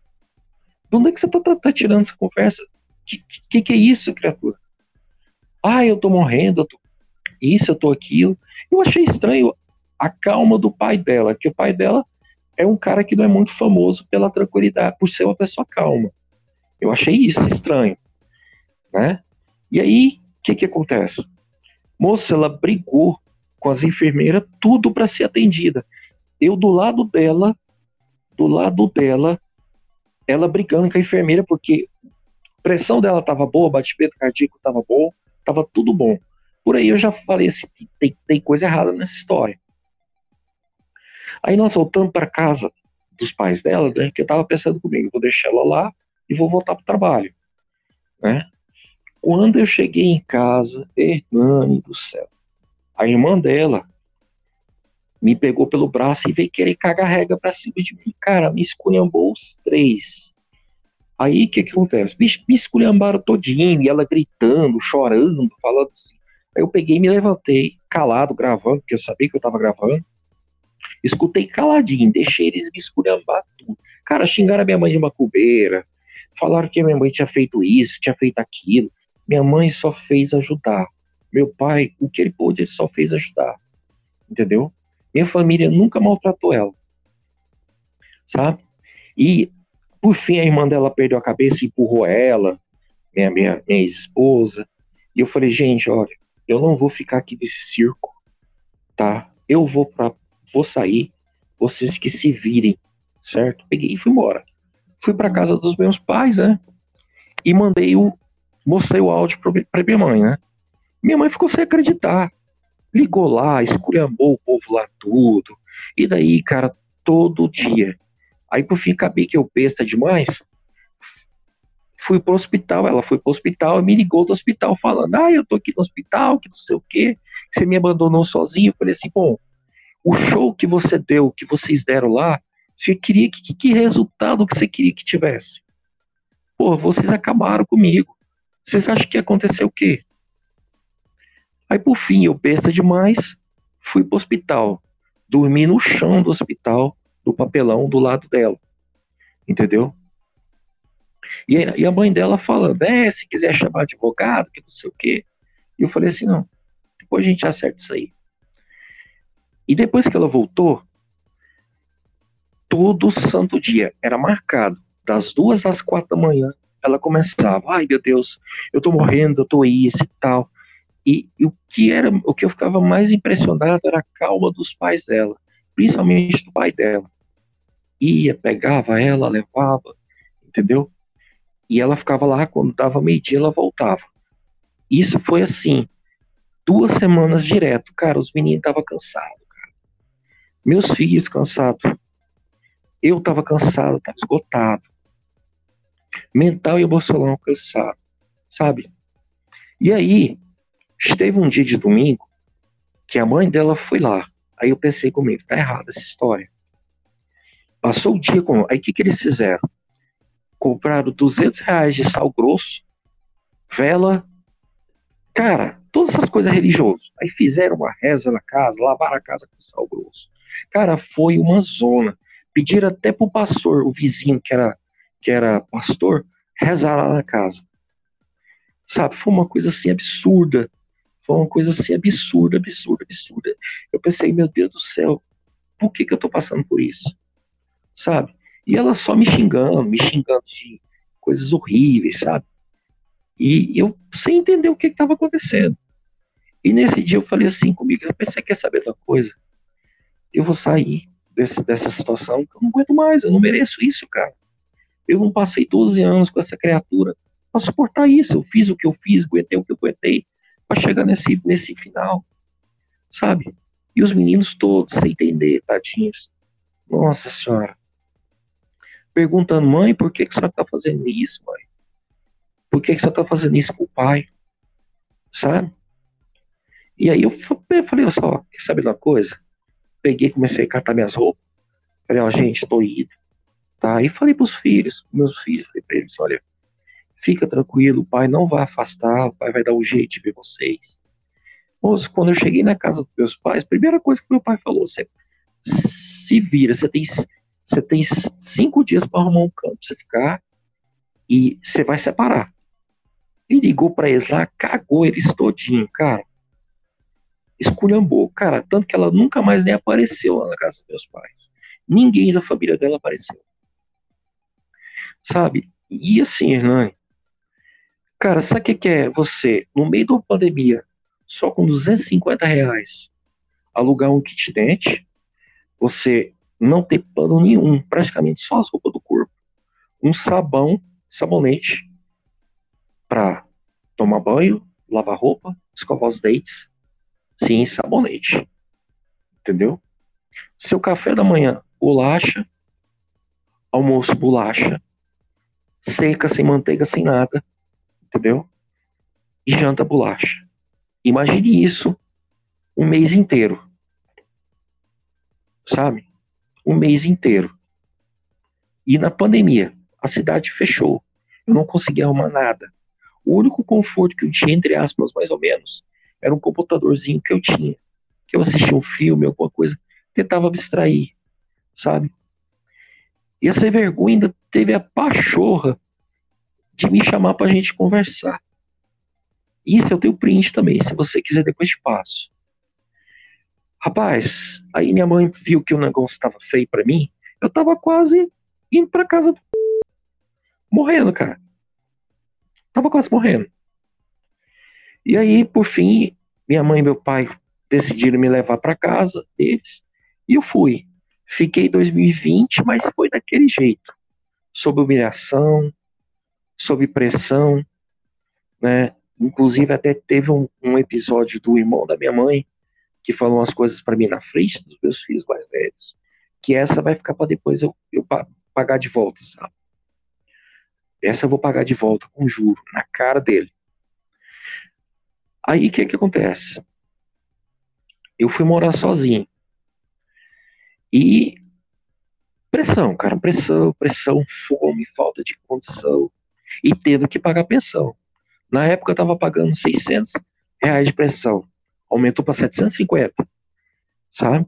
De onde é que você tá, tá, tá tirando essa conversa? Que, que que é isso, criatura? Ah, eu tô morrendo, eu tô isso, eu tô aquilo. Eu achei estranho a calma do pai dela, que o pai dela é um cara que não é muito famoso pela tranquilidade, por ser uma pessoa calma. Eu achei isso estranho, né? E aí, o que que acontece? Moça, ela brigou com as enfermeiras, tudo para ser atendida. Eu do lado dela, do lado dela, ela brigando com a enfermeira, porque a pressão dela estava boa, batimento cardíaco estava bom, estava tudo bom. Por aí eu já falei assim, tem, tem coisa errada nessa história. Aí nós voltamos para casa dos pais dela, né, que eu estava pensando comigo, vou deixar ela lá e vou voltar para o trabalho, né? Quando eu cheguei em casa, Hernani do céu, a irmã dela me pegou pelo braço e veio querer cagar rega pra cima de mim. Cara, me esculhambou os três. Aí o que que acontece? Me, me esculhambaram todinho, e ela gritando, chorando, falando assim. Aí eu peguei e me levantei, calado, gravando, porque eu sabia que eu tava gravando. Escutei caladinho, deixei eles me esculhambar tudo. Cara, xingaram a minha mãe de macumbeira, falaram que a minha mãe tinha feito isso, tinha feito aquilo. Minha mãe só fez ajudar. Meu pai, o que ele pôde, ele só fez ajudar. entendeu? Minha família nunca maltratou ela, sabe? E, por fim, a irmã dela perdeu a cabeça e empurrou ela, minha, minha, minha esposa. E eu falei, gente, olha, eu não vou ficar aqui nesse circo, tá? Eu vou pra, vou sair, vocês que se virem, certo? Peguei e fui embora. Fui pra casa dos meus pais, né? E mandei o, mostrei o áudio pra, pra minha mãe, né? Minha mãe ficou sem acreditar. Ligou lá, esculhambou o povo lá tudo. E daí, cara, todo dia. Aí, por fim, acabei que eu besta demais. Fui pro hospital, ela foi pro hospital e me ligou do hospital falando, ah, eu tô aqui no hospital, que não sei o quê, você me abandonou sozinho. Eu falei assim, bom, o show que você deu, que vocês deram lá, você queria que, que resultado que você queria que tivesse? Pô, vocês acabaram comigo. Vocês acham que ia acontecer o quê? Aí, por fim, eu besta demais, fui pro hospital, dormi no chão do hospital, do papelão do lado dela, entendeu? E a, e a mãe dela falando, é, se quiser chamar advogado, que não sei o quê. E eu falei assim, não, depois a gente acerta isso aí. E depois que ela voltou, todo santo dia era marcado, das duas às quatro da manhã, ela começava, ai meu Deus, eu tô morrendo, eu tô isso e tal. E, e o que era, o que eu ficava mais impressionado era a calma dos pais dela, principalmente do pai dela. Ia, pegava ela, levava, entendeu? E ela ficava lá, quando dava meio-dia, ela voltava. Isso foi assim, duas semanas direto. Cara, os meninos estavam cansados, cara. Meus filhos cansados. Eu tava cansado, tava esgotado. Mental e emocional cansado, sabe? E aí, esteve um dia de domingo que a mãe dela foi lá. Aí eu pensei comigo, tá errada essa história. Passou o dia com... Aí o que que eles fizeram? Compraram duzentos reais de sal grosso, vela, cara, todas essas coisas religiosas. Aí fizeram uma reza na casa, lavaram a casa com sal grosso. Cara, foi uma zona. Pediram até pro pastor, o vizinho que era, que era pastor, rezar lá na casa. Sabe, foi uma coisa assim absurda. Foi uma coisa assim absurda, absurda, absurda. Eu pensei, meu Deus do céu, por que que eu tô passando por isso? Sabe? E ela só me xingando, me xingando de coisas horríveis, sabe? E eu sem entender o que estava acontecendo. E nesse dia eu falei assim comigo, eu pensei, quer saber da coisa? Eu vou sair desse, dessa situação, que eu não aguento mais, eu não mereço isso, cara. Eu não passei doze anos com essa criatura para suportar isso. Eu fiz o que eu fiz, aguentei o que eu aguentei, para chegar nesse, nesse final, sabe? E os meninos todos sem entender, tadinhos. Nossa Senhora. Perguntando, mãe, por que, que você está fazendo isso, mãe? Por que, que você está fazendo isso com o pai? Sabe? E aí eu falei, olha só, quer saber de uma coisa? Peguei, comecei a catar minhas roupas. Falei, ó, gente, tô indo. Tá? E falei pros filhos, meus filhos, falei pra eles, olha, fica tranquilo, o pai não vai afastar, o pai vai dar um jeito de ver vocês. Moço, quando eu cheguei na casa dos meus pais, a primeira coisa que meu pai falou, você se vira, você tem... Você tem cinco dias para arrumar um canto pra você ficar e você vai separar. E ligou para eles lá, cagou eles todinho, cara. Esculhambou, cara. Tanto que ela nunca mais nem apareceu lá na casa dos meus pais. Ninguém da família dela apareceu. Sabe? E assim, Hernani, cara, sabe o que, que é você, no meio de uma pandemia, só com duzentos e cinquenta reais, alugar um kitnet, você não ter pano nenhum, praticamente só as roupas do corpo, um sabão, sabonete, pra tomar banho, lavar roupa, escovar os dentes, sim, sabonete, entendeu? Seu café da manhã, bolacha, almoço, bolacha, seca, sem manteiga, sem nada, entendeu? E janta, bolacha. Imagine isso um mês inteiro, sabe? Um mês inteiro. E na pandemia, a cidade fechou. Eu não conseguia arrumar nada. O único conforto que eu tinha, entre aspas, mais ou menos, era um computadorzinho que eu tinha. Que eu assistia um filme, alguma coisa, tentava abstrair, sabe? E essa vergonha ainda teve a pachorra de me chamar pra gente conversar. Isso eu tenho print também, se você quiser depois te passo. Rapaz, aí minha mãe viu que o negócio estava feio pra mim. Eu tava quase indo pra casa do... morrendo, cara. Tava quase morrendo. E aí, por fim, minha mãe e meu pai decidiram me levar pra casa deles. E eu fui. Fiquei em dois mil e vinte, mas foi daquele jeito. Sob humilhação, sob pressão, né? Inclusive até teve um, um episódio do irmão da minha mãe que falou umas coisas pra mim na frente dos meus filhos mais velhos, que essa vai ficar pra depois eu, eu pagar de volta, sabe? Essa eu vou pagar de volta com juro, na cara dele. Aí o que que acontece? Eu fui morar sozinho. E pressão, cara, pressão, pressão, fome, falta de condição. E tendo que pagar pensão. Na época eu tava pagando seiscentos reais de pensão. Aumentou para setecentos e cinquenta. Sabe?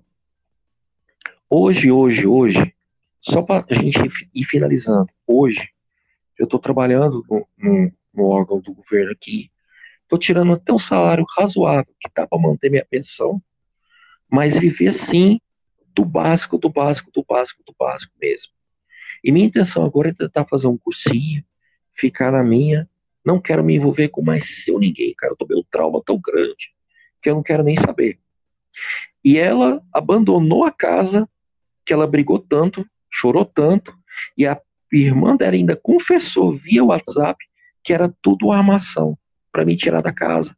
Hoje, hoje, hoje, só pra gente ir finalizando. Hoje, eu tô trabalhando no, no, no órgão do governo aqui. Tô tirando até um salário razoável, que dá para manter minha pensão. Mas viver assim, do básico, do básico, do básico, do básico mesmo. E minha intenção agora é tentar fazer um cursinho, ficar na minha. Não quero me envolver com mais seu ninguém, cara. Eu tô meio trauma tão grande que eu não quero nem saber. E ela abandonou a casa, que ela brigou tanto, chorou tanto, e a irmã dela ainda confessou via WhatsApp que era tudo uma armação para me tirar da casa.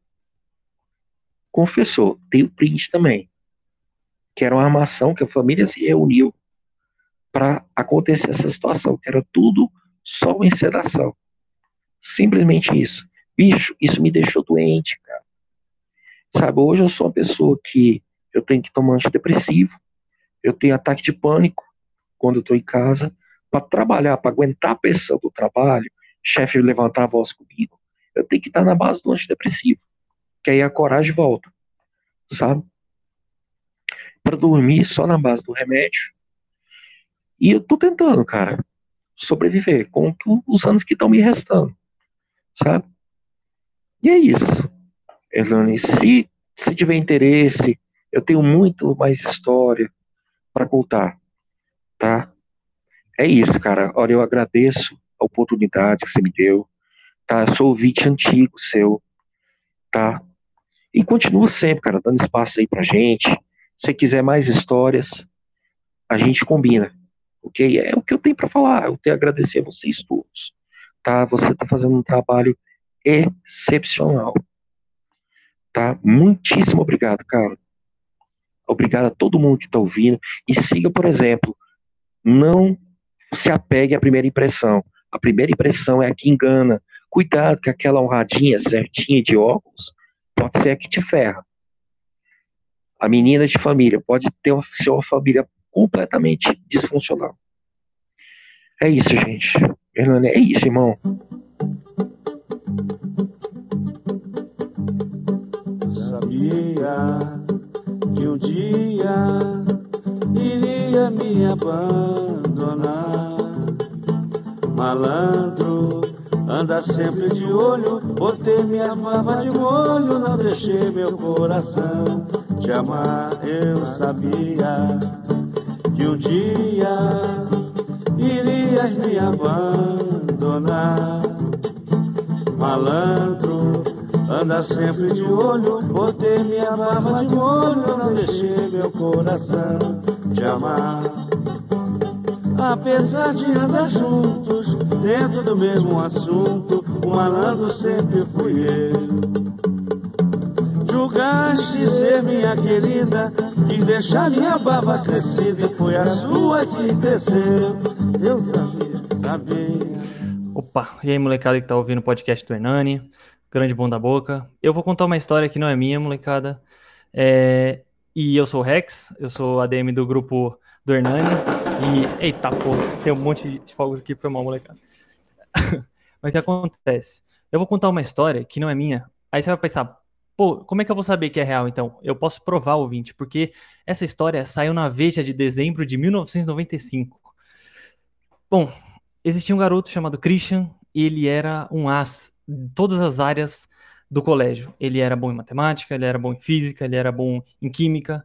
Confessou. Tem o print também. Que era uma armação que a família se reuniu para acontecer essa situação, que era tudo só uma encenação. Simplesmente isso. Bicho, isso me deixou doente, cara. Sabe, hoje eu sou uma pessoa que eu tenho que tomar antidepressivo, eu tenho ataque de pânico quando eu tô em casa, para trabalhar, para aguentar a pressão do trabalho, chefe levantar a voz comigo, eu tenho que estar na base do antidepressivo, que aí a coragem volta, sabe? Para dormir só na base do remédio. E eu tô tentando, cara, sobreviver com os anos que estão me restando, sabe? E é isso. Hernani, se, se tiver interesse, eu tenho muito mais história para contar, tá? É isso, cara. Olha, eu agradeço a oportunidade que você me deu, tá? Eu sou ouvinte antigo seu, tá? E continua sempre, cara, dando espaço aí pra gente. Se você quiser mais histórias, a gente combina, ok? É o que eu tenho para falar. Eu tenho a agradecer a vocês todos, tá? Você tá fazendo um trabalho excepcional, tá? Muitíssimo obrigado, cara. Obrigado a todo mundo que tá ouvindo. E siga, por exemplo, não se apegue à primeira impressão. A primeira impressão é a que engana. Cuidado que aquela honradinha certinha de óculos pode ser a que te ferra. A menina de família pode ter uma, ser uma família completamente disfuncional. É isso, gente. Hernani, é isso, irmão. Eu sabia que um dia iria me abandonar. Malandro, anda sempre de olho, botei minhas barbas de molho, não deixei meu coração te amar. Eu sabia que um dia irias me abandonar. Malandro, anda sempre de olho, botei minha barba de molho, não deixei meu coração te amar. Apesar de andar juntos, dentro do mesmo assunto, o malandro sempre fui eu. Julgaste ser minha querida, quis deixar minha barba crescida, e foi a sua que cresceu. Eu sabia, sabia. Opa, e aí molecada que tá ouvindo o podcast do Hernani, grande bom da boca. Eu vou contar uma história que não é minha, molecada. É... E eu sou o Rex, eu sou A D M do grupo do Hernani. E, eita porra, tem um monte de fogos aqui, foi mal, molecada. Mas o que acontece? Eu vou contar uma história que não é minha. Aí você vai pensar, pô, como é que eu vou saber que é real, então? Eu posso provar, ouvinte, porque essa história saiu na Veja de dezembro de mil novecentos e noventa e cinco. Bom, existia um garoto chamado Christian, e ele era um as em todas as áreas do colégio. Ele era bom em matemática, ele era bom em física, ele era bom em química.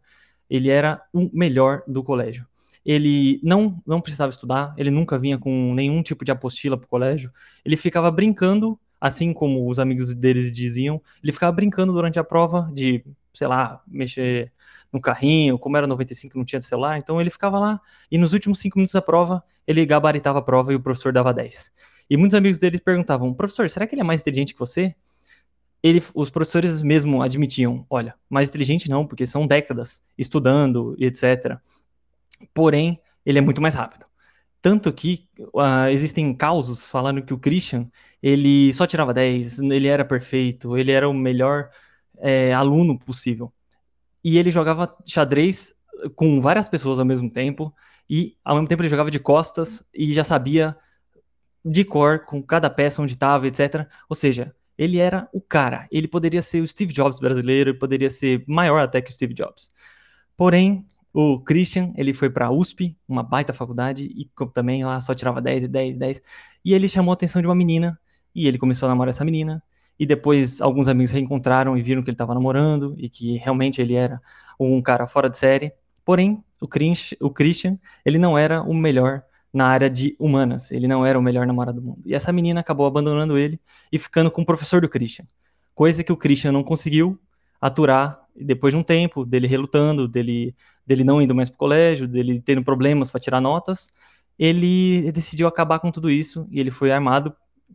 ele era o melhor do colégio. Ele não, não precisava estudar, ele nunca vinha com nenhum tipo de apostila pro colégio, ele ficava brincando, assim como os amigos deles diziam, ele ficava brincando durante a prova de, sei lá, mexer no carrinho, como era noventa e cinco não tinha celular, então ele ficava lá, e nos últimos cinco minutos da prova, ele gabaritava a prova e o professor dava dez. E muitos amigos deles perguntavam, professor, será que ele é mais inteligente que você? Ele, os professores mesmo admitiam, olha, mais inteligente não, porque são décadas estudando e etcétera. Porém, ele é muito mais rápido. Tanto que uh, existem causos falando que o Christian, ele só tirava dez, ele era perfeito, ele era o melhor é, aluno possível. E ele jogava xadrez com várias pessoas ao mesmo tempo, e ao mesmo tempo ele jogava de costas e já sabia de cor com cada peça onde estava, etcétera. Ou seja, ele era o cara. Ele poderia ser o Steve Jobs brasileiro, ele poderia ser maior até que o Steve Jobs. Porém, o Christian, ele foi para a U S P, uma baita faculdade, e também lá só tirava dez e dez, dez. E ele chamou a atenção de uma menina, e ele começou a namorar essa menina. E depois alguns amigos reencontraram e viram que ele estava namorando, e que realmente ele era um cara fora de série. Porém, o Christian, ele não era o melhor na área de humanas, ele não era o melhor namorado do mundo. E essa menina acabou abandonando ele e ficando com o professor do Christian. Coisa que o Christian não conseguiu aturar depois de um tempo, dele relutando, dele, dele não indo mais pro colégio, dele tendo problemas para tirar notas. Ele decidiu acabar com tudo isso e ele foi armado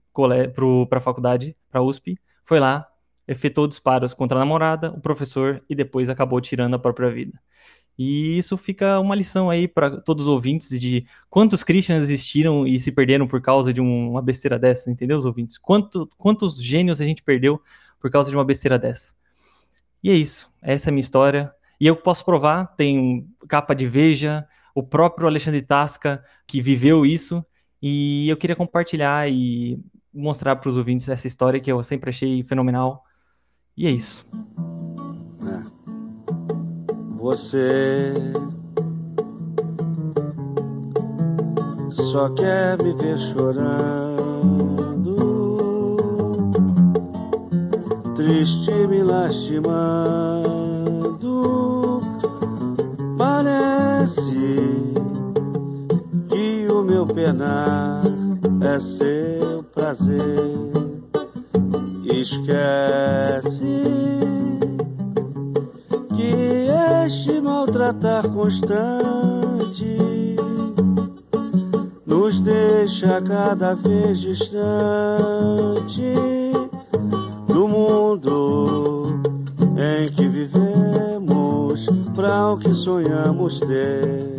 para a faculdade, para a U S P, foi lá, efetuou disparos contra a namorada, o professor e depois acabou tirando a própria vida. E isso fica uma lição aí para todos os ouvintes de quantos Christians existiram e se perderam por causa de um, uma besteira dessa, entendeu, os ouvintes? Quanto, quantos gênios a gente perdeu por causa de uma besteira dessa? E é isso, essa é a minha história. E eu posso provar, tem capa de Veja, o próprio Alexandre Tasca que viveu isso, e eu queria compartilhar e mostrar para os ouvintes essa história que eu sempre achei fenomenal. E é isso. Você só quer me ver chorando, triste, me lastimando. Parece que o meu penar é seu prazer. Esquece que este maltratar constante nos deixa cada vez distante do mundo em que vivemos, para o que sonhamos ter.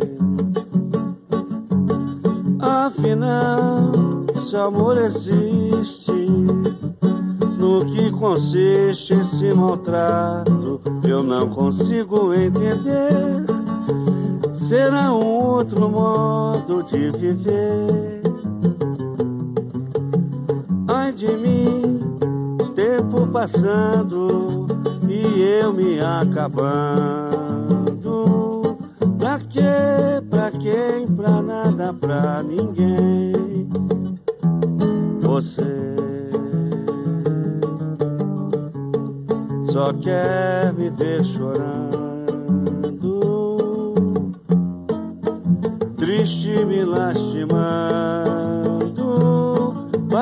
Afinal, se amor existe, no que consiste esse maltrato, eu não consigo entender. Será um outro modo de viver. Ai de mim, tempo passando e eu me acabando. Pra quê? Pra quem? Pra nada, pra ninguém. Você só quer me ver chorando, triste, me lastimando.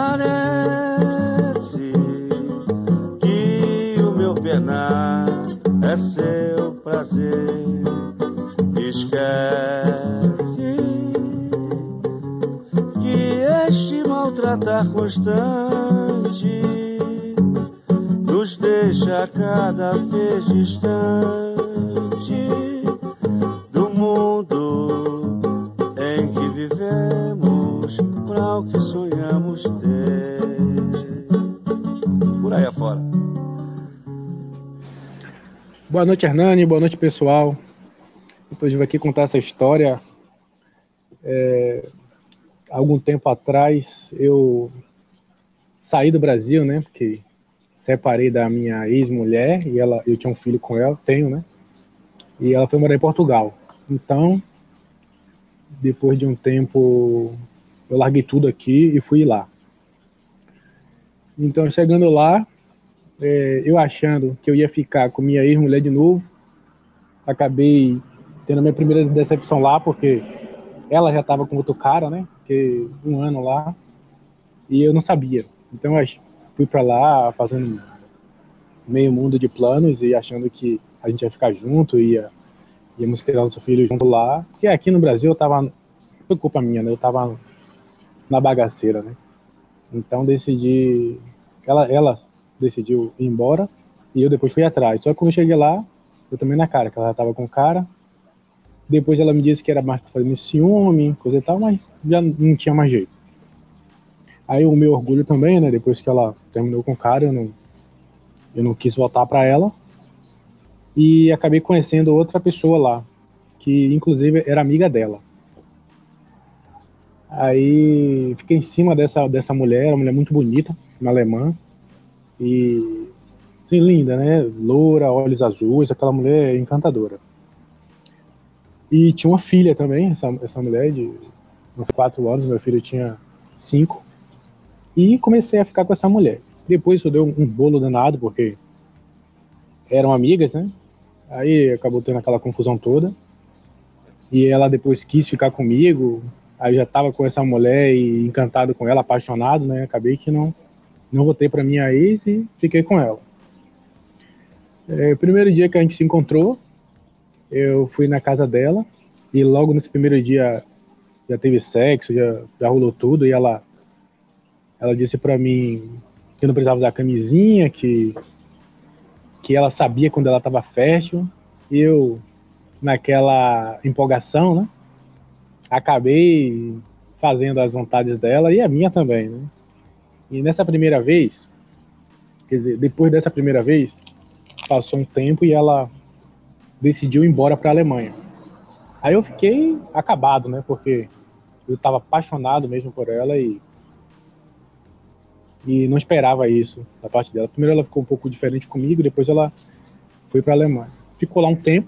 Parece que o meu penar é seu prazer. Esquece que este maltratar constante nos deixa cada vez distante do mundo em que vivemos, para o que sonhamos ter. Por aí afora. Boa noite, Hernani. Boa noite, pessoal. Então, eu vim aqui contar essa história. É, algum tempo atrás, eu saí do Brasil, né? Porque separei da minha ex-mulher e ela, eu tinha um filho com ela, tenho, né? E ela foi morar em Portugal. Então, depois de um tempo, eu larguei tudo aqui e fui lá. Então, chegando lá, é, eu achando que eu ia ficar com minha ex-mulher de novo, acabei tendo a minha primeira decepção lá, porque ela já estava com outro cara, né? Porque um ano lá, e eu não sabia. Então eu fui para lá fazendo meio mundo de planos e achando que a gente ia ficar junto, ia, íamos criar nosso filho junto lá. E aqui no Brasil eu tava, foi culpa minha, né? Eu tava na bagaceira, né? Então decidi, ela, ela decidiu ir embora e eu depois fui atrás. Só que quando eu cheguei lá, eu tomei na cara, que ela já tava com o cara. Depois ela me disse que era mais pra fazer ciúme, coisa e tal, mas já não tinha mais jeito. Aí o meu orgulho também, né? Depois que ela terminou com o cara, eu não, eu não quis voltar pra ela. E acabei conhecendo outra pessoa lá, que inclusive era amiga dela. Aí fiquei em cima dessa, dessa mulher, uma mulher muito bonita, uma alemã. E, assim, linda, né? Loura, olhos azuis, aquela mulher encantadora. E tinha uma filha também, essa, essa mulher de uns quatro anos, meu filho tinha cinco. E comecei a ficar com essa mulher. Depois isso deu um, um bolo danado, porque eram amigas, né? Aí acabou tendo aquela confusão toda. E ela depois quis ficar comigo. Aí já tava com essa mulher e encantado com ela, apaixonado, né? Acabei que não, não voltei pra minha ex e fiquei com ela. É, o primeiro dia que a gente se encontrou, eu fui na casa dela e logo nesse primeiro dia já teve sexo, já, já rolou tudo. E ela, ela disse pra mim que eu não precisava usar camisinha, que, que ela sabia quando ela tava fértil. E eu, naquela empolgação, né? Acabei fazendo as vontades dela e a minha também, né? E nessa primeira vez, quer dizer, depois dessa primeira vez, passou um tempo e ela decidiu ir embora para a Alemanha. Aí eu fiquei acabado, né? Porque eu estava apaixonado mesmo por ela e e não esperava isso da parte dela. Primeiro ela ficou um pouco diferente comigo, depois ela foi para a Alemanha. Ficou lá um tempo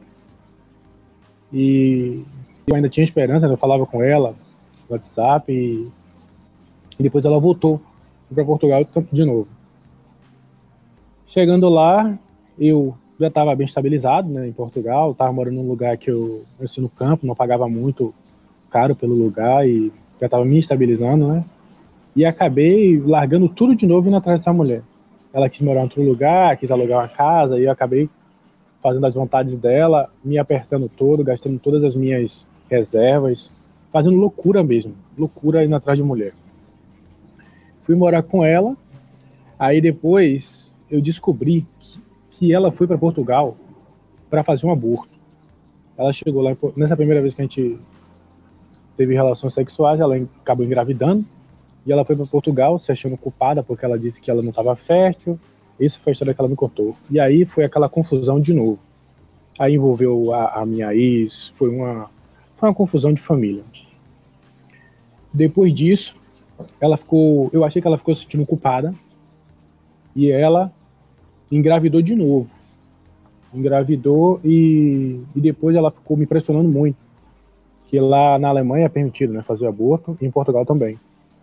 e eu ainda tinha esperança, eu falava com ela no WhatsApp e, e depois ela voltou para Portugal de novo. Chegando lá, eu já estava bem estabilizado, né, em Portugal, estava morando num lugar que eu, eu assim, no campo, não pagava muito caro pelo lugar e já estava me estabilizando, né, e acabei largando tudo de novo e indo atrás dessa mulher. Ela quis morar em outro lugar, quis alugar uma casa e eu acabei fazendo as vontades dela, me apertando todo, gastando todas as minhas reservas, fazendo loucura mesmo, loucura indo atrás de mulher. Fui morar com ela, aí depois eu descobri que, que ela foi para Portugal para fazer um aborto. Ela chegou lá, nessa primeira vez que a gente teve relações sexuais, ela acabou engravidando, e ela foi para Portugal se achando culpada porque ela disse que ela não estava fértil. Isso foi a história que ela me contou. E aí foi aquela confusão de novo. Aí envolveu a, a minha ex, foi uma, foi uma confusão de família. Depois disso, ela ficou, eu achei que ela ficou se sentindo culpada, e ela engravidou de novo. Engravidou e, e depois ela ficou me pressionando muito, que lá na Alemanha é permitido, né, fazer aborto, e em Portugal também.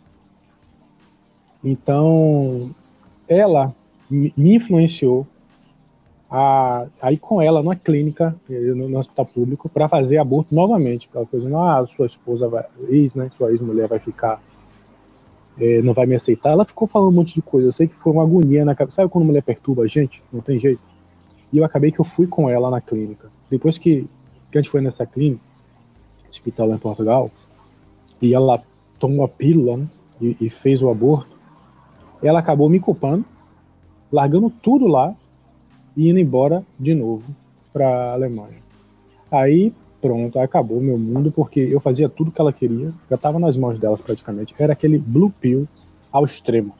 Então, ela me influenciou a, a ir com ela numa clínica, no, no hospital público, para fazer aborto novamente. Ela falou dizendo, ah, sua esposa vai, ex, né, sua ex-mulher vai ficar, é, não vai me aceitar. Ela ficou falando um monte de coisa. Eu sei que foi uma agonia na cabeça. Sabe quando a mulher perturba a gente? Não tem jeito. E eu acabei que eu fui com ela na clínica. Depois que, que a gente foi nessa clínica, hospital lá em Portugal, e ela tomou a pílula, né, e, e fez o aborto, ela acabou me culpando, largando tudo lá e indo embora de novo para a Alemanha. Aí, pronto, acabou o meu mundo, porque eu fazia tudo que ela queria, já estava nas mãos delas praticamente, era aquele blue pill ao extremo.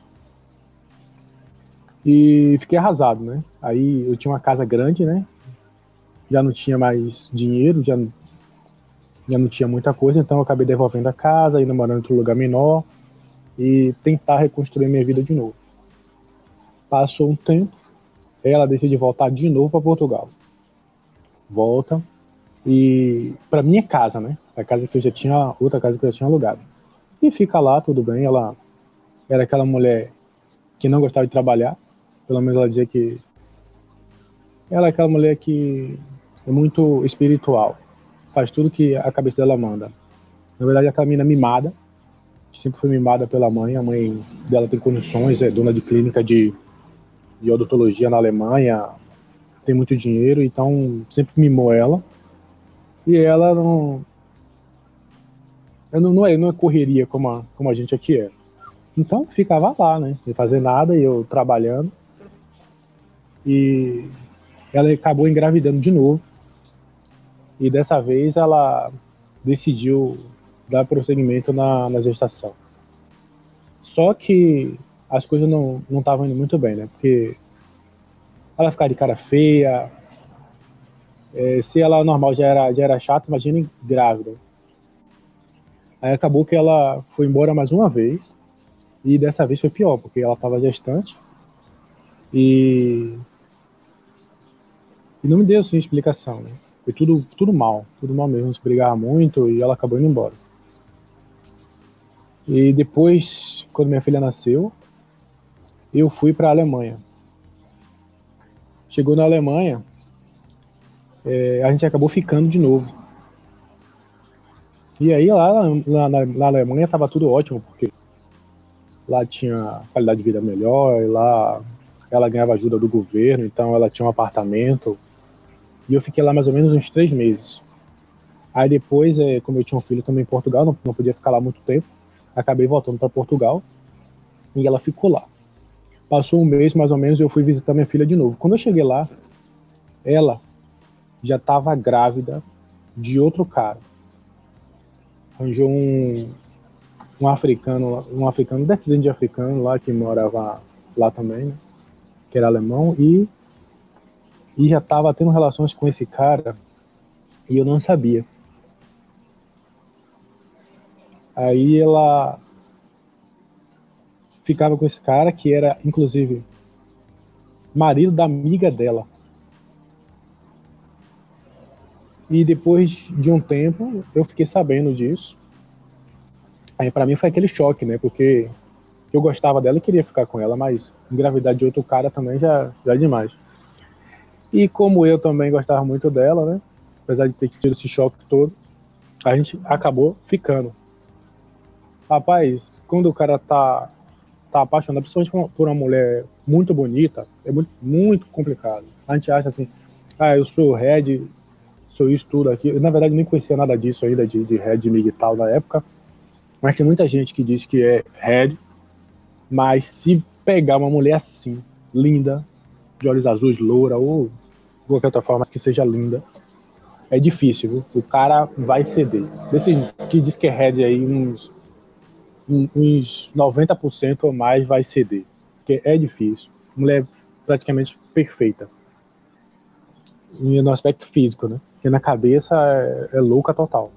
E fiquei arrasado, né? Aí eu tinha uma casa grande, né? Já não tinha mais dinheiro, já, já não tinha muita coisa, então eu acabei devolvendo a casa, indo morar em outro lugar menor e tentar reconstruir minha vida de novo. Passou um tempo, ela decide voltar de novo para Portugal. Volta e para minha casa, né? A casa que eu já tinha, outra casa que eu já tinha alugado. E fica lá, tudo bem. Ela era aquela mulher que não gostava de trabalhar. Pelo menos ela dizia que ela é aquela mulher que é muito espiritual. Faz tudo que a cabeça dela manda. Na verdade, aquela menina mimada, sempre foi mimada pela mãe. A mãe dela tem condições, é dona de clínica de, de odontologia na Alemanha, tem muito dinheiro, então sempre mimou ela. E ela não, não, não, é, não é correria como a, como a gente aqui é. Então ficava lá, né, sem fazer nada, e eu trabalhando. E ela acabou engravidando de novo. E dessa vez ela decidiu dar prosseguimento na, na gestação. Só que as coisas não não estavam indo muito bem, né? Porque ela ficava de cara feia. É, se ela normal já era, já era chata, imagina grávida. Aí acabou que ela foi embora mais uma vez. E dessa vez foi pior, porque ela estava gestante. E, e não me deu assim, explicação, né? Foi tudo, tudo mal, tudo mal mesmo. Se brigava muito e ela acabou indo embora. E depois, quando minha filha nasceu, eu fui para a Alemanha. Chegou na Alemanha, é, a gente acabou ficando de novo. E aí lá, lá na, na Alemanha estava tudo ótimo, porque lá tinha qualidade de vida melhor, e lá ela ganhava ajuda do governo, então ela tinha um apartamento. E eu fiquei lá mais ou menos uns três meses. Aí depois, é, como eu tinha um filho também em Portugal, não, não podia ficar lá muito tempo, acabei voltando para Portugal e ela ficou lá. Passou um mês mais ou menos e eu fui visitar minha filha de novo. Quando eu cheguei lá, ela já estava grávida de outro cara. Arranjou um, um africano, um africano, descendente de africano lá, que morava lá também, né? Que era alemão, e, e já estava tendo relações com esse cara e eu não sabia. Aí ela ficava com esse cara que era, inclusive, marido da amiga dela. E depois de um tempo, eu fiquei sabendo disso. Aí pra mim foi aquele choque, né? Porque eu gostava dela e queria ficar com ela, mas engravidar de outro cara também já, já é demais. E como eu também gostava muito dela, né? Apesar de ter tido esse choque todo, a gente acabou ficando. Rapaz, quando o cara tá, tá apaixonado, principalmente por uma mulher muito bonita, é muito, muito complicado. A gente acha assim, ah, eu sou Red, sou isso, tudo aqui. Eu, na verdade, nem conhecia nada disso ainda, de, de Red, Mig e tal, na época. Mas tem muita gente que diz que é Red, mas se pegar uma mulher assim, linda, de olhos azuis, loura, ou de qualquer outra forma que seja linda, é difícil, viu? O cara vai ceder. Desse que diz que é Red aí, uns uns noventa por cento ou mais vai ceder, porque é difícil. Mulher praticamente perfeita e no aspecto físico, né? Porque na cabeça é, é louca total.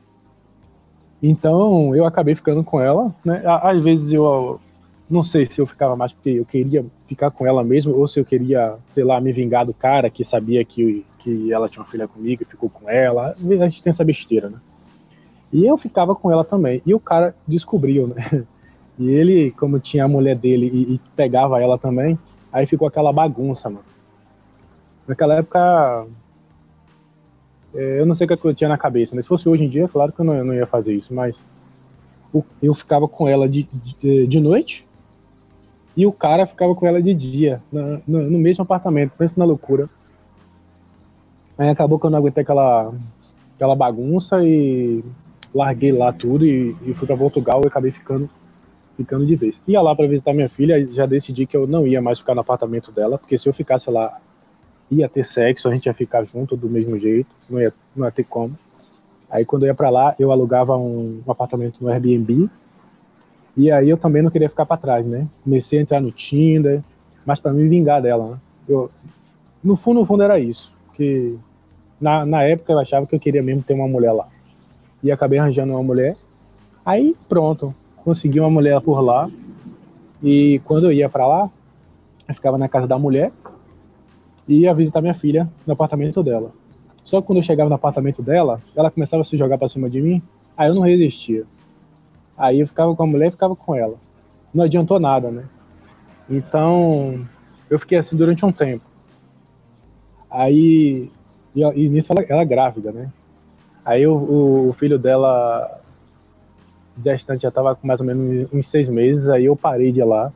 Então eu acabei ficando com ela, né? Às vezes eu não sei se eu ficava mais porque eu queria ficar com ela mesmo, ou se eu queria, sei lá, me vingar do cara que sabia que, que ela tinha uma filha comigo e ficou com ela. Às vezes a gente tem essa besteira, né? E eu ficava com ela também. E o cara descobriu, né? E ele, como tinha a mulher dele e, e pegava ela também, aí ficou aquela bagunça, mano. Naquela época, é, eu não sei o que eu tinha na cabeça, né? Se fosse hoje em dia, claro que eu não, eu não ia fazer isso, mas o, eu ficava com ela de, de, de noite e o cara ficava com ela de dia, na, no, no mesmo apartamento. Pensa na loucura. Aí acabou que eu não aguentei aquela, aquela bagunça e larguei lá tudo e, e fui para Portugal e acabei ficando, ficando de vez. Ia lá para visitar minha filha e já decidi que eu não ia mais ficar no apartamento dela, porque se eu ficasse lá, ia ter sexo, a gente ia ficar junto do mesmo jeito, não ia, não ia ter como. Aí quando eu ia para lá, eu alugava um, um apartamento no Airbnb, e aí eu também não queria ficar para trás, né? Comecei a entrar no Tinder, mas para me vingar dela, né? Eu, no fundo, no fundo era isso, porque na, na época eu achava que eu queria mesmo ter uma mulher lá. E acabei arranjando uma mulher. Aí pronto, consegui uma mulher por lá. E quando eu ia pra lá, eu ficava na casa da mulher e ia visitar minha filha no apartamento dela. Só que quando eu chegava no apartamento dela, ela começava a se jogar pra cima de mim, aí eu não resistia. Aí eu ficava com a mulher e ficava com ela. Não adiantou nada, né? Então, eu fiquei assim durante um tempo. Aí, E, e nisso ela, ela grávida, né? Aí o, o, o filho dela, gestante, já tava com mais ou menos uns seis meses, aí eu parei de ir lá.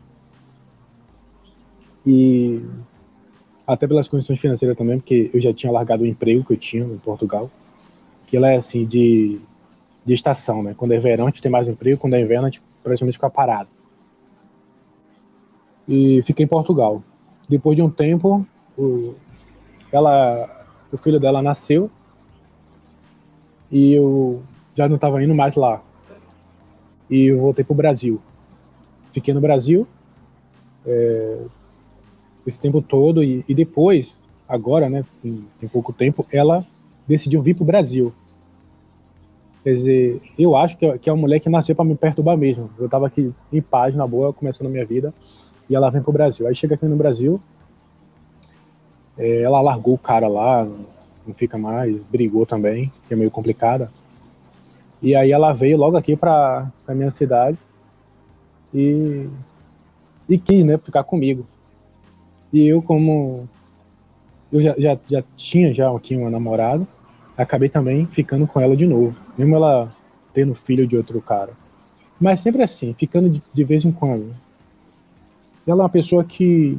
E até pelas condições financeiras também, porque eu já tinha largado o emprego que eu tinha em Portugal, que ela é assim, de, de estação, né? Quando é verão a gente tem mais emprego, quando é inverno a gente praticamente fica parado. E fiquei em Portugal. Depois de um tempo, o, ela, o filho dela nasceu e eu já não estava indo mais lá. E eu voltei pro Brasil. Fiquei no Brasil é, esse tempo todo e, e depois, agora, né, tem, tem pouco tempo, ela decidiu vir pro Brasil. Quer dizer, eu acho que, que é uma mulher que nasceu para me perturbar mesmo. Eu tava aqui em paz, na boa, começando a minha vida, e ela vem pro Brasil. Aí chega aqui no Brasil, é, ela largou o cara lá, não fica mais, brigou também, que é meio complicada. E aí ela veio logo aqui pra, pra minha cidade e, e quis, né, ficar comigo. E eu, como eu já, já, já tinha já aqui uma namorada, acabei também ficando com ela de novo, mesmo ela tendo filho de outro cara. Mas sempre assim, ficando de, de vez em quando. Ela é uma pessoa que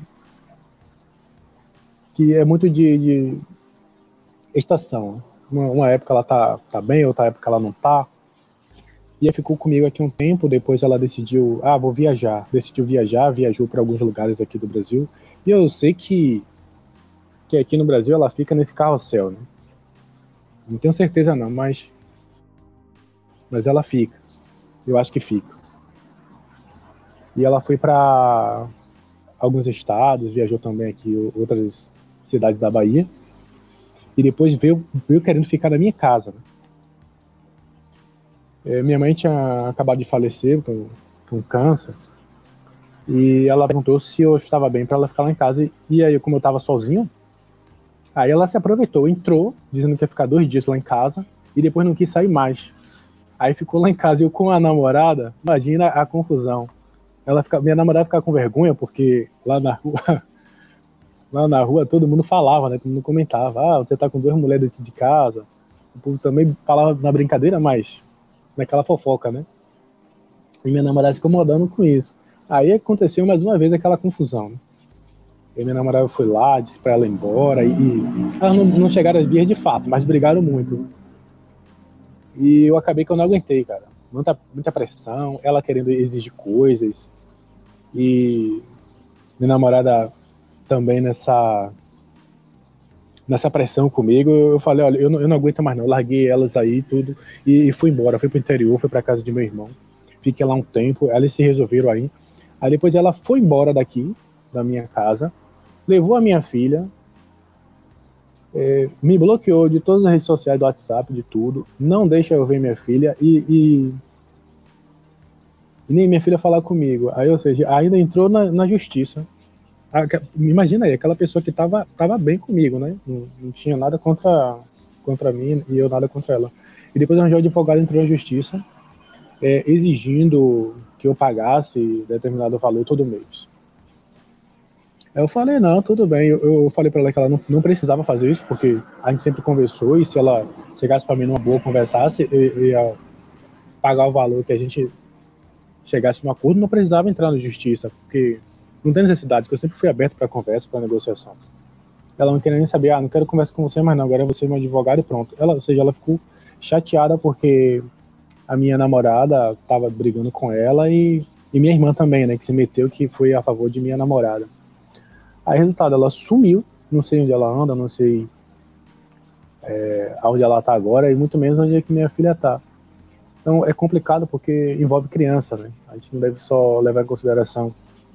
que é muito de, de estação. Uma, uma época ela tá, tá bem, outra época ela não tá. E ela ficou comigo aqui um tempo, depois ela decidiu, ah, vou viajar. Decidiu viajar, viajou para alguns lugares aqui do Brasil. E eu sei que, que aqui no Brasil ela fica nesse carrossel, né? Não tenho certeza não, mas, mas ela fica. Eu acho que fica. E ela foi para alguns estados, viajou também aqui outras cidades da Bahia. E depois veio, veio querendo ficar na minha casa, né? É, minha mãe tinha acabado de falecer com, com câncer. E ela perguntou se eu estava bem para ela ficar lá em casa. E aí, como eu estava sozinho, aí ela se aproveitou, entrou, dizendo que ia ficar dois dias lá em casa, e depois não quis sair mais. Aí ficou lá em casa, eu com a namorada, imagina a confusão. Ela fica, minha namorada ficava com vergonha, porque lá na rua, lá na rua todo mundo falava, né? Todo mundo comentava, ah, você tá com duas mulheres dentro de casa. O povo também falava na brincadeira, mas naquela fofoca, né? E minha namorada se incomodando com isso. Aí aconteceu mais uma vez aquela confusão, né? E minha namorada foi lá, disse pra ela ir embora, e, e elas não, não chegaram às vias de fato, mas brigaram muito. E eu acabei que eu não aguentei, cara. Muita, muita pressão, ela querendo exigir coisas, e minha namorada também nessa nessa pressão comigo. Eu falei, olha, eu não, eu não aguento mais não, eu larguei elas aí tudo e, e fui embora, fui pro interior, fui pra casa de meu irmão, fiquei lá um tempo, elas se resolveram aí. Aí depois ela foi embora daqui, da minha casa, levou a minha filha, é, me bloqueou de todas as redes sociais, do WhatsApp, de tudo, não deixa eu ver minha filha e, e, e nem minha filha falar comigo. Aí, ou seja, ainda entrou na, na justiça. Imagina aí, aquela pessoa que tava, tava bem comigo, né? Não, não tinha nada contra, contra mim e eu nada contra ela. E depois arranjou o advogado, entrou na justiça, é, exigindo que eu pagasse determinado valor todo mês. Aí eu falei, não, tudo bem. Eu, eu falei pra ela que ela não, não precisava fazer isso, porque a gente sempre conversou, e se ela chegasse pra mim numa boa, conversasse, eu, eu ia pagar o valor que a gente chegasse num acordo, não precisava entrar na justiça, porque não tem necessidade, porque eu sempre fui aberto para conversa, para negociação. Ela não queria nem saber, ah, não quero conversar com você mais não, agora você é meu advogado e pronto. Ela, ou seja, ela ficou chateada porque a minha namorada estava brigando com ela e, e minha irmã também, né, que se meteu, que foi a favor de minha namorada. Aí, resultado, ela sumiu, não sei onde ela anda, não sei é, onde ela está agora e muito menos onde é que minha filha está. Então é complicado porque envolve criança, né? A gente não deve só levar em consideração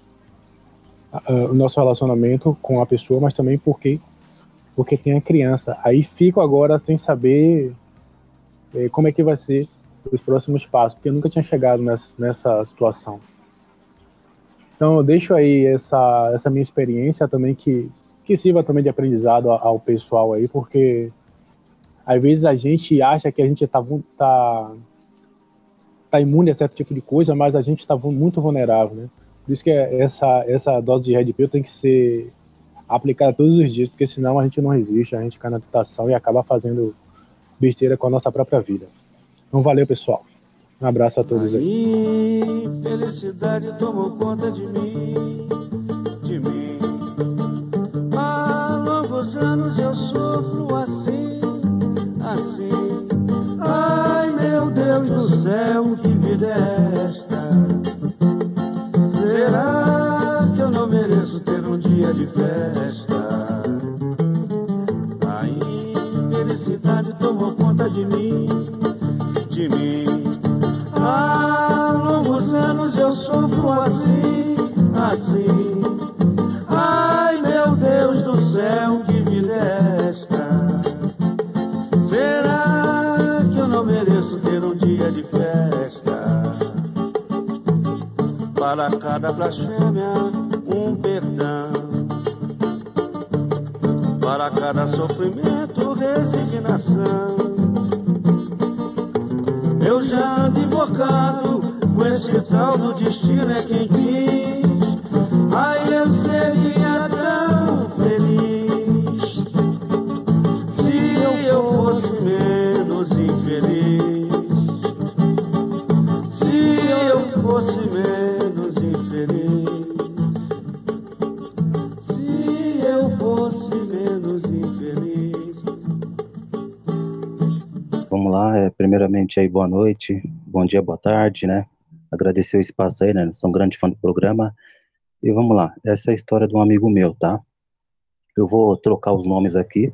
o nosso relacionamento com a pessoa, mas também porque porque tem a criança. Aí fico agora sem saber eh, como é que vai ser os próximos passos, porque eu nunca tinha chegado nessa, nessa situação. Então eu deixo aí essa, essa minha experiência também, que, que sirva também de aprendizado ao, ao pessoal aí, porque às vezes a gente acha que a gente tá, tá, tá imune a certo tipo de coisa, mas a gente está muito vulnerável, né? Por isso que essa, essa dose de Red Pill tem que ser aplicada todos os dias, porque senão a gente não resiste, a gente cai na tentação e acaba fazendo besteira com a nossa própria vida. Então valeu, pessoal. Um abraço a todos aí. Aí, felicidade tomou conta de mim, de mim. Há longos anos eu sofro assim, assim. Ai, meu Deus do céu, que vida é esta? Será que eu não mereço ter um dia de festa? A infelicidade tomou conta de mim, de mim. Há longos anos eu sofro assim, assim. Ai, meu Deus do céu, que vida é esta? Será que eu não mereço ter um dia de festa? Para cada blasfêmia, um perdão. Para cada sofrimento, resignação. Eu já ando invocado com esse tal do destino é quem quis. Ai, eu seria tão feliz se eu fosse menos infeliz. Se eu fosse menos infeliz. Se eu fosse menos infeliz. Vamos lá, é, primeiramente aí, boa noite, bom dia, boa tarde, né? Agradecer o espaço aí, né? Sou um grande fã do programa. E vamos lá, essa é a história de um amigo meu, tá? Eu vou trocar os nomes aqui.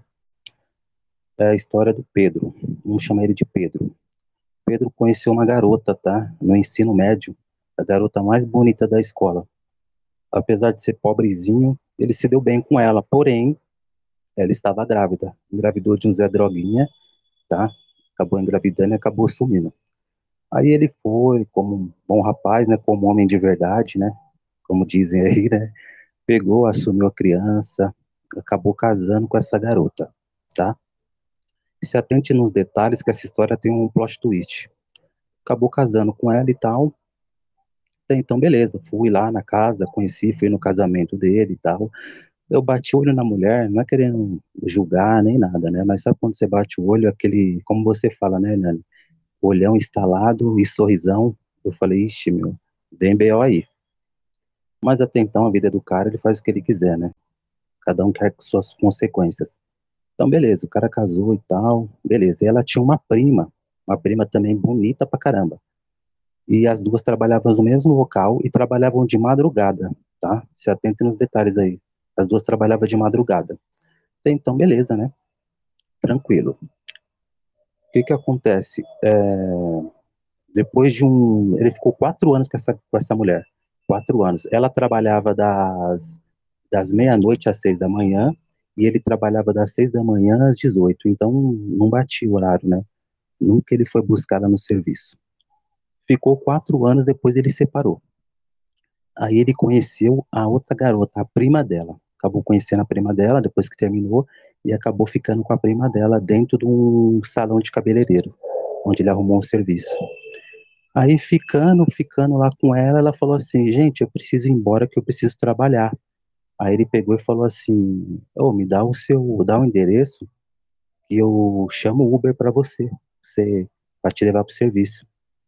É a história do Pedro, vamos chamar ele de Pedro. Pedro conheceu uma garota, tá? No ensino médio, a garota mais bonita da escola. Apesar de ser pobrezinho, ele se deu bem com ela, porém, ela estava grávida. Engravidou de um Zé Droguinha, tá? Acabou engravidando e acabou sumindo. Aí ele foi, como um bom rapaz, né, como homem de verdade, né, como dizem aí, né, pegou, assumiu a criança, acabou casando com essa garota, tá? Se atente nos detalhes que essa história tem um plot twist. Acabou casando com ela e tal. Então, beleza, fui lá na casa, conheci, fui no casamento dele e tal. Eu bati o olho na mulher, não é querendo julgar nem nada, né? Mas sabe quando você bate o olho, aquele, como você fala, né, Nani? Olhão instalado e sorrisão. Eu falei, ixi, meu, bem B O aí. Mas até então, a vida do cara, ele faz o que ele quiser, né? Cada um quer com suas consequências. Então, beleza, o cara casou e tal, beleza. E ela tinha uma prima, uma prima também bonita pra caramba. E as duas trabalhavam no mesmo local e trabalhavam de madrugada, tá? Se atente nos detalhes aí. As duas trabalhavam de madrugada. Então, beleza, né? Tranquilo. O que que acontece? É... Depois de um... Ele ficou quatro anos com essa, com essa mulher. Quatro anos. Ela trabalhava das, das meia-noite às seis da manhã e ele trabalhava das seis da manhã às dezoito. Então, não batia o horário, né? Nunca ele foi buscar ela no serviço. Ficou quatro anos, depois ele separou. Aí ele conheceu a outra garota, a prima dela. Acabou conhecendo a prima dela, depois que terminou, e acabou ficando com a prima dela dentro de um salão de cabeleireiro, onde ele arrumou um serviço. Aí ficando, ficando lá com ela, ela falou assim, gente, eu preciso ir embora que eu preciso trabalhar. Aí ele pegou e falou assim, ô, oh, me dá o seu, dá o endereço, que eu chamo o Uber para você, você, para te levar pro serviço.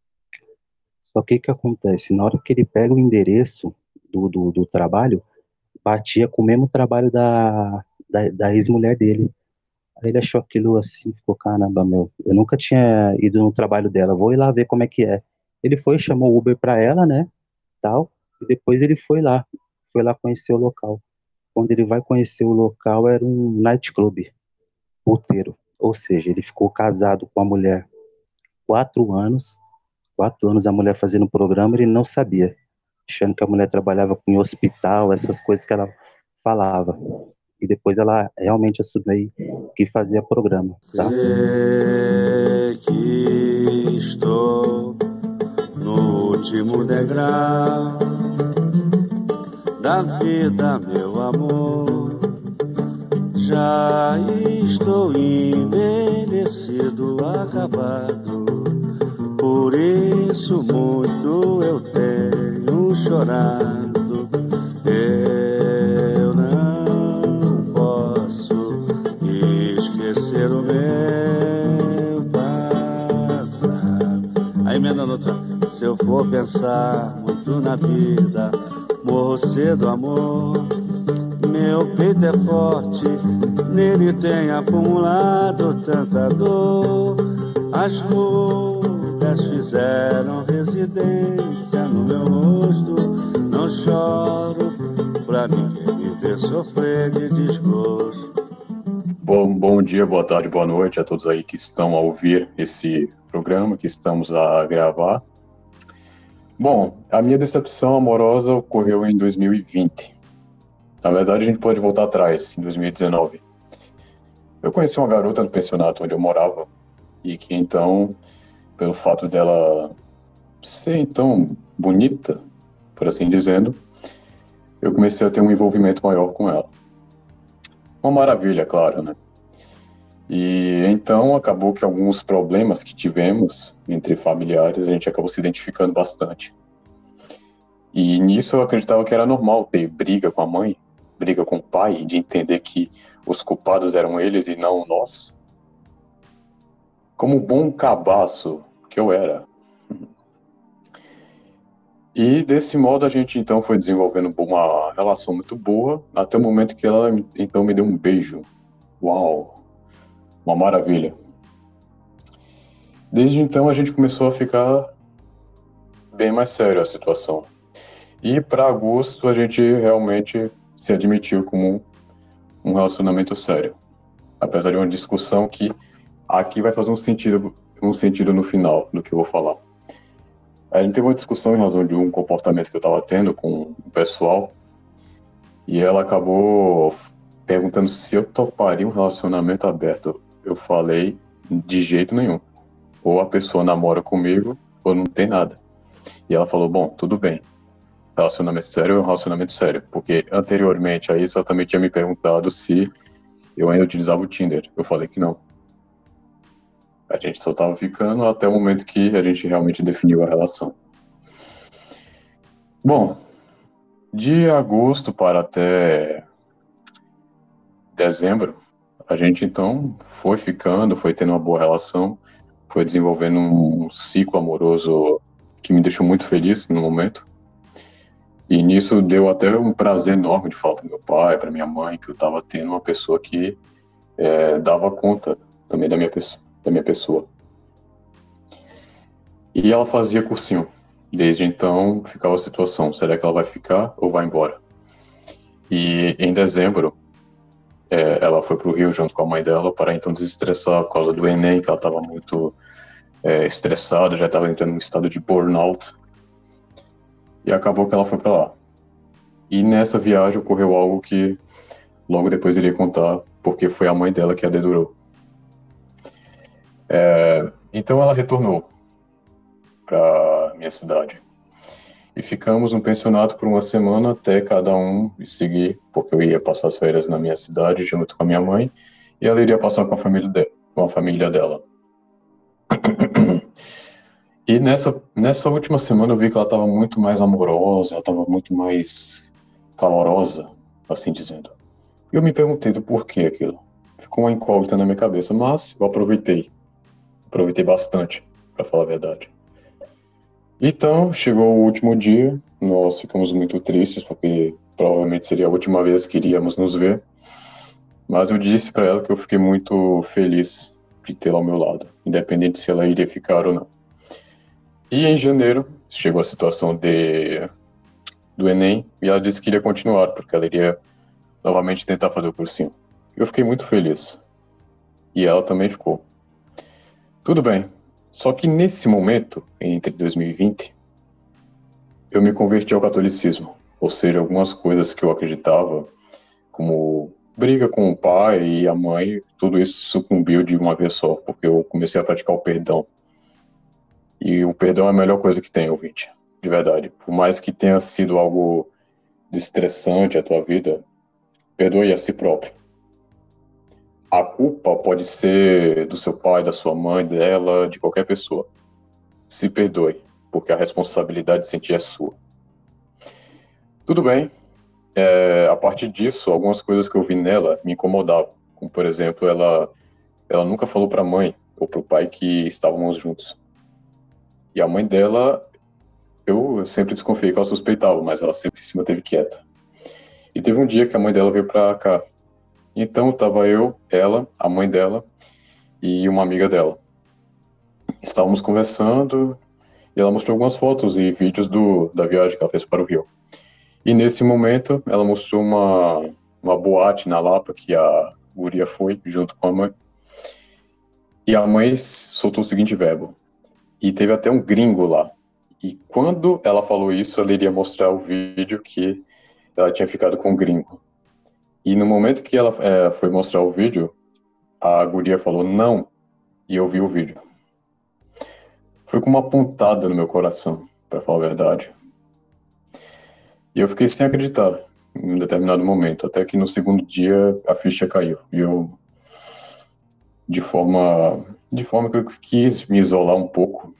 Só que o que acontece? Na hora que ele pega o endereço do, do, do trabalho, batia com o mesmo trabalho da, da, da ex-mulher dele. Aí ele achou aquilo assim, ficou, caramba, meu, eu nunca tinha ido no trabalho dela, vou ir lá ver como é que é. Ele foi, chamou o Uber pra ela, né, tal, e depois ele foi lá, foi lá conhecer o local. Quando ele vai conhecer o local, era um nightclub, puteiro. Ou seja, ele ficou casado com a mulher quatro anos, quatro anos a mulher fazendo o programa, ele não sabia, achando que a mulher trabalhava em hospital, essas coisas que ela falava. E depois ela realmente assumiu que fazia programa, tá? Sei que estou no último degrau da vida, meu amor. Já estou envelhecido, acabado. Por isso muito eu tenho chorado. Eu não Aí emenda outra. Se eu for pensar muito na vida, morro cedo, amor. Meu peito é forte, nele tem acumulado tanta dor. As rugas fizeram residência no meu rosto. Não choro pra ninguém me ver sofrer de desgosto. Bom, bom dia, boa tarde, boa noite a todos aí que estão a ouvir esse programa que estamos a gravar. Bom, a minha decepção amorosa ocorreu em dois mil e vinte. Na verdade, a gente pode voltar atrás, em dois mil e dezenove. Eu conheci uma garota no pensionato onde eu morava e que então, pelo fato dela ser então bonita, por assim dizendo, eu comecei a ter um envolvimento maior com ela. Uma maravilha, claro, né? E então acabou que alguns problemas que tivemos entre familiares, a gente acabou se identificando bastante. E nisso eu acreditava que era normal ter briga com a mãe, briga com o pai, de entender que os culpados eram eles e não nós. Como bom cabaço que eu era. E desse modo a gente então foi desenvolvendo uma relação muito boa, até o momento que ela então me deu um beijo. Uau! Uma maravilha. Desde então a gente começou a ficar bem mais sério a situação. E para agosto a gente realmente se admitiu como um relacionamento sério. Apesar de uma discussão que aqui vai fazer um sentido, um sentido no final do que eu vou falar. A gente teve uma discussão em razão de um comportamento que eu estava tendo com o pessoal e ela acabou perguntando se eu toparia um relacionamento aberto. Eu falei, de jeito nenhum. Ou a pessoa namora comigo ou não tem nada. E ela falou, bom, tudo bem. Relacionamento sério é um relacionamento sério. Porque anteriormente a isso ela também tinha me perguntado se eu ainda utilizava o Tinder. Eu falei que não. A gente só estava ficando até o momento que a gente realmente definiu a relação. Bom, de agosto para até dezembro, a gente então foi ficando, foi tendo uma boa relação, foi desenvolvendo um ciclo amoroso que me deixou muito feliz no momento. E nisso deu até um prazer enorme de falar para meu pai, para minha mãe, que eu estava tendo uma pessoa que é, dava conta também da minha pessoa. da minha pessoa. E ela fazia cursinho. Desde então, ficava a situação, será que ela vai ficar ou vai embora? E em dezembro, é, ela foi para o Rio junto com a mãe dela para então desestressar por causa do Enem, que ela estava muito é, estressada, já estava entrando em um estado de burnout. E acabou que ela foi para lá. E nessa viagem ocorreu algo que logo depois irei contar, porque foi a mãe dela que a dedurou. É, então ela retornou para minha cidade e ficamos no pensionato por uma semana até cada um seguir, porque eu ia passar as férias na minha cidade junto com a minha mãe e ela iria passar com a família, de, com a família dela. E nessa, nessa última semana eu vi que ela estava muito mais amorosa, ela estava muito mais calorosa, assim dizendo. E eu me perguntei do porquê aquilo. Ficou uma incógnita na minha cabeça, mas eu aproveitei. Aproveitei bastante, para falar a verdade. Então, chegou o último dia, nós ficamos muito tristes, porque provavelmente seria a última vez que iríamos nos ver. Mas eu disse para ela que eu fiquei muito feliz de tê-la ao meu lado, independente se ela iria ficar ou não. E em janeiro, chegou a situação de, do Enem, e ela disse que iria continuar, porque ela iria novamente tentar fazer o cursinho. Eu fiquei muito feliz. E ela também ficou. Tudo bem, só que nesse momento, entre dois mil e vinte, eu me converti ao catolicismo, ou seja, algumas coisas que eu acreditava, como briga com o pai e a mãe, tudo isso sucumbiu de uma vez só, porque eu comecei a praticar o perdão. E o perdão é a melhor coisa que tem, ouvinte, de verdade. Por mais que tenha sido algo estressante a tua vida, perdoe a si próprio. A culpa pode ser do seu pai, da sua mãe, dela, de qualquer pessoa. Se perdoe, porque a responsabilidade de sentir é sua. Tudo bem. É, a partir disso, algumas coisas que eu vi nela me incomodavam. Como, por exemplo, ela, ela nunca falou para a mãe ou para o pai que estávamos juntos. E a mãe dela, eu sempre desconfiei que ela suspeitava, mas ela sempre se manteve quieta. E teve um dia que a mãe dela veio pra cá. Então tava eu, ela, a mãe dela e uma amiga dela. Estávamos conversando e ela mostrou algumas fotos e vídeos do, da viagem que ela fez para o Rio. E nesse momento ela mostrou uma, uma boate na Lapa que a guria foi junto com a mãe. E a mãe soltou o seguinte verbo. E teve até um gringo lá. E quando ela falou isso, ela iria mostrar o vídeo que ela tinha ficado com o gringo. E no momento que ela é, foi mostrar o vídeo, a guria falou não, e eu vi o vídeo. Foi com uma pontada no meu coração, para falar a verdade. E eu fiquei sem acreditar em um determinado momento, até que no segundo dia a ficha caiu. E eu, de forma, de forma que eu quis me isolar um pouco,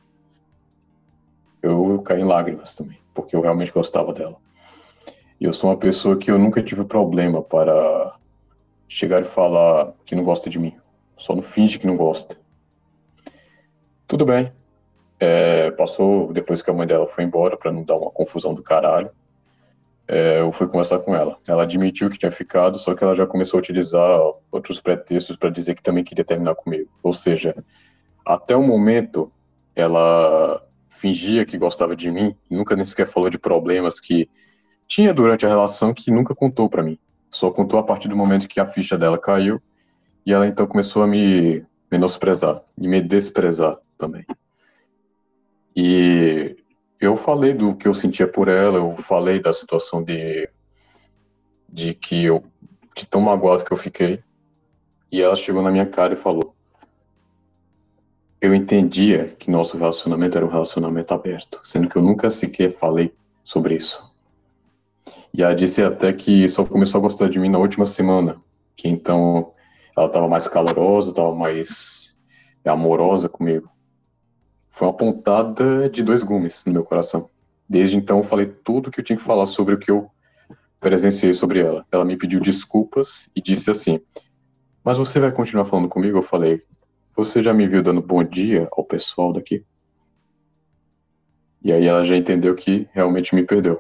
eu caí em lágrimas também, porque eu realmente gostava dela. E eu sou uma pessoa que eu nunca tive problema para chegar e falar que não gosta de mim. Só não finge que não gosta. Tudo bem. É, passou depois que a mãe dela foi embora, para não dar uma confusão do caralho. É, eu fui conversar com ela. Ela admitiu que tinha ficado, só que ela já começou a utilizar outros pretextos para dizer que também queria terminar comigo. Ou seja, até o momento, ela fingia que gostava de mim, nunca nem sequer falou de problemas que tinha durante a relação, que nunca contou pra mim. Só contou a partir do momento que a ficha dela caiu, e ela então começou a me menosprezar, e me desprezar também. E eu falei do que eu sentia por ela, eu falei da situação de, de que eu, de tão magoado que eu fiquei, e ela chegou na minha cara e falou: eu entendia que nosso relacionamento era um relacionamento aberto, sendo que eu nunca sequer falei sobre isso. E ela disse até que só começou a gostar de mim na última semana, que então ela estava mais calorosa, estava mais amorosa comigo. Foi uma pontada de dois gumes no meu coração. Desde então eu falei tudo o que eu tinha que falar sobre o que eu presenciei sobre ela. Ela me pediu desculpas e disse assim: mas você vai continuar falando comigo? Eu falei: você já me viu dando bom dia ao pessoal daqui? E aí ela já entendeu que realmente me perdeu.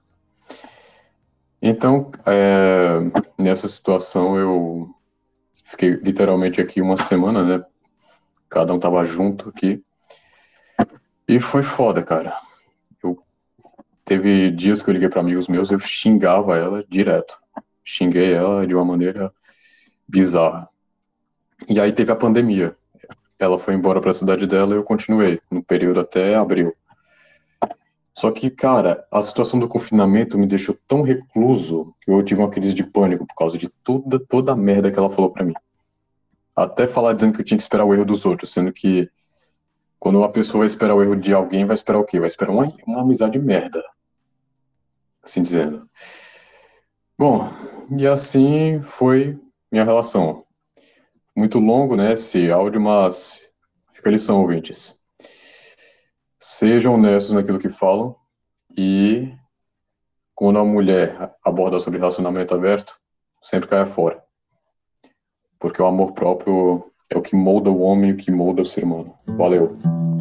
Então, é, nessa situação eu fiquei literalmente aqui uma semana, né? Cada um tava junto aqui. E foi foda, cara. Eu, teve dias que eu liguei para amigos meus, eu xingava ela direto. Xinguei ela de uma maneira bizarra. E aí teve a pandemia. Ela foi embora para a cidade dela e eu continuei, no período até abril. Só que, cara, a situação do confinamento me deixou tão recluso que eu tive uma crise de pânico por causa de toda, toda a merda que ela falou pra mim. Até falar dizendo que eu tinha que esperar o erro dos outros, sendo que quando uma pessoa vai esperar o erro de alguém, vai esperar o quê? Vai esperar uma, uma amizade merda. Assim dizendo. Bom, e assim foi minha relação. Muito longo, né, esse áudio, mas fica a lição, ouvintes. Sejam honestos naquilo que falam e quando a mulher aborda sobre relacionamento aberto, sempre caia fora. Porque o amor próprio é o que molda o homem e o que molda o ser humano. Valeu.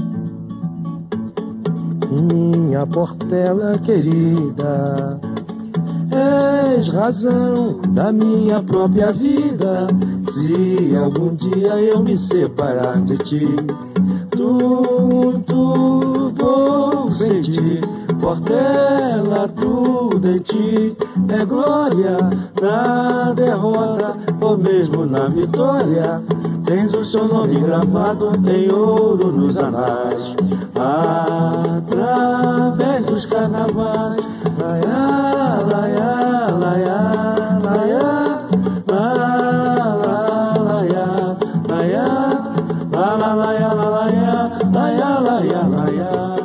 Minha Portela querida, és razão da minha própria vida. Se algum dia eu me separar de ti, tudo vou sentir. Portela, tudo em ti é glória, na derrota ou mesmo na vitória. Tens o seu nome gravado em ouro nos anais, através dos carnavais. Laiá, laiá, laiá, laiá, laiá, laiá, laiá, laiá, laiá, laiá, laiá.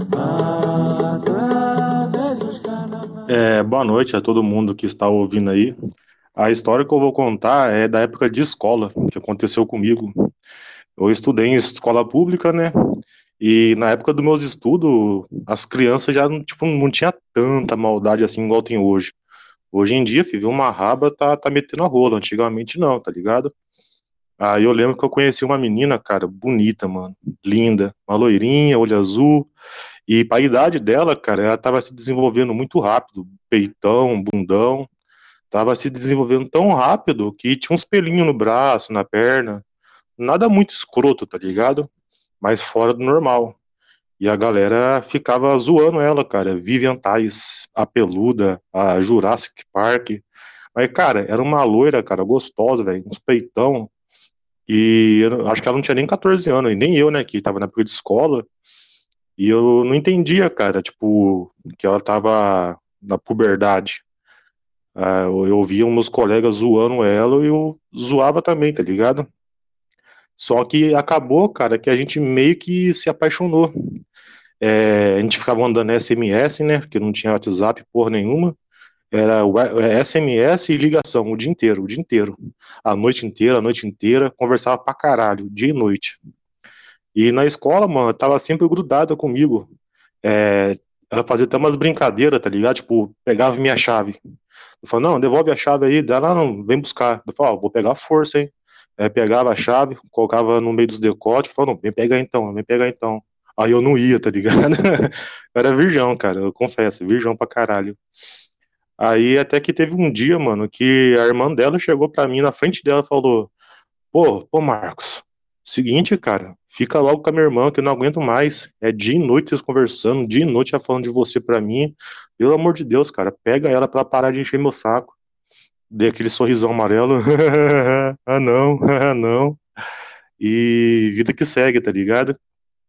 É, boa noite a todo mundo que está ouvindo aí. A história que eu vou contar é da época de escola, que aconteceu comigo. Eu estudei em escola pública, né? E na época dos meus estudos, as crianças já tipo, não tinha tanta maldade assim igual tem hoje. Hoje em dia, filho, uma raba tá, tá metendo a rola. Antigamente não, tá ligado? Aí eu lembro que eu conheci uma menina, cara, bonita, mano, linda, uma loirinha, olho azul, e pra idade dela, cara, ela tava se desenvolvendo muito rápido, peitão, bundão, tava se desenvolvendo tão rápido que tinha uns pelinhos no braço, na perna, nada muito escroto, tá ligado? Mas fora do normal. E a galera ficava zoando ela, cara, Vivian Tais, a Peluda, a Jurassic Park. Mas, cara, era uma loira, cara, gostosa, velho, uns peitão. E eu acho que ela não tinha nem catorze anos, e nem eu, né, que tava na época de escola. E eu não entendia, cara, tipo, que ela tava na puberdade. Ah, eu, eu via meus colegas zoando ela e eu zoava também, tá ligado? Só que acabou, cara, que a gente meio que se apaixonou. É, a gente ficava andando S M S, né, porque não tinha WhatsApp porra nenhuma. Era S M S e ligação o dia inteiro, o dia inteiro. A noite inteira, a noite inteira, conversava pra caralho, dia e noite. E na escola, mano, tava sempre grudada comigo. É, ela fazia até umas brincadeiras, tá ligado? Tipo, pegava minha chave. Eu falava, não, devolve a chave aí. Ela, não, vem buscar. Eu falava, ó, vou pegar a força, hein? É, pegava a chave, colocava no meio dos decotes, falava, não, vem pegar então, vem pegar então. Aí eu não ia, tá ligado? Eu era virgão, cara, eu confesso, virgão pra caralho. Aí até que teve um dia, mano, que a irmã dela chegou pra mim na frente dela e falou, pô, pô, Marcos, seguinte, cara, fica logo com a minha irmã que eu não aguento mais. É dia e noite vocês conversando, dia e noite ela falando de você pra mim. Pelo amor de Deus, cara, pega ela pra parar de encher meu saco. Dei aquele sorrisão amarelo. Ah, não, ah, não. E vida que segue, tá ligado?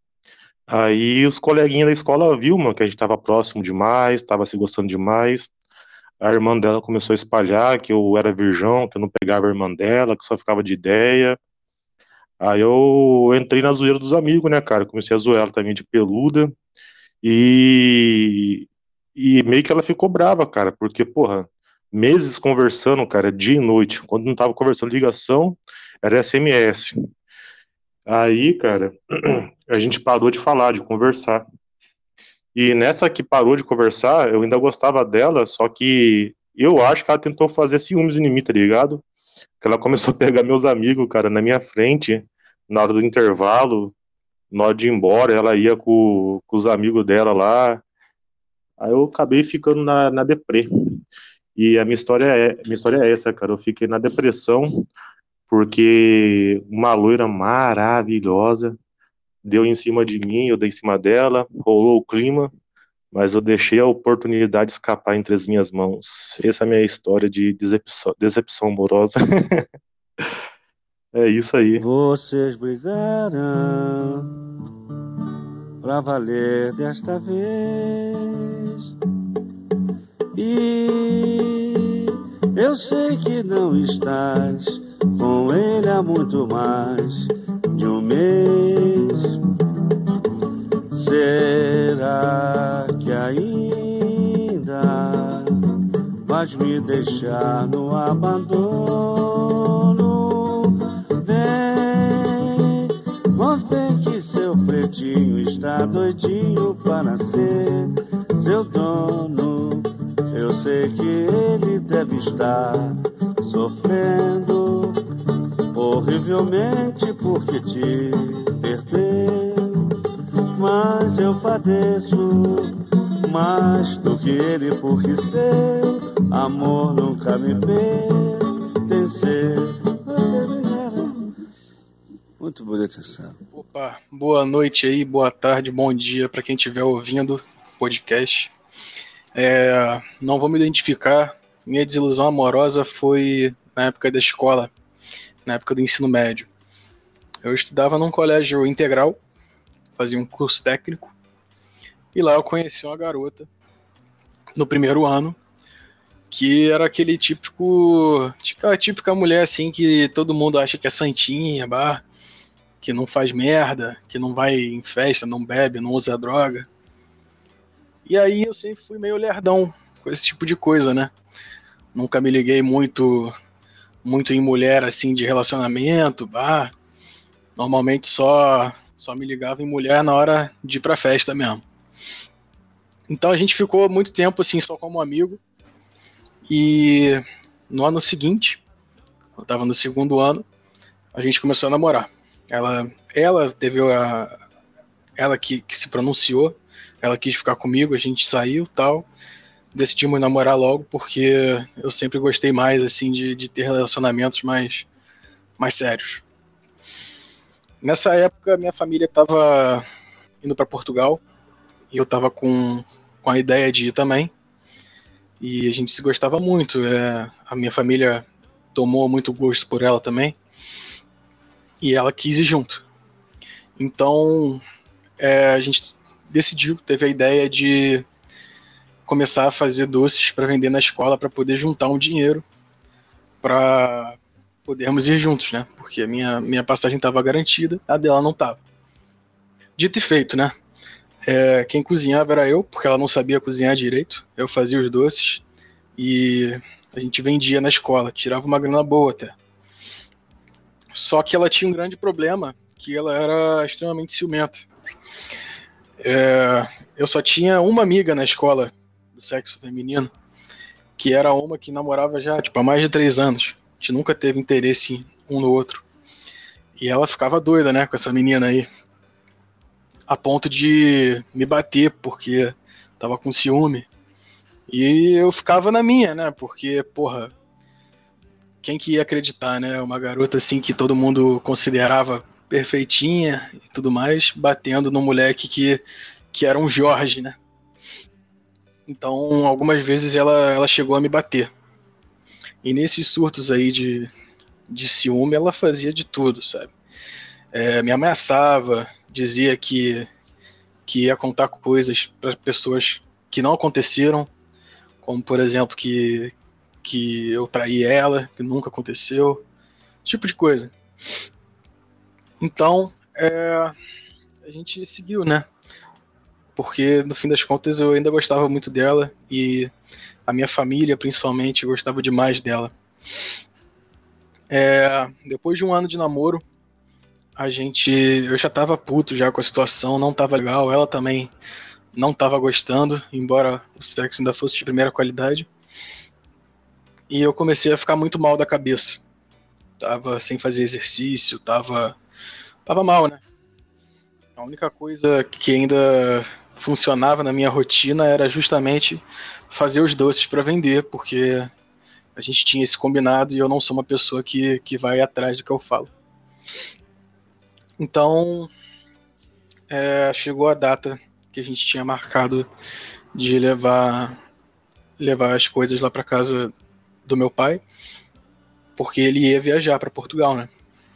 Aí os coleguinhas da escola viu, mano, que a gente tava próximo demais, tava se gostando demais. A irmã dela começou a espalhar que eu era virgão, que eu não pegava a irmã dela, que só ficava de ideia. Aí eu entrei na zoeira dos amigos, né, cara? Comecei a zoar ela também de peluda. E, e meio que ela ficou brava, cara, porque, porra, meses conversando, cara, dia e noite. Quando não tava conversando ligação, era S M S. Aí, cara, a gente parou de falar, de conversar. E nessa que parou de conversar, eu ainda gostava dela, só que eu acho que ela tentou fazer ciúmes em mim, tá ligado? Que ela começou a pegar meus amigos, cara, na minha frente, na hora do intervalo, na hora de ir embora, ela ia com, com os amigos dela lá. Aí eu acabei ficando na, na deprê. E a minha história, é, minha história é essa, cara. Eu fiquei na depressão porque uma loira maravilhosa deu em cima de mim, eu dei em cima dela, rolou o clima, mas eu deixei a oportunidade escapar entre as minhas mãos. Essa é a minha história de decepção, decepção amorosa. É isso aí. Vocês brigaram pra valer desta vez. E eu sei que não estás com ele há muito mais de um mês. Será que ainda vais me deixar no abandono? Vem, ó vem que seu pretinho está doidinho para ser seu dono. Eu sei que ele deve estar sofrendo horrivelmente porque te perdeu. Mas eu padeço mais do que ele, porque seu amor nunca me pertenceu. Você me era muito bonita essa. Opa, boa noite aí, boa tarde, bom dia para quem estiver ouvindo o podcast. É, não vou me identificar. Minha desilusão amorosa foi na época da escola, na época do ensino médio. Eu estudava num colégio integral, fazia um curso técnico, e lá eu conheci uma garota no primeiro ano, que era aquele típico, aquela típica mulher assim que todo mundo acha que é santinha, bah, que não faz merda, que não vai em festa, não bebe, não usa droga. E aí eu sempre fui meio lerdão com esse tipo de coisa, né? Nunca me liguei muito, muito em mulher assim de relacionamento, bah. Normalmente só, só me ligava em mulher na hora de ir pra festa mesmo. Então a gente ficou muito tempo assim só como amigo. E no ano seguinte, eu tava no segundo ano, a gente começou a namorar. Ela, ela teve a... Ela que, que se pronunciou, ela quis ficar comigo, a gente saiu e tal. Decidimos namorar logo, porque eu sempre gostei mais, assim, de, de ter relacionamentos mais, mais sérios. Nessa época, minha família estava indo para Portugal, e eu estava com, com a ideia de ir também. E a gente se gostava muito. É, a minha família tomou muito gosto por ela também. E ela quis ir junto. Então, é, a gente decidiu, teve a ideia de começar a fazer doces para vender na escola, para poder juntar um dinheiro para podermos ir juntos, né? Porque a minha, minha passagem estava garantida, a dela não estava. Dito e feito, né? É, quem cozinhava era eu, porque ela não sabia cozinhar direito. Eu fazia os doces e a gente vendia na escola, tirava uma grana boa até. Só que ela tinha um grande problema, que ela era extremamente ciumenta. É, eu só tinha uma amiga na escola do sexo feminino, que era uma que namorava já tipo, há mais de três anos. A gente nunca teve interesse um no outro. E ela ficava doida, né, com essa menina aí. A ponto de me bater, porque tava com ciúme. E eu ficava na minha, né, porque, porra, quem que ia acreditar, né, uma garota assim que todo mundo considerava perfeitinha e tudo mais, batendo num moleque que, que era um Jorge, né. Então, algumas vezes ela, ela chegou a me bater. E nesses surtos aí de, de ciúme, ela fazia de tudo, sabe? É, me ameaçava, dizia que, que ia contar coisas para pessoas que não aconteceram, como, por exemplo, que, que eu traí ela, que nunca aconteceu, esse tipo de coisa. Então, é, a gente seguiu, né? Porque, no fim das contas, eu ainda gostava muito dela e a minha família, principalmente, gostava demais dela. É, depois de um ano de namoro, a gente, eu já tava puto já com a situação, não tava legal, ela também não tava gostando, embora o sexo ainda fosse de primeira qualidade. E eu comecei a ficar muito mal da cabeça. Tava sem fazer exercício, tava, tava mal, né? A única coisa que ainda funcionava na minha rotina era justamente fazer os doces para vender, porque a gente tinha esse combinado e eu não sou uma pessoa que, que vai atrás do que eu falo. Então, é, chegou a data que a gente tinha marcado de levar, levar as coisas lá para casa do meu pai, porque ele ia viajar para Portugal, né?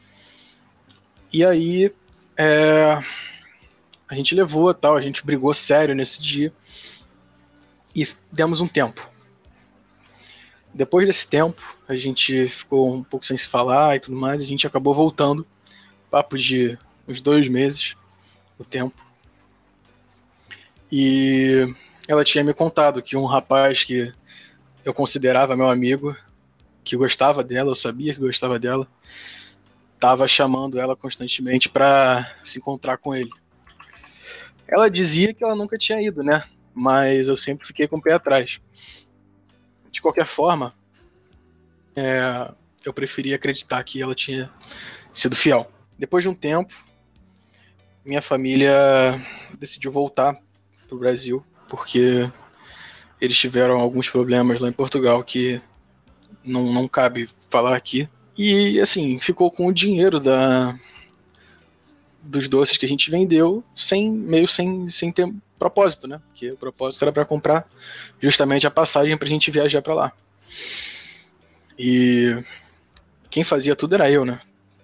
E aí, é, a gente levou, tal, a gente brigou sério nesse dia e demos um tempo. Depois desse tempo, a gente ficou um pouco sem se falar e tudo mais, a gente acabou voltando, papo de uns dois meses, o tempo. E ela tinha me contado que um rapaz que eu considerava meu amigo, que gostava dela, eu sabia que gostava dela, estava chamando ela constantemente para se encontrar com ele. Ela dizia que ela nunca tinha ido, né? Mas eu sempre fiquei com o pé atrás. De qualquer forma, é, eu preferia acreditar que ela tinha sido fiel. Depois de um tempo, minha família decidiu voltar pro Brasil, porque eles tiveram alguns problemas lá em Portugal que não, não cabe falar aqui. E, assim, ficou com o dinheiro da, dos doces que a gente vendeu, sem, meio sem, sem ter propósito, né? Porque o propósito era para comprar justamente a passagem pra gente viajar para lá. E quem fazia tudo era eu, né?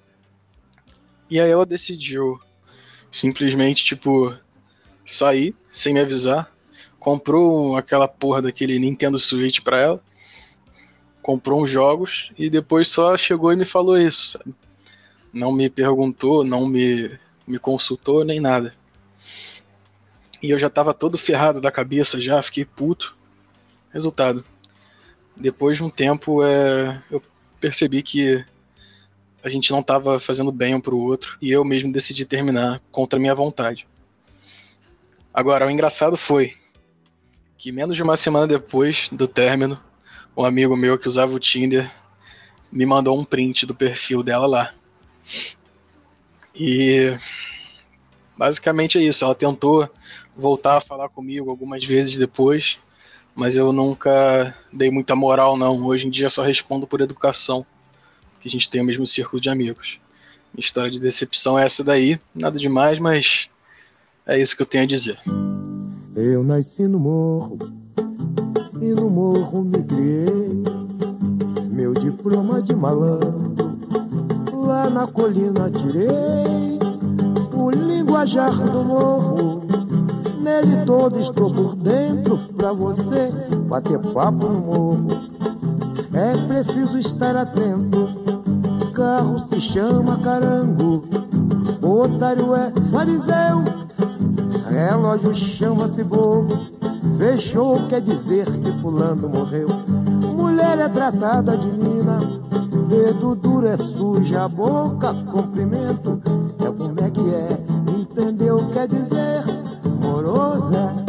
E aí ela decidiu simplesmente, tipo, sair sem me avisar, comprou aquela porra daquele Nintendo Switch pra ela, comprou uns jogos e depois só chegou e me falou isso, sabe? Não me perguntou, não me, me consultou, nem nada. E eu já tava todo ferrado da cabeça já, fiquei puto. Resultado, depois de um tempo é, eu percebi que a gente não tava fazendo bem um pro outro e eu mesmo decidi terminar contra a minha vontade. Agora, o engraçado foi que menos de uma semana depois do término, um amigo meu que usava o Tinder me mandou um print do perfil dela lá. E basicamente é isso. Ela tentou voltar a falar comigo algumas vezes depois, mas eu nunca dei muita moral, não. Hoje em dia só respondo por educação, porque a gente tem o mesmo círculo de amigos. Minha história de decepção é essa daí, nada demais, mas é isso que eu tenho a dizer. Eu nasci no morro e no morro me criei. Meu diploma de malandro lá na colina tirei. O linguajar do morro, nele todo estou por dentro. Pra você bater papo no morro é preciso estar atento. Carro se chama carango, otário é fariseu, relógio chama-se bobo, fechou quer dizer que fulano morreu. Mulher é tratada de mina, dedo duro é suja, a boca cumprimento é como é que é, entendeu? Quer dizer morosa.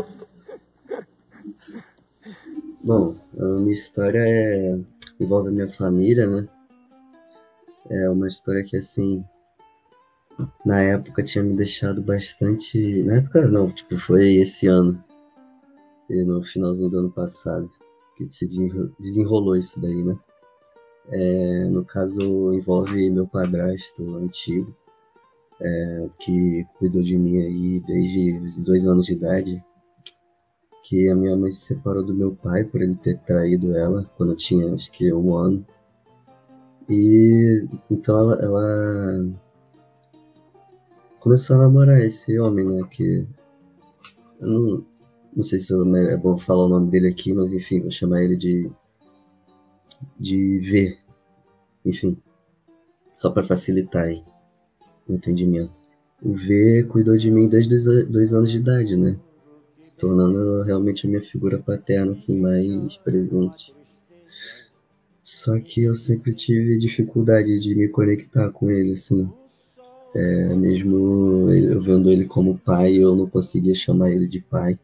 Bom, a minha história é... envolve a minha família, né? É uma história que, assim, na época tinha me deixado bastante... Na época não, tipo, foi esse ano. E no finalzinho do ano passado, que se desenrolou isso daí, né? É, no caso, envolve meu padrasto antigo, é, que cuidou de mim aí desde os dois anos de idade. Que a minha mãe se separou do meu pai por ele ter traído ela quando eu tinha, acho que, um ano. E então ela, ela começou a namorar esse homem, né? Que eu não, não sei se é bom falar o nome dele aqui, mas enfim, vou chamar ele de de V. Enfim, só para facilitar aí o entendimento. O V cuidou de mim desde os dois anos de idade, né? Se tornando realmente a minha figura paterna, assim, mais presente. Só que eu sempre tive dificuldade de me conectar com ele, assim. É, mesmo eu vendo ele como pai, eu não conseguia chamar ele de pai.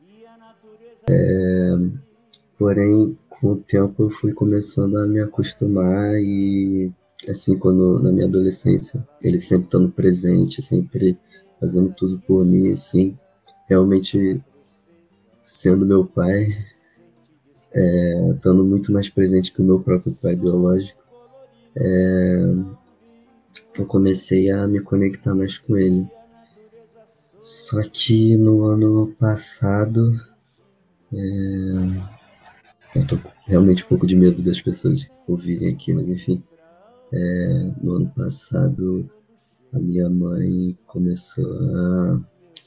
É, porém, com o tempo eu fui começando a me acostumar e, assim, quando na minha adolescência, ele sempre estando presente, sempre fazendo tudo por mim, assim, realmente sendo meu pai, é, estando muito mais presente que o meu próprio pai biológico, é, eu comecei a me conectar mais com ele. Só que no ano passado, é, eu tô com realmente um pouco de medo das pessoas ouvirem aqui, mas enfim, é, no ano passado a minha mãe começou a...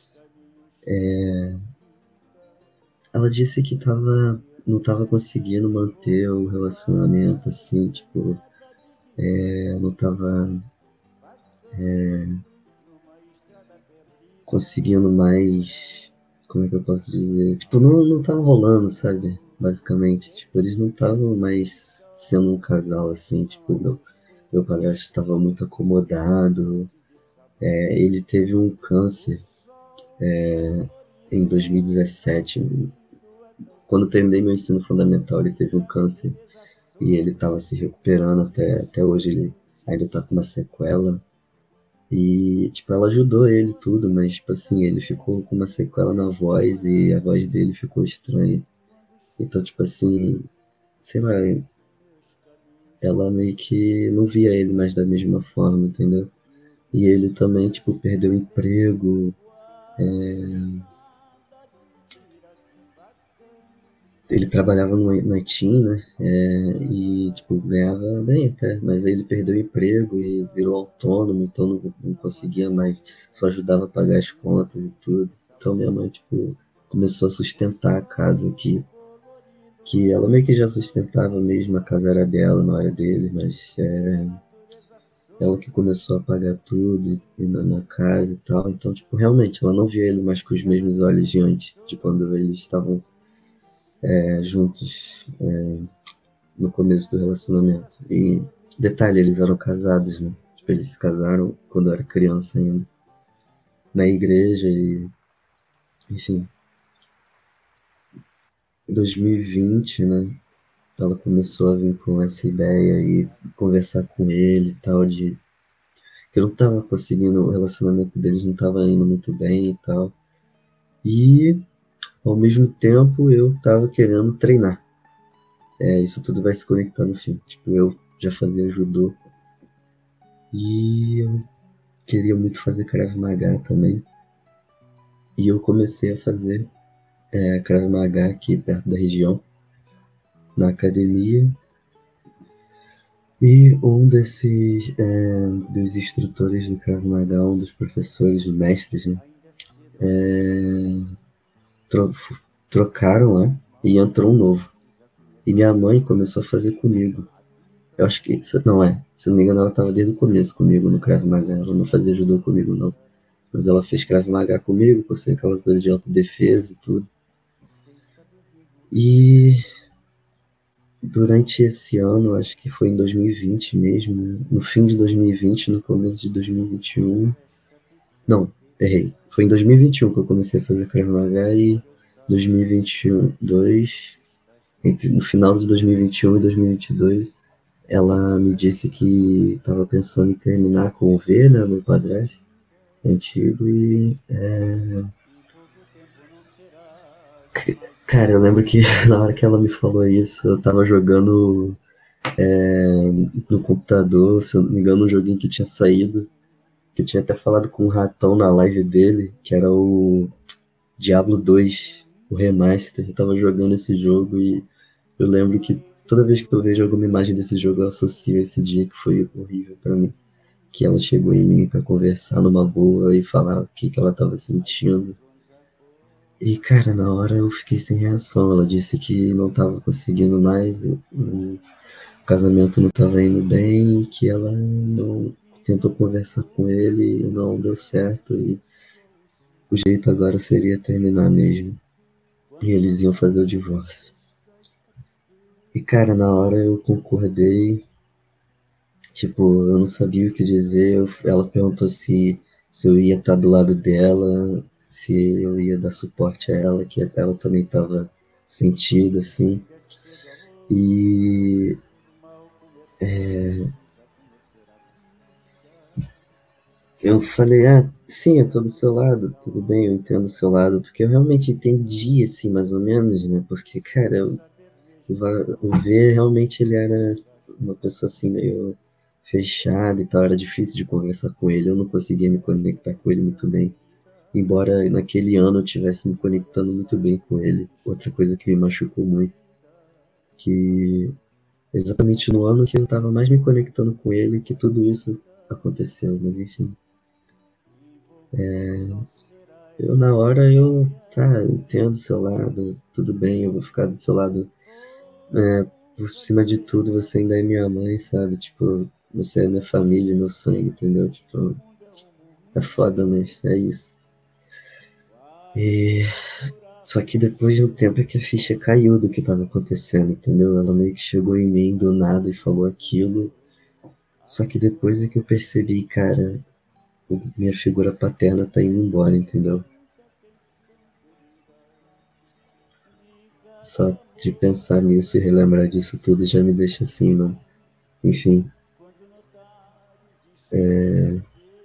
É, ela disse que tava, não estava conseguindo manter o relacionamento, assim, tipo, é, não estava é, conseguindo mais, como é que eu posso dizer, tipo, não, não tava rolando, sabe, basicamente, tipo, eles não estavam mais sendo um casal, assim, tipo, meu, meu padrasto estava muito acomodado, é, ele teve um câncer é, em dois mil e dezessete, quando eu terminei meu ensino fundamental, ele teve um câncer e ele estava se recuperando até, até hoje, ele ainda tá com uma sequela. E, tipo, ela ajudou ele tudo, mas, tipo assim, ele ficou com uma sequela na voz e a voz dele ficou estranha. Então, tipo assim, sei lá, ela meio que não via ele mais da mesma forma, entendeu? E ele também, tipo, perdeu o emprego, é... ele trabalhava no, no Itim, né, é, e, tipo, ganhava bem até, mas aí ele perdeu o emprego e virou autônomo, então não, não conseguia mais, só ajudava a pagar as contas e tudo. Então minha mãe, tipo, começou a sustentar a casa aqui, que ela meio que já sustentava mesmo, a casa era dela, não era dele, mas é, ela que começou a pagar tudo e na, na casa e tal, então, tipo, realmente, ela não via ele mais com os mesmos olhos de antes, de quando eles estavam É, juntos é, no começo do relacionamento. E detalhe, eles eram casados, né? Tipo, eles se casaram quando eu era criança ainda, na igreja e enfim. Em dois mil e vinte, né? Ela começou a vir com essa ideia e conversar com ele e tal, de porque eu não tava conseguindo, o relacionamento deles não tava indo muito bem e tal. E, ao mesmo tempo, eu tava querendo treinar. É, isso tudo vai se conectar no fim. Tipo, eu já fazia judô. E eu queria muito fazer Krav Maga também. E eu comecei a fazer é, Krav Maga aqui perto da região, na academia. E um desses é, dos instrutores do Krav Maga, um dos professores, dos mestres, né, é, tro- trocaram lá e entrou um novo. E minha mãe começou a fazer comigo. Eu acho que, não é, se não me engano, ela estava desde o começo comigo no Krav Maga. Ela não fazia judô comigo, não. Mas ela fez Krav Maga comigo, por ser aquela coisa de autodefesa e tudo. E durante esse ano, acho que foi em dois mil e vinte mesmo, no fim de dois mil e vinte, no começo de dois mil e vinte e um... Não, errei. Foi em dois mil e vinte e um que eu comecei a fazer Krav Maga e dois mil e vinte e dois, entre, no final de dois mil e vinte e um e dois mil e vinte e dois, ela me disse que estava pensando em terminar com o V, né, meu padrasto antigo, e é... Cara, eu lembro que na hora que ela me falou isso, eu tava jogando é, no computador, se eu não me engano, um joguinho que tinha saído, que eu tinha até falado com o Ratão na live dele, que era o Diablo dois, o remaster. Eu tava jogando esse jogo e eu lembro que toda vez que eu vejo alguma imagem desse jogo, eu associo esse dia que foi horrível pra mim. Que ela chegou em mim pra conversar numa boa e falar o que, que ela tava sentindo. E, cara, na hora eu fiquei sem reação. Ela disse que não tava conseguindo mais, o, o casamento não tava indo bem, que ela não tentou conversar com ele e não deu certo. E o jeito agora seria terminar mesmo. E eles iam fazer o divórcio. E, cara, na hora eu concordei. Tipo, eu não sabia o que dizer. Eu, ela perguntou se, se eu ia estar do lado dela, se eu ia dar suporte a ela, que ela também estava sentida, assim. E... É, eu falei, ah, sim, eu tô do seu lado, tudo bem, eu entendo o seu lado, porque eu realmente entendi, assim, mais ou menos, né? Porque, cara, eu, o V realmente ele era uma pessoa, assim, meio fechada e tal, era difícil de conversar com ele, eu não conseguia me conectar com ele muito bem. Embora naquele ano eu tivesse me conectando muito bem com ele. Outra coisa que me machucou muito, que exatamente no ano que eu tava mais me conectando com ele, que tudo isso aconteceu, mas enfim. É, eu na hora eu, tá, eu entendo do seu lado, tudo bem, eu vou ficar do seu lado, é, por cima de tudo você ainda é minha mãe, sabe, tipo, você é minha família, meu sangue, entendeu, tipo, é foda, mas é isso. E... Só que depois de um tempo é que a ficha caiu do que tava acontecendo, entendeu, ela meio que chegou em mim do nada e falou aquilo, só que depois é que eu percebi, cara, minha figura paterna tá indo embora, entendeu? Só de pensar nisso e relembrar disso tudo já me deixa assim, mano. Enfim. É...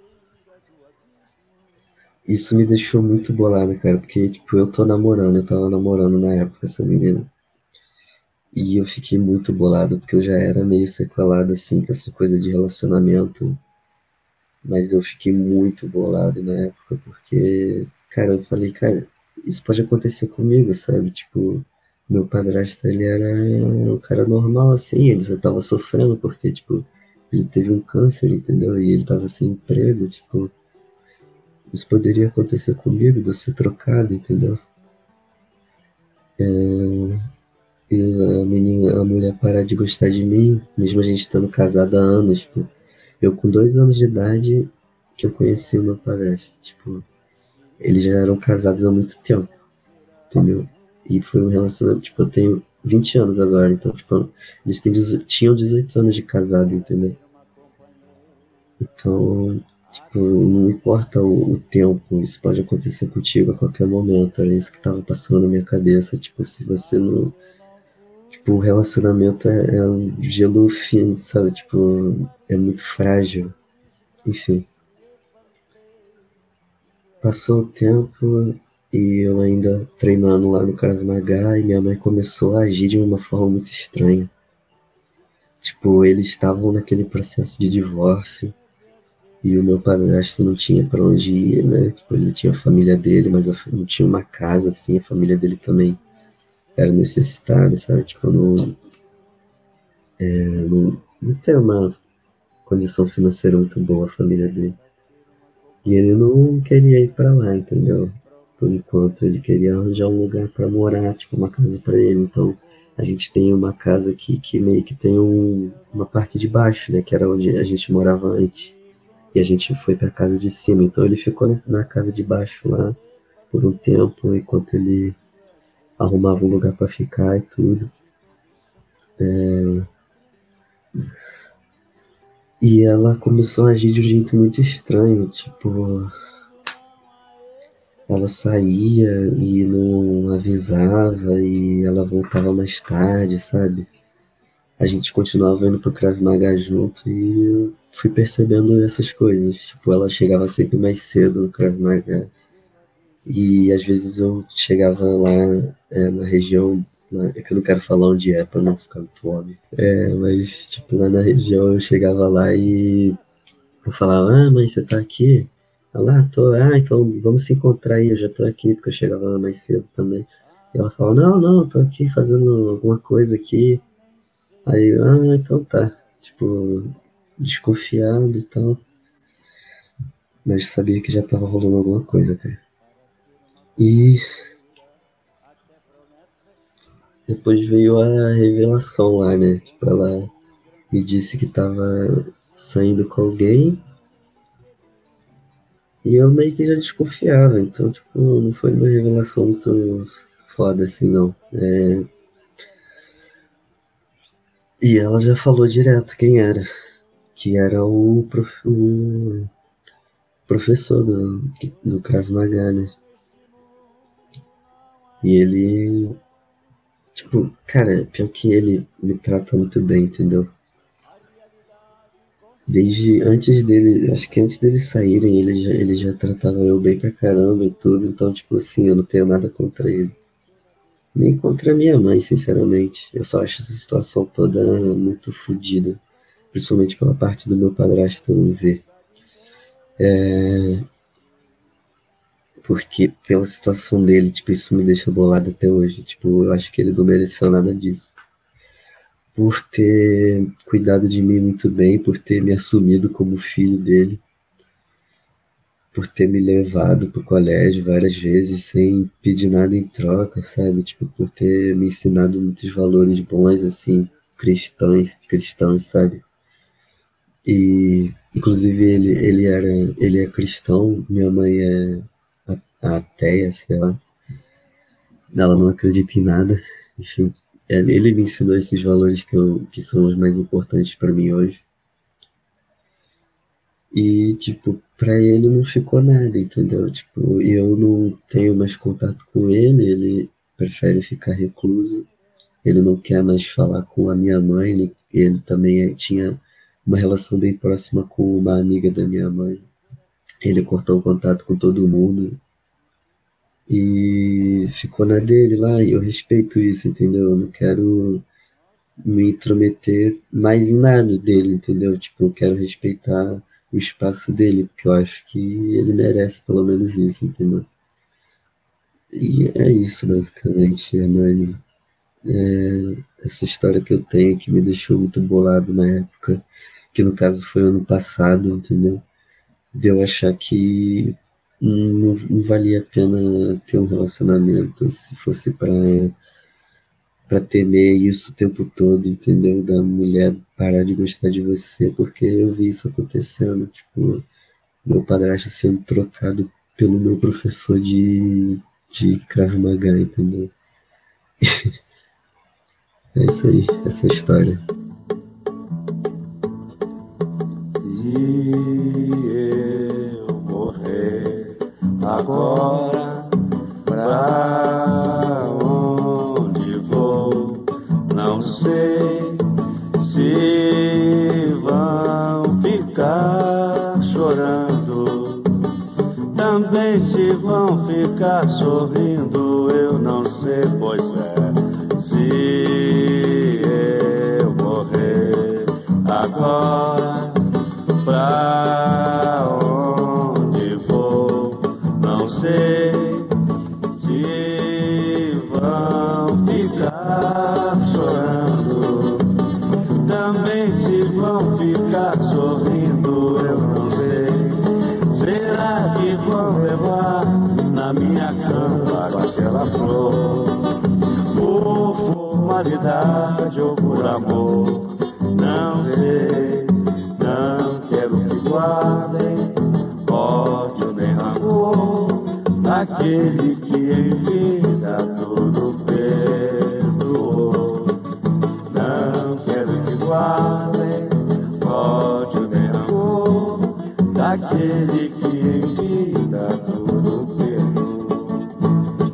Isso me deixou muito bolado, cara, porque, tipo, eu tô namorando, eu tava namorando na época essa menina. E eu fiquei muito bolado, porque eu já era meio sequelado, assim, com essa coisa de relacionamento. Mas eu fiquei muito bolado na época, porque, cara, eu falei, cara, isso pode acontecer comigo, sabe? Tipo, meu padrasto, ele era um cara normal, assim, ele só tava sofrendo porque, tipo, ele teve um câncer, entendeu? E ele tava sem emprego, tipo, isso poderia acontecer comigo, de eu ser trocado, entendeu? É... E a menina, a mulher parar de gostar de mim, mesmo a gente estando casado há anos, tipo, eu com dois anos de idade que eu conheci o meu padrasto, tipo, eles já eram casados há muito tempo, entendeu? E foi um relacionamento, tipo, eu tenho vinte anos agora, então, tipo, eles têm, tinham dezoito anos de casado, entendeu? Então, tipo, não importa o, o tempo, isso pode acontecer contigo a qualquer momento, era isso que tava passando na minha cabeça, tipo, se você não... Tipo, o relacionamento é, é um gelo fino, sabe? Tipo, é muito frágil. enfim. Passou o tempo e eu ainda treinando lá no Krav Maga e minha mãe começou a agir de uma forma muito estranha. Tipo, eles estavam naquele processo de divórcio e o meu padrasto não tinha pra onde ir, né? Tipo, ele tinha a família dele, mas não tinha uma casa, assim, a família dele também era necessitada, sabe? Tipo, não, é, não, não tem uma condição financeira muito boa a família dele. E ele não queria ir pra lá, entendeu? Por enquanto, ele queria arranjar um lugar pra morar, tipo, uma casa pra ele. Então, a gente tem uma casa aqui que meio que tem um, uma parte de baixo, né? Que era onde a gente morava antes. E a gente foi pra casa de cima. Então, ele ficou na casa de baixo lá por um tempo, enquanto ele arrumava um lugar pra ficar e tudo. É... E ela começou a agir de um jeito muito estranho, tipo... Ela saía e não avisava e ela voltava mais tarde, sabe? A gente continuava indo pro Krav Maga junto e eu fui percebendo essas coisas. Tipo, ela chegava sempre mais cedo no Krav Maga. E às vezes eu chegava lá é, na região... É que eu não quero falar onde é pra não ficar muito óbvio. É, mas tipo, lá na região eu chegava lá e eu falava, ah, mãe, você tá aqui? Ela, ah, tô, ah, então vamos se encontrar aí, eu já tô aqui, porque eu chegava lá mais cedo também. E ela falava, não, não, eu tô aqui fazendo alguma coisa aqui. Aí eu, ah, então tá. Tipo, desconfiado e tal. Mas sabia que já tava rolando alguma coisa, cara. E depois veio a revelação lá, né? Tipo, ela me disse que tava saindo com alguém. E eu meio que já desconfiava, então, tipo, não foi uma revelação muito foda assim, não. É... E ela já falou direto quem era. Que era o, prof... o professor do, do Krav Maga, né? E ele... Tipo, cara, pior que ele me trata muito bem, entendeu? Desde antes dele, acho que antes deles saírem, ele já, ele já tratava eu bem pra caramba e tudo, então, tipo assim, eu não tenho nada contra ele. Nem contra a minha mãe, sinceramente. Eu só acho essa situação toda muito fodida, principalmente pela parte do meu padrasto não ver. É... Porque pela situação dele, tipo, isso me deixa bolado até hoje. Tipo, eu acho que ele não mereceu nada disso. Por ter cuidado de mim muito bem, por ter me assumido como filho dele, por ter me levado pro colégio várias vezes sem pedir nada em troca, sabe? Tipo, por ter me ensinado muitos valores bons, assim, cristãos, cristãos, sabe? E, inclusive, ele, ele, era, ele é cristão, minha mãe é ateia, sei lá. Ela não acredita em nada, enfim. Ele me ensinou esses valores que, eu, que são os mais importantes pra mim hoje. E, tipo, pra ele não ficou nada, entendeu? Tipo, eu não tenho mais contato com ele, ele prefere ficar recluso. Ele não quer mais falar com a minha mãe, ele, ele também tinha uma relação bem próxima com uma amiga da minha mãe. Ele cortou o contato com todo mundo. E ficou na dele lá, e eu respeito isso, entendeu? Eu não quero me intrometer mais em nada dele, entendeu? Tipo, eu quero respeitar o espaço dele, porque eu acho que ele merece pelo menos isso, entendeu? E é isso, basicamente, Hernani. É essa história que eu tenho que me deixou muito bolado na época, que no caso foi ano passado, entendeu? De eu achar que Não, não valia a pena ter um relacionamento se fosse pra, pra temer isso o tempo todo, entendeu? Da mulher parar de gostar de você, porque eu vi isso acontecendo, tipo, meu padrasto sendo trocado pelo meu professor de, de Krav Maga, entendeu? É isso aí, essa é a história. Se eu morrer agora, pra onde vou? Não sei se vão ficar vão ficar sorrindo, eu não sei, pois é. Se eu morrer agora, pra onde vou, não sei. Se vão ficar chorando, também se vão ficar sorrindo, eu não sei. Será que vão levar na minha cama com aquela flor? Por formalidade ou por amor, não sei. Não quero que guardem ódio nem rancor, aquele que em vida tudo perdoou. Não quero que guardem ódio nem rancor, daquele que em vida tudo perdoou.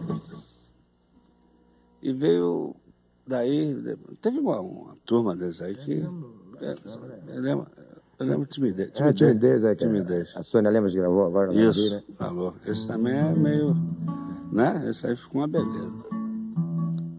E veio daí, teve uma, uma turma deles aí que. É, eu lembro, eu lembro de timidez. É, timidez, é, timidez. A Sônia Lemos gravou agora. Isso, né? falou. Esse também é meio. Né? Esse aí ficou uma beleza.